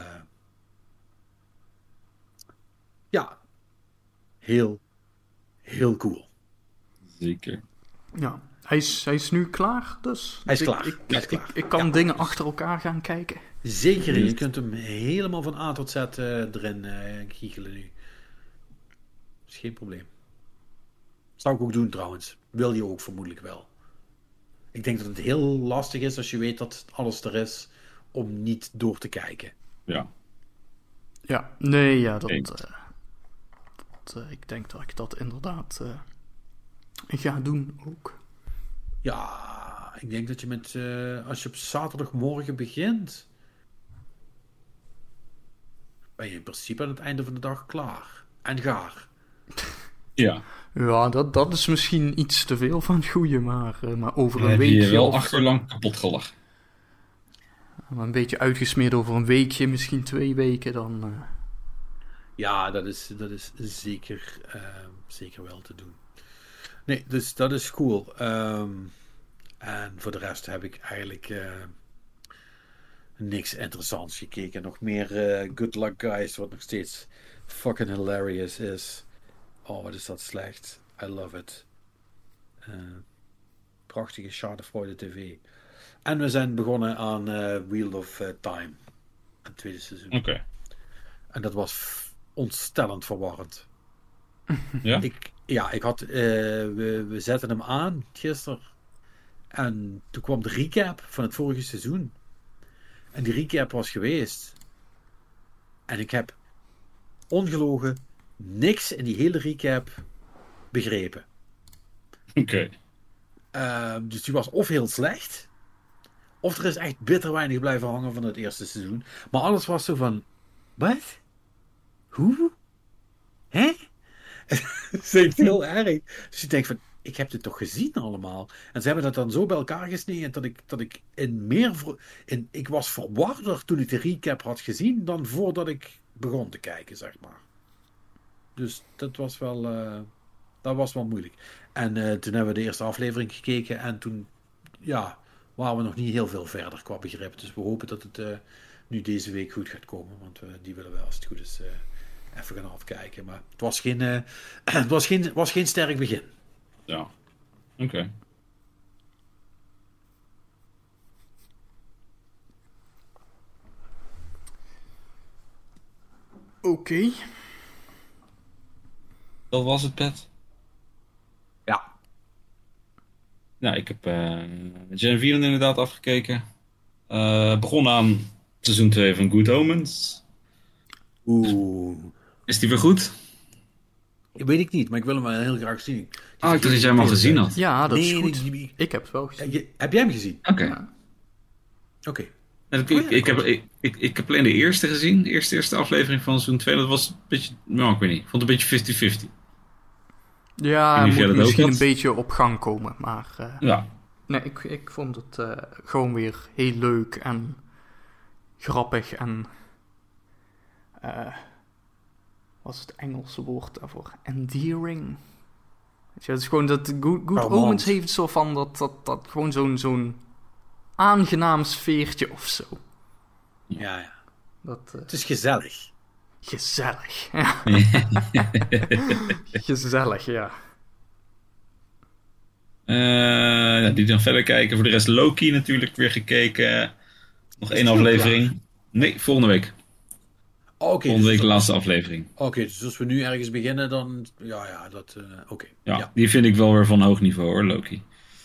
ja, heel, heel cool. Zeker. Ja, hij is nu klaar, dus. Hij is ik- klaar. Ik, Hij is klaar. ik kan Ja. dingen achter elkaar gaan kijken. Zeker, je kunt hem helemaal van A tot Z erin giechelen nu. Is geen probleem. Zou ik ook doen trouwens. Wil je ook vermoedelijk wel. Ik denk dat het heel lastig is als je weet dat alles er is om niet door te kijken. Ja. Ja, nee, ja, Oké. ik denk dat ik dat inderdaad ga doen ook. Ja, ik denk dat je met als je op zaterdagmorgen begint, ben je in principe aan het einde van de dag klaar. En gaar. Ja. Ja, dat is misschien iets te veel van het goede, maar over Dan een heb je je weekje wel of 8 uur lang kapot gelachen. een beetje uitgesmeerd over een weekje, misschien 2 weken, dan... Ja, dat is zeker, zeker wel te doen. Nee, dus dat is cool. En voor de rest heb ik eigenlijk niks interessants gekeken. Nog meer Good Luck Guys, wat nog steeds fucking hilarious is. Oh, wat is dat slecht. I love it. Prachtige Schadenfreude TV. En we zijn begonnen aan Wheel of Time. Het tweede seizoen. Oké. En dat was ontstellend verwarrend. Ja? Ik had... we zetten hem aan gisteren. En toen kwam de recap van het vorige seizoen. En die recap was geweest. En ik heb ongelogen niks in die hele recap begrepen. Oké. Dus die was of heel slecht, of er is echt bitter weinig blijven hangen van het eerste seizoen. Maar alles was zo van... Wat? Hoe? Hè? Dat is echt heel erg. Dus je denkt van... Ik heb dit toch gezien allemaal? En ze hebben dat dan zo bij elkaar gesneden dat ik ik was verwarder toen ik de recap had gezien dan voordat ik begon te kijken, zeg maar. Dus dat was wel moeilijk. En toen hebben we de eerste aflevering gekeken en toen waren we nog niet heel veel verder qua begrip. Dus we hopen dat het nu deze week goed gaat komen, want die willen we als het goed is even gaan afkijken. Maar het was was geen sterk begin. Ja. Oké. Oké. Dat was het, Pet. Ja. Nou, ik heb Gen 4 inderdaad afgekeken. Begonnen aan seizoen 2 van Good Omens. Oeh. Is die weer goed? Weet ik niet, maar ik wil hem wel heel graag zien. Ik dacht dat jij hem al gezien had. Ja, dat is Nee, goed. nee. Ik heb het wel gezien. Heb jij hem gezien? Oké. Oké. Ik heb alleen de eerste gezien. De eerste aflevering van seizoen 2. Dat was een beetje... Nou, ik weet niet. Ik vond het een beetje 50-50. Ja, En hij wie jij moet dat ook misschien had? een beetje op gang komen, maar... Ja. Nee, ik vond het gewoon weer heel leuk en grappig en... wat is het Engelse woord daarvoor? Endearing. Weet je, het is gewoon dat Good Omens heeft zo van dat gewoon zo'n aangenaam sfeertje of zo. Ja. Dat, Het is gezellig. gezellig. Ja. Gezellig, ja. Die dan verder kijken. Voor de rest Loki natuurlijk weer gekeken. Nog 1 aflevering. Nee, volgende week. Oké, Volgende week dus de laatste aflevering. Oké, dus als we nu ergens beginnen, dan... Oké. Ja, die vind ik wel weer van hoog niveau hoor, Loki.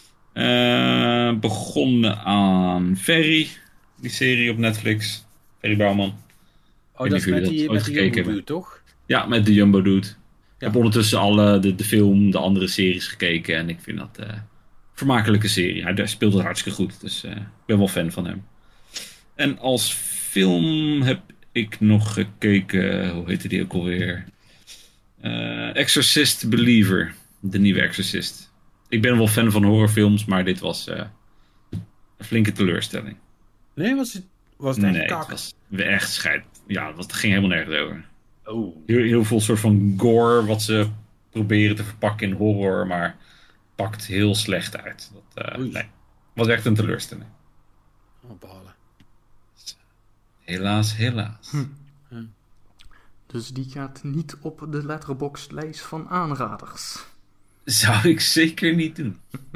Begonnen aan Ferry. Die serie op Netflix. Ferry Bouwman. Oh, dat is met die gekeken Jumbo hebben. Dude, toch? Ja, met de Jumbo Dude. Ik Ja. heb ondertussen alle de film, de andere series gekeken. En ik vind dat een vermakelijke serie. Hij speelt het hartstikke goed. Dus ik ben wel fan van hem. En als film heb ik nog gekeken... Hoe heette die ook alweer? Exorcist Believer. De nieuwe Exorcist. Ik ben wel fan van horrorfilms, maar dit was een flinke teleurstelling. Nee, was het echt Nee, het kak? was echt scheid. Ja, het ging helemaal nergens over. Oh. Heel veel soort van gore wat ze proberen te verpakken in horror, maar pakt heel slecht uit. Nee, was echt een teleurstelling. Oh, balen. Helaas. Dus die gaat niet op de Letterboxd-lijst van aanraders. Zou ik zeker niet doen.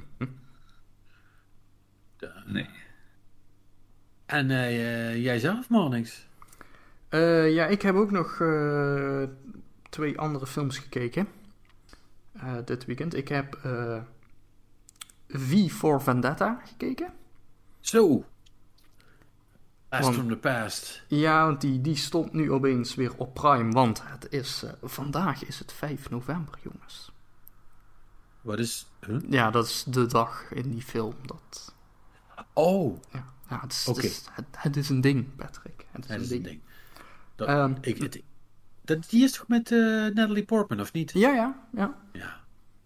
Nee. En jij zelf, Marnix? Ja, ik heb ook nog 2 andere films gekeken. Dit weekend. Ik heb V for Vendetta gekeken. Zo. Blast Want- from the past. Ja, want die stond nu opeens weer op Prime. Want het is, vandaag is het 5 november, jongens. Wat is... Huh? Ja, dat is de dag in die film. Oh, Ja, het is, Oké. het is een ding, Patrick. Het is dat een is ding. een ding. Dat, Ehm, die is toch met Natalie Portman, of niet? Ja. Ja.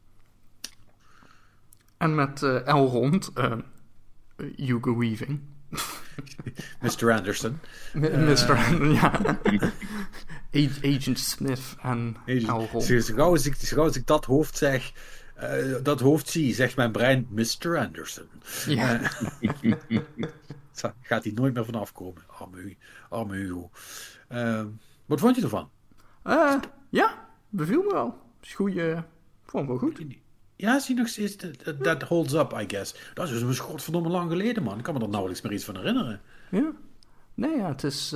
En met Elrond, Hugo Weaving. Mr. Anderson. Mr. ja. Agent Smith en Elrond. Zo gauw als ik dat hoofd zeg, dat hoofd zie, zegt mijn brein Mr. Anderson. Ja. Gaat hij nooit meer vanaf komen. Arme Hugo. Wat vond je ervan? Ja, beviel me wel. Is goeie, vond wel goed. Ja, zie nog steeds, dat holds up, I guess. Dat is dus godverdomme lang geleden, man. Ik kan me er nauwelijks meer iets van herinneren. Ja. Nee, ja, het is...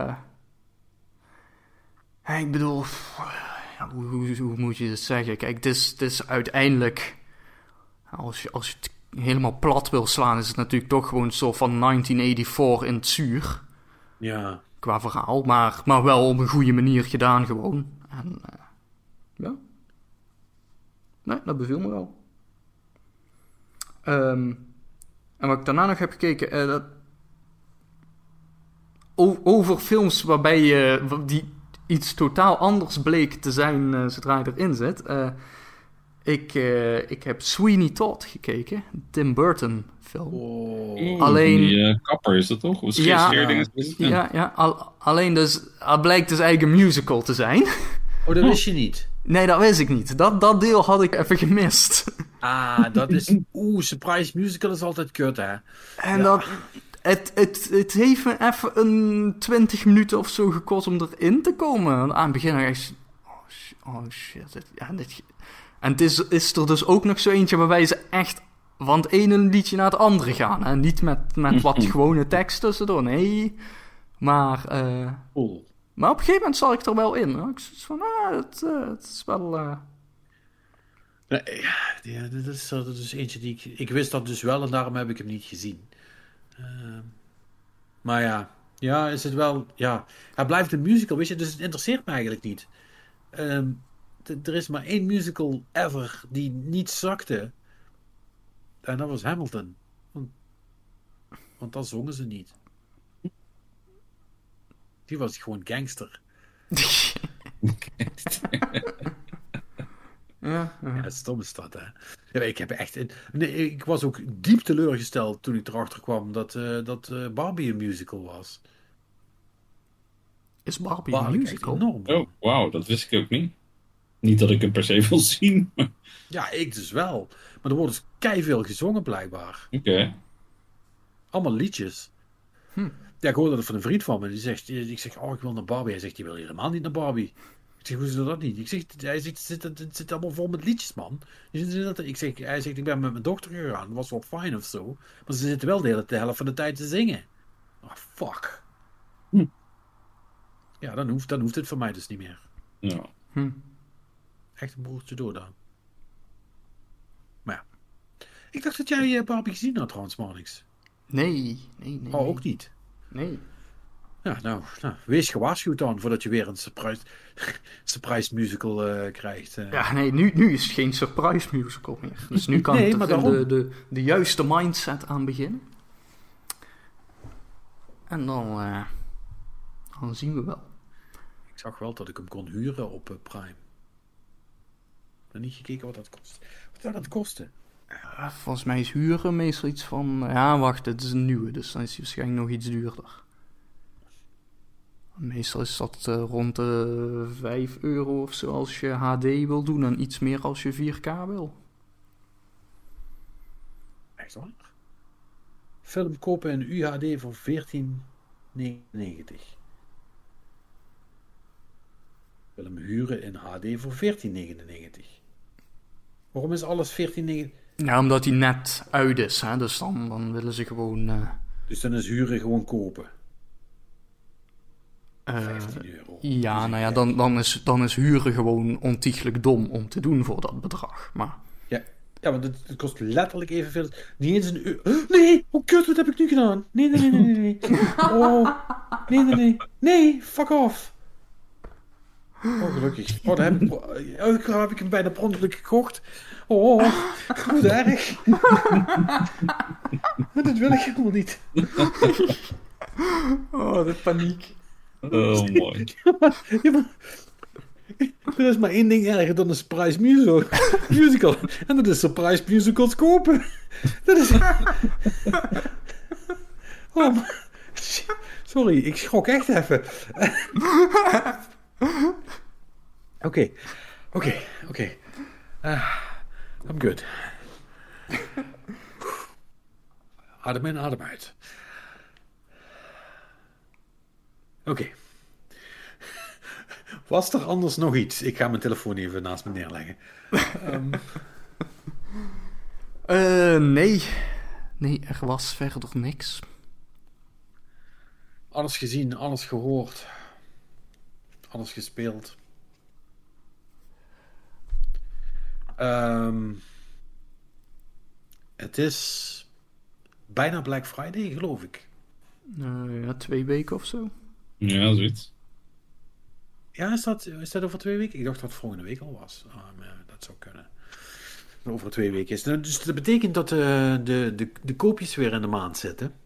ik bedoel... Ja, hoe moet je het zeggen? Kijk, het is uiteindelijk... Als je het helemaal plat wil slaan... is het natuurlijk toch gewoon zo van 1984 in het zuur. Ja. Qua verhaal. Maar wel op een goede manier gedaan gewoon. En ja. Nee, dat beviel me wel. En wat ik daarna nog heb gekeken... over films waarbij die iets totaal anders bleek te zijn zodra je erin zit. Ik heb Sweeney Todd gekeken. Tim Burton film. Oh. Alleen- Die kapper is dat toch? Of Ja. scheerdingen? Ja. Alleen dus... Het blijkt dus eigenlijk een musical te zijn. Oh, dat wist je niet. Nee, dat wist ik niet. Dat deel had ik even gemist. Dat is... surprise musical is altijd kut, hè? En Ja. dat... Het heeft me even een 20 minuten of zo gekost om erin te komen. Want aan het begin dacht ik... Oh shit. En het is er dus ook nog zo eentje waarbij ze echt van het ene liedje naar het andere gaan. Hè? Niet met wat gewone tekst tussendoor. Nee. Maar Cool. op een gegeven moment zat ik er wel in. Hoor. Ik zoiets van... het is wel... Ja, dat is eentje die ik wist dat dus wel en daarom heb ik hem niet gezien. Maar ja, is het wel... Ja, hij blijft een musical, weet je, dus het interesseert me eigenlijk niet. Er is maar 1 musical ever die niet zakte. En dat was Hamilton. Want dat zongen ze niet. Die was gewoon gangster. Ja, stom is dat, hè. Ja, ik heb echt... ik was ook diep teleurgesteld toen ik erachter kwam dat Barbie een musical was. Is Barbie een Baal ik echt musical? enorm van. Oh, wauw, dat wist ik ook niet. Niet dat ik hem per se wil zien. maar- Ja, ik dus wel. Maar er wordt dus keiveel gezongen, blijkbaar. Oké. Allemaal liedjes. Ja, ik hoorde dat van een vriend van me. Die zegt, ik zeg, oh, ik wil naar Barbie. Hij zegt, je wil helemaal niet naar Barbie. Ik Ik zeg, hoe is dat niet? Ik zeg, het zit allemaal vol met liedjes, man. Hij zegt, ik ben met mijn dochter gegaan. Dat was wel fijn of zo. Maar ze zitten wel de helft van de tijd te zingen. Oh, fuck. Ja, dan hoeft het voor mij dus niet meer. Ja. Echt een broertje door dan. Maar ja. Ik dacht dat jij Barbie gezien had trouwens, Marnix. Nee. Oh, ook niet. Nee. Ja, nou, wees gewaarschuwd dan voordat je weer een surprise musical krijgt. Ja, nee, nu is het geen surprise musical meer. Dus nu kan Nee, maar de juiste mindset aan beginnen. En dan zien we wel. Ik zag wel dat ik hem kon huren op Prime. Ik heb niet gekeken wat dat kost. Wat zou dat kosten? Volgens mij is huren meestal iets van... Ja, wacht, het is een nieuwe, dus dan is hij waarschijnlijk nog iets duurder. Meestal is dat rond de €5 of zo als je HD wil doen en iets meer als je 4K wil. Echt waar? Film kopen in UHD voor €14,99. Film huren in HD voor €14,99. Waarom is alles €14,99? Ja, omdat hij net uit is, hè? Dus dan willen ze gewoon... Dus dan is huren gewoon kopen. €15. Ja, nou ja, dan is huren gewoon ontiegelijk dom om te doen voor dat bedrag. Maar... Ja, want het kost letterlijk evenveel. Niet eens een euro. Nee, oh kut, wat heb ik nu gedaan? Nee. Oh, nee. Nee, fuck off. Oh, gelukkig. Oh, daar heb ik hem bijna per ongeluk gekocht. Oh, wat erg. Dat wil ik helemaal niet. Oh, de paniek. Oh, mooi. Ja, maar... Er is maar één ding erger dan een surprise musical. En dat is surprise musicals kopen. Dat is... Oh, sorry, ik schrok echt even. Oké. I'm good. Adem in, adem uit. Oké. Was er anders nog iets? Ik ga mijn telefoon even naast me neerleggen. Nee. Nee, er was verder niks. Alles gezien, alles gehoord. Alles gespeeld. Het is bijna Black Friday, geloof ik. Ja, 2 weken of zo. Ja, zoiets. Ja, is dat over 2 weken? Ik dacht dat het volgende week al was. Dat zou kunnen. Over 2 weken is. Dus dat betekent dat de koopjes weer in de maand zitten.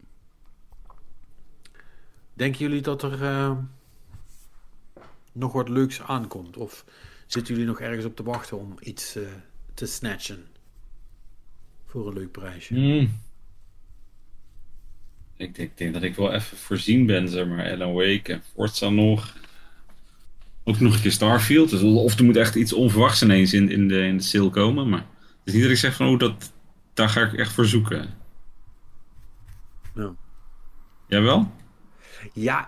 Denken jullie dat er nog wat leuks aankomt? Of zitten jullie nog ergens op te wachten om iets te snatchen? Voor een leuk prijsje. Ik denk dat ik wel even voorzien ben, zeg maar. Alan Wake en Forza nog. Ook nog een keer Starfield. Dus of er moet echt iets onverwachts ineens in de sale komen. Maar het is niet dat ik zeg van, daar ga ik echt voor zoeken. Ja. Jij wel? Ja,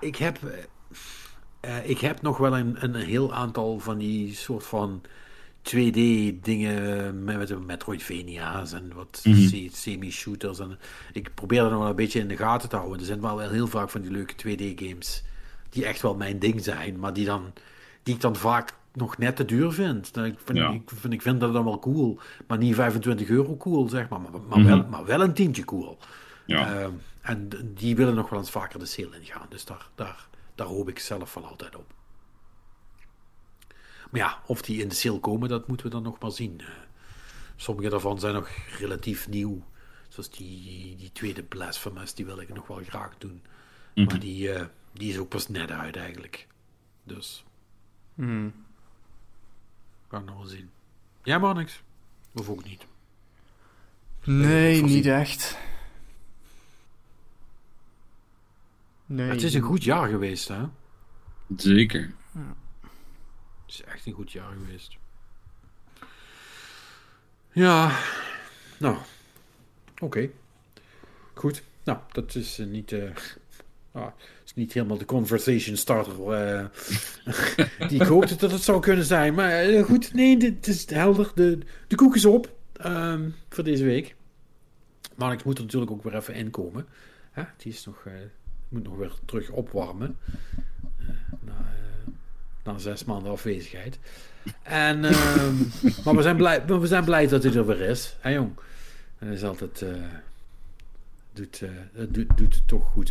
ik heb nog wel een heel aantal van die soort van 2D dingen met Metroidvania's en wat semi-shooters. En ik probeer dat nog wel een beetje in de gaten te houden. Er zijn wel heel vaak van die leuke 2D-games die echt wel mijn ding zijn, maar die ik dan vaak nog net te duur vind. Ik vind dat dan wel cool, maar niet €25 cool, zeg maar. Maar wel een tientje cool. Ja. En die willen nog wel eens vaker de sale ingaan. Dus daar hoop ik zelf wel altijd op. Maar ja, of die in de sale komen, dat moeten we dan nog maar zien. Sommige daarvan zijn nog relatief nieuw. Zoals die tweede Blasphemous, die wil ik nog wel graag doen. Maar die is ook pas net uit eigenlijk. Dus... Gaan we nog wel zien. Jij maar niks. Of ook niet. Nee, niet echt. Nee. Het is een goed jaar geweest, hè? Zeker. Ja. Het is echt een goed jaar geweest. Ja. Nou. Oké. Goed. Nou, dat is niet is niet helemaal de conversation starter die ik hoopte dat het zou kunnen zijn. Maar goed, nee, het is helder. De koek is op voor deze week. Marnix moet er natuurlijk ook weer even inkomen. Die is moet nog weer terug opwarmen. Na 6 maanden afwezigheid. En, maar we zijn blij dat hij er weer is. Hè, jong? En hij is altijd... doet het toch goed.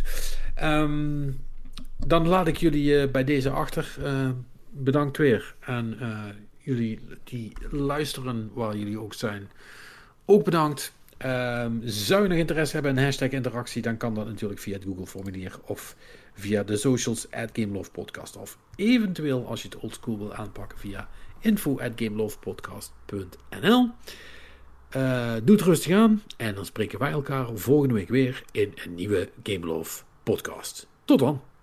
Dan laat ik jullie bij deze achter. Bedankt weer. En jullie die luisteren, waar jullie ook zijn, ook bedankt. Zou je nog interesse hebben in hashtag interactie, dan kan dat natuurlijk via het Google formulier of via de socials @GameLovePodcast, of eventueel als je het oldschool wil aanpakken via info@gamelovepodcast.nl. Doe het rustig aan en dan spreken wij elkaar volgende week weer in een nieuwe Game Love podcast. Tot dan!